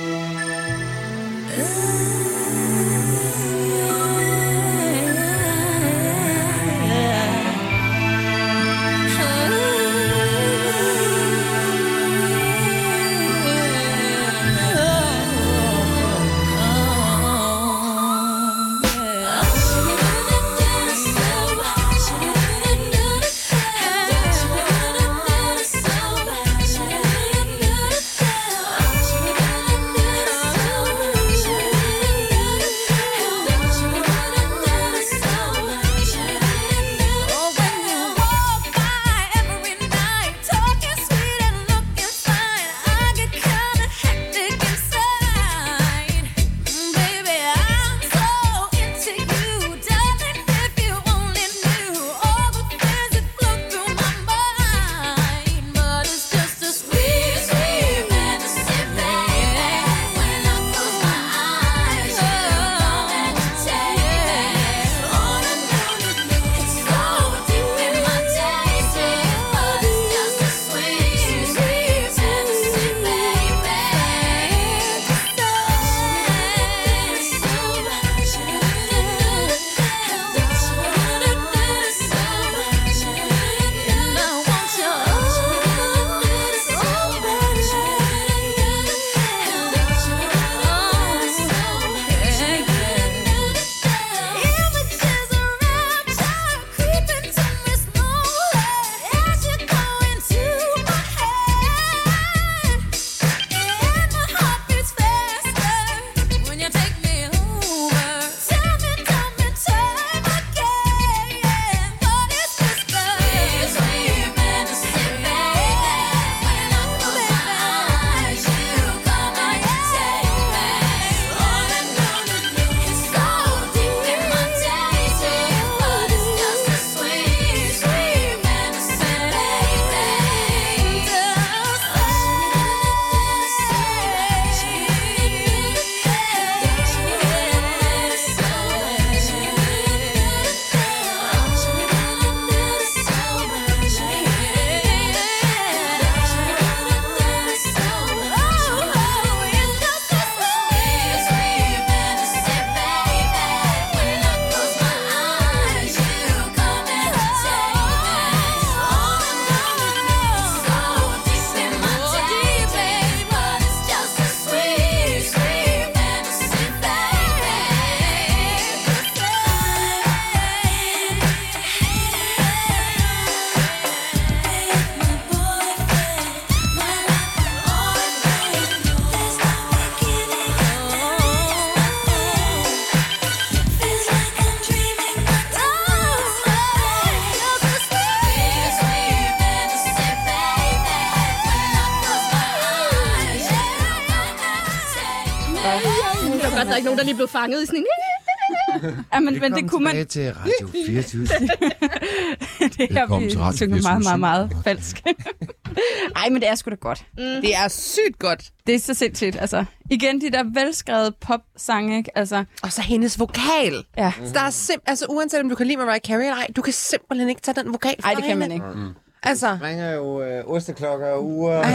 Speaker 5: Det var godt, der er ikke nogen, der lige blev fanget i sådan en...
Speaker 1: Ja, men, men det kunne man...
Speaker 2: til Radio fireogtyve.
Speaker 1: Det her, vi synger meget, meget, meget falsk. Ej, men det er sgu da godt.
Speaker 3: Mm. Det er sygt godt.
Speaker 1: Det er så sindssygt, altså. Igen, de der velskrevet pop-sange, ikke? Altså...
Speaker 3: Og så hendes vokal.
Speaker 1: Ja.
Speaker 3: Så der er sim- altså, uanset om du kan lide Mariah Carey eller ej, du kan simpelthen ikke tage den vokal fra
Speaker 1: Ej, det kan
Speaker 3: hende.
Speaker 1: man ikke.
Speaker 2: Mm.
Speaker 3: Altså.
Speaker 2: Der ringer jo øh, osteklokker og uger.
Speaker 3: Ej,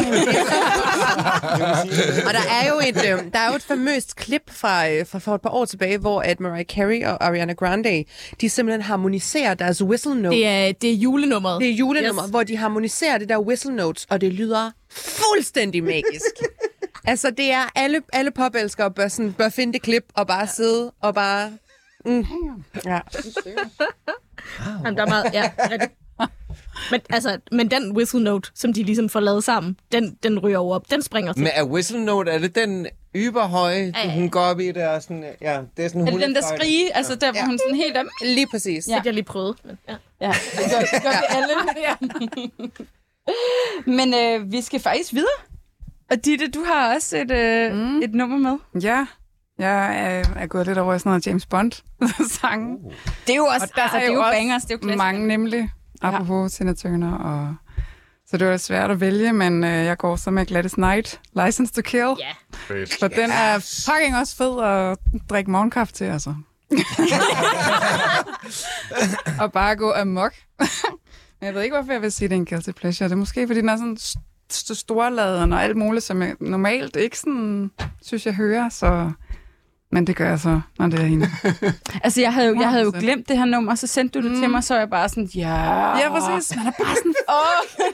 Speaker 3: og der er jo et, øh, der er jo et famøst klip fra, øh, fra for et par år tilbage, hvor at Mariah Carey og Ariana Grande, de simpelthen harmoniserer deres whistle notes.
Speaker 5: Det er, det er julenummeret.
Speaker 3: Det er julenummeret, yes. Hvor de harmoniserer det der whistle notes, og det lyder fuldstændig magisk. Altså, det er alle, alle popelskere bør, sådan, bør finde det klip og bare sidde og bare... Mm. Ja.
Speaker 5: Jamen, der er meget... Ja, rigtig. Men, altså, men den whistle note, som de ligesom får lavet sammen, den, den ryger over op. Den springer til.
Speaker 2: Men er whistle note, er det den yberhøje, ja, ja. Hun går op i der sådan... Ja, det er sådan...
Speaker 1: Er det den der skrige? Altså, der hvor ja. Hun sådan helt... Om...
Speaker 3: Lige præcis.
Speaker 1: Ja.
Speaker 5: Det jeg lige prøvet. Men, ja.
Speaker 1: Ja, det gør, det gør vi alle. Ja. Men øh, vi skal faktisk videre. Og Ditte, du har også et, øh, mm. et nummer med.
Speaker 6: Ja, jeg er, er gået lidt over i sådan noget James Bond-sange.
Speaker 1: Uh. Det er jo også,
Speaker 6: der
Speaker 1: altså,
Speaker 6: er
Speaker 1: det er jo
Speaker 6: også
Speaker 1: bangers, det er jo klassikere.
Speaker 6: mange nemlig, apropos Tina Turner. Og... Så det var svært at vælge, men øh, jeg går så med Gladys Knight, License to Kill.
Speaker 5: Ja.
Speaker 6: Yeah. For den er fucking også fed at drikke morgenkaffe til, altså. Og bare gå amok. Men jeg ved ikke, hvorfor jeg vil sige, det er en guilty pleasure. Det er måske, fordi den er sådan st- storladen og alt muligt, som jeg normalt ikke sådan, synes, jeg hører, så... Men det gør jeg så, når det er hende.
Speaker 1: Altså, jeg havde, jo, jeg havde jo glemt det her nummer, så sendte du det mm. til mig, så er jeg bare sådan, ja...
Speaker 6: Ja, præcis. Man er bare sådan...
Speaker 1: Åh,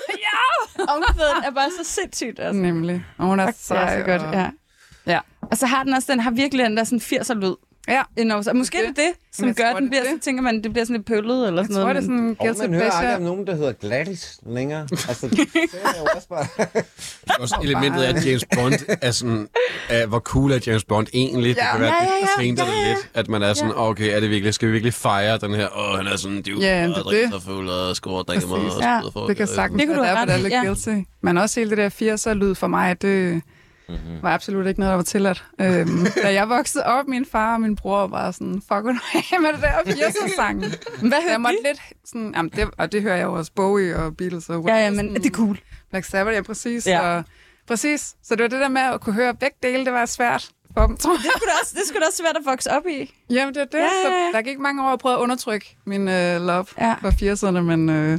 Speaker 1: ja! Omkvæden er bare så sindssygt, altså.
Speaker 6: Nemlig. Og hun er sej.
Speaker 1: Det er så godt, ja. Ja. Og så har den også, den har virkelig den der sådan firser-lyd.
Speaker 6: Ja.
Speaker 1: Også. Og måske det. er det det, som gør, den bliver, så tænker man, det bliver sådan lidt pøllet eller sådan noget.
Speaker 6: Jeg tror, det er sådan en guilty
Speaker 2: pleasure. Man hører aldrig om nogen, der hedder Gladys længere. Altså, det er jo også bare...
Speaker 7: også elementet af, at James Bond er sådan... Er, hvor cool er James Bond egentlig? Ja. Det kan være,
Speaker 1: ja, ja, ja,
Speaker 7: det tænker
Speaker 1: ja,
Speaker 7: ja, ja. det lidt. At man er sådan, okay, er det virkelig, skal vi virkelig fejre den her? Åh, han er sådan, du
Speaker 6: ja,
Speaker 7: og drikker sig fuld og skår og drikker meget.
Speaker 6: Ja,
Speaker 7: og for,
Speaker 6: det kan sagtens
Speaker 1: det
Speaker 6: være derfor, det er lidt
Speaker 1: ja.
Speaker 6: guilty. Men også hele det der firser-lyd for mig, det... Mm-hmm. var absolut ikke noget, der var tilladt. Øhm, da jeg voksede op, min far og min bror var sådan, fuck ud med det der firser-sang.
Speaker 1: Hvad hørte
Speaker 6: jeg måtte lidt sådan, jamen det, og det hører jeg jo også, Bowie og Beatles og
Speaker 1: ja, ja, men det er cool.
Speaker 6: Black Sabbath, ja, præcis.
Speaker 1: Ja.
Speaker 6: Og, præcis. Så det var det der med at kunne høre begge dele, det var svært for dem, tror jeg.
Speaker 1: Det skulle da også, det skulle da også svært at vokse op i.
Speaker 6: Jamen det er det. Ja, ja, ja. Så der gik mange år at prøve at undertrykke min øh, love
Speaker 1: ja.
Speaker 6: for firserne, men... Øh,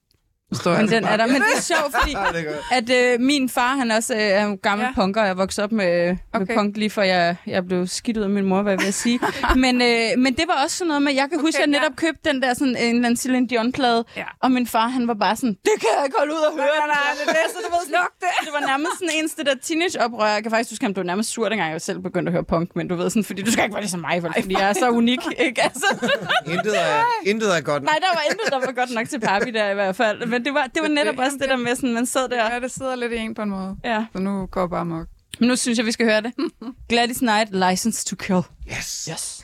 Speaker 1: men
Speaker 6: altså
Speaker 1: den er der. Men det er sjovt, fordi at øh, min far, han også øh, er en gammel ja. punker, og jeg voksede op med, okay. med punk lige før jeg, jeg blev skidt ud af min mor, hvad jeg vil sige. men, øh, men det var også sådan noget med, jeg kan okay, huske, at jeg netop ja. købte den der sådan en eller anden Celine Dion-plade, ja. og min far, han var bare sådan, det kan jeg ikke holde ud og høre. Nej, nej, det, det, så det, var sådan, det. det var nærmest sådan en det der teenage-oprør. Jeg kan faktisk huske, at han blev nærmest sur, dengang jeg selv begyndte at høre punk, men du ved sådan, fordi du skal ikke være ligesom mig, vel, fordi jeg er så unik, ikke? Altså.
Speaker 2: intet, er, intet er godt.
Speaker 1: Nej, der var intet, der var godt nok til Papi der i hvert fald. Men det var, det var netop også det der med, sådan, man sad der.
Speaker 6: Ja, det sidder lidt i en på en måde.
Speaker 1: Ja.
Speaker 6: Så nu går jeg bare amok.
Speaker 1: Men nu synes jeg, vi skal høre det. Gladys Knight, License to Kill.
Speaker 2: Yes.
Speaker 1: Yes.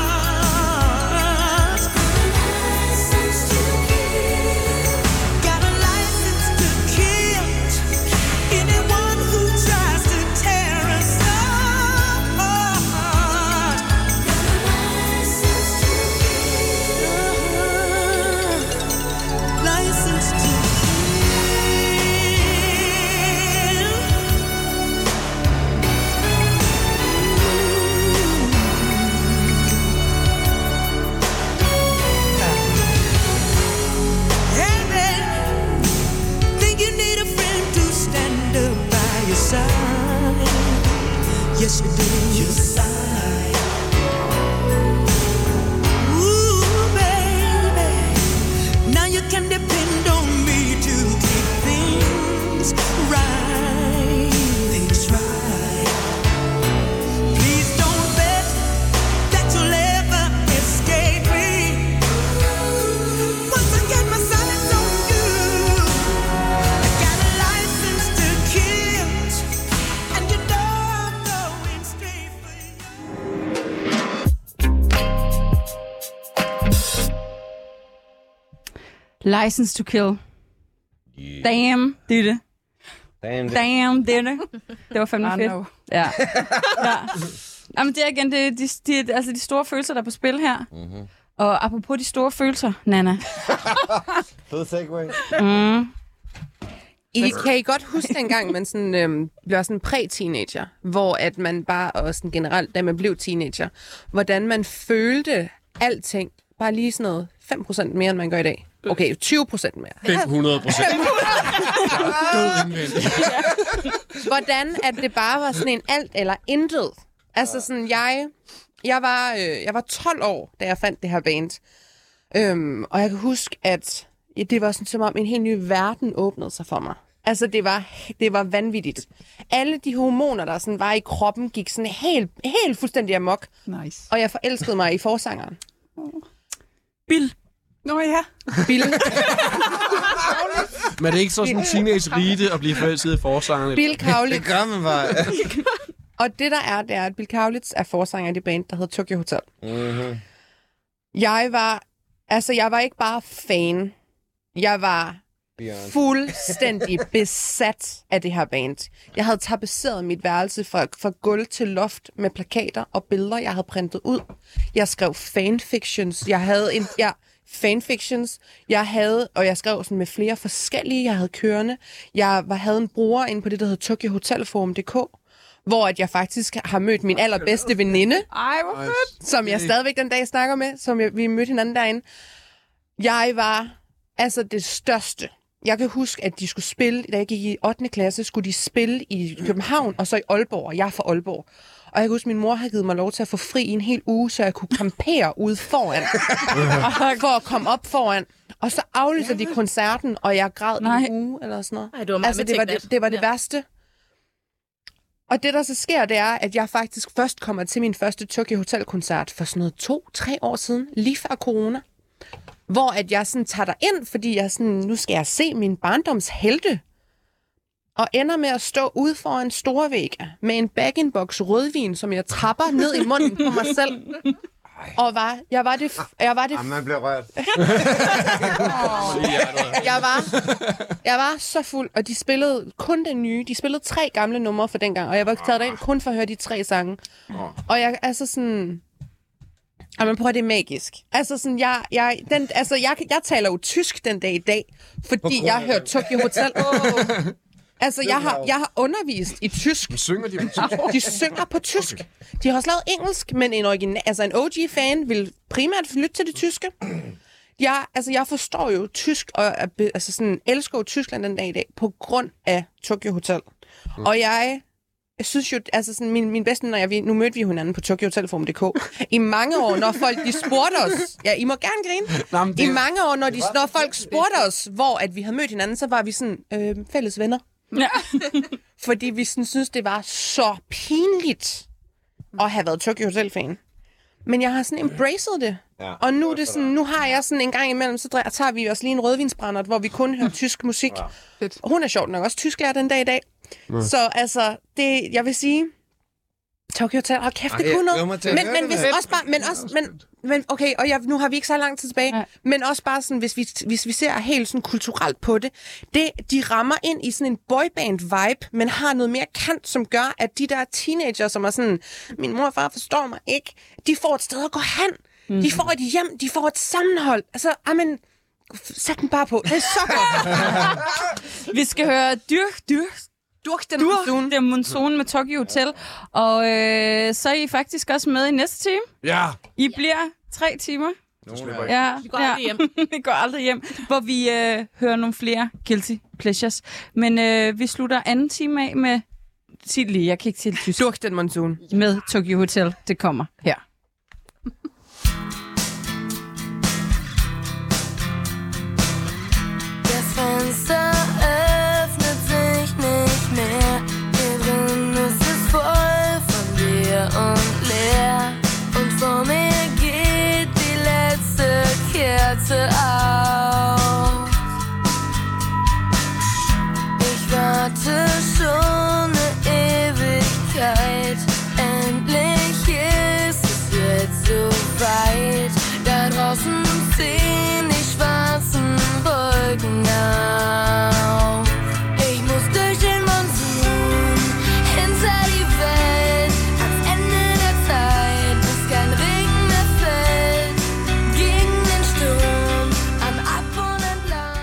Speaker 9: Got a Yes, you do. You sigh. Ooh, baby. Now you can depend on me to keep things right. Things right. Please don't bet that you'll ever escape me. Once I get my sights on you, I got a license to kill, and you know I'm going straight for you.
Speaker 1: License to Kill.
Speaker 2: Yeah.
Speaker 1: Damn, det er det.
Speaker 2: Damn, det.
Speaker 1: Damn, det er det. Det var fandme
Speaker 6: I
Speaker 1: fedt.
Speaker 6: know.
Speaker 1: Ja. ja. Jamen, det er igen det, de, de, altså de store følelser, der er på spil her.
Speaker 2: Mm-hmm.
Speaker 1: Og apropos de store følelser, Nana.
Speaker 2: Fed segway.
Speaker 1: Mm.
Speaker 3: I, kan I godt huske dengang, man sådan, øhm, blev sådan præ-teenager, hvor at man bare, og sådan generelt, da man blev teenager, hvordan man følte alting, bare lige sådan noget fem procent mere, end man gør i dag. Okay, tyve procent mere.
Speaker 7: fem hundrede procent.
Speaker 3: Hvordan at det bare var sådan en alt eller intet. Altså sådan, jeg, jeg, var, øh, jeg var tolv år, da jeg fandt det her band. Øhm, og jeg kan huske, at ja, det var sådan, som om en helt ny verden åbnede sig for mig. Altså, det var, det var vanvittigt. Alle de hormoner, der sådan var i kroppen, gik sådan helt, helt fuldstændig amok.
Speaker 6: Nice.
Speaker 3: Og jeg forelskede mig i forsangeren.
Speaker 1: Bill.
Speaker 6: Nå ja.
Speaker 3: Bill.
Speaker 7: Men er det ikke så sådan en teenage-rite at blive forelsket i forsangerne?
Speaker 3: Bill Kaulitz.
Speaker 2: Det gør man bare.
Speaker 3: Og det der er, det er, at Bill Kaulitz er forsanger i det band, der hedder Tokyo Hotel.
Speaker 2: Mm-hmm.
Speaker 3: Jeg var, altså jeg var ikke bare fan. Jeg var
Speaker 2: Beyond.
Speaker 3: fuldstændig besat af det her band. Jeg havde tapetseret mit værelse fra, fra gulv til loft med plakater og billeder, jeg havde printet ud. Jeg skrev fanfictions. Jeg havde en... Jeg, fanfictions. Jeg havde, og jeg skrev sådan med flere forskellige, jeg havde kørende. Jeg var, havde en bruger inde på det, der hedder Tokyo Hotel Forum punktum d k, hvor at jeg faktisk har mødt min allerbedste veninde,
Speaker 6: Ej, hvor fedt.
Speaker 3: som jeg stadigvæk den dag snakker med, som jeg, vi mødte hinanden derinde. Jeg var altså det største. Jeg kan huske, at de skulle spille, da jeg gik i ottende klasse, skulle de spille i København, og så i Aalborg, og jeg er fra Aalborg. Og jeg kan huske, at min mor havde givet mig lov til at få fri i en hel uge, så jeg kunne campere ude foran, for at komme op foran. Og så aflyser de koncerten, og jeg græd
Speaker 1: Nej.
Speaker 3: en uge, eller sådan noget.
Speaker 5: Ej, det var
Speaker 3: altså, det var det, det, var det ja. værste. Og det, der så sker, det er, at jeg faktisk først kommer til min første Tokyo Hotel-koncert for sådan noget to-tre år siden, lige før corona. Hvor at jeg sådan tager dig ind, fordi jeg sådan, nu skal jeg se min barndoms helte. Og ender med at stå ude foran Storvæg med en bag-in-box rødvin, som jeg trapper ned i munden på mig selv. Og var, jeg var det... Jeg var det
Speaker 2: Jamen, man bliver rørt.
Speaker 3: jeg var, jeg var så fuld, og de spillede kun den nye. De spillede tre gamle numre for dengang, og jeg var taget derind kun for at høre de tre sange. Og jeg altså sådan... Og man prøver, det er magisk. Altså sådan, jeg, jeg, den, altså, jeg, jeg taler jo tysk den dag i dag, fordi jeg har hørt Tokyo Hotel. Altså, jeg har, jeg har undervist i tysk.
Speaker 7: Synger de på tysk?
Speaker 3: De synger på tysk. De har også lavet engelsk, men en, original, altså en O G-fan vil primært lytte til det tyske. Jeg, altså, jeg forstår jo tysk, og altså, sådan, elsker jo Tyskland den dag i dag, på grund af Tokyo Hotel. Mm. Og jeg... Jeg synes jo, altså sådan, min, min bedste, når jeg, nu mødte vi hinanden på Tokyo Hotel Forum punktum d k. I mange år, når folk de spurgte os, ja, I må gerne grine. Nå, det... I mange år, når, de, når folk spurgte os, hvor at vi havde mødt hinanden, så var vi sådan, øh, fælles venner. Ja. Fordi vi sådan, synes, det var så pinligt at have været Tokyo Hotel-fan. Men jeg har sådan embraced det. Ja, og nu, det sådan, nu har jeg sådan en gang imellem, så tager vi også lige en rødvinsbrændert, hvor vi kun hører tysk musik. Ja. Og hun er sjovt nok også tysklærer den dag i dag. Ja. Så altså, det, jeg vil sige, Tokyo Hotel, hold kæft, det kunne noget. Men, men hvis også bare, men også, men, men okay, og jeg, nu har vi ikke så lang tid tilbage, ja. Men også bare sådan, hvis vi, hvis vi ser helt sådan kulturelt på det, det, de rammer ind i sådan en boyband-vibe, men har noget mere kant, som gør, at de der teenager, som er sådan, min mor og far forstår mig ikke, de får et sted at gå hen. Mm. De får et hjem, de får et sammenhold. Altså, amen, sæt den bare på. Det er så godt.
Speaker 1: Vi skal høre Durch, Durch,
Speaker 3: Durch den
Speaker 1: Durch
Speaker 3: Monsun.
Speaker 1: den Monsun med Tokyo Hotel. Og øh, så er I faktisk også med i næste time.
Speaker 7: Ja.
Speaker 1: I bliver tre timer.
Speaker 5: Ja, vi går
Speaker 1: ja.
Speaker 5: aldrig hjem.
Speaker 1: vi går aldrig hjem, hvor vi øh, hører nogle flere Guilty Pleasures. Men øh, vi slutter anden time af med sig det lige, jeg kan ikke sige det tysk.
Speaker 3: Durch den monsun.
Speaker 1: Med Tokyo Hotel, det kommer her.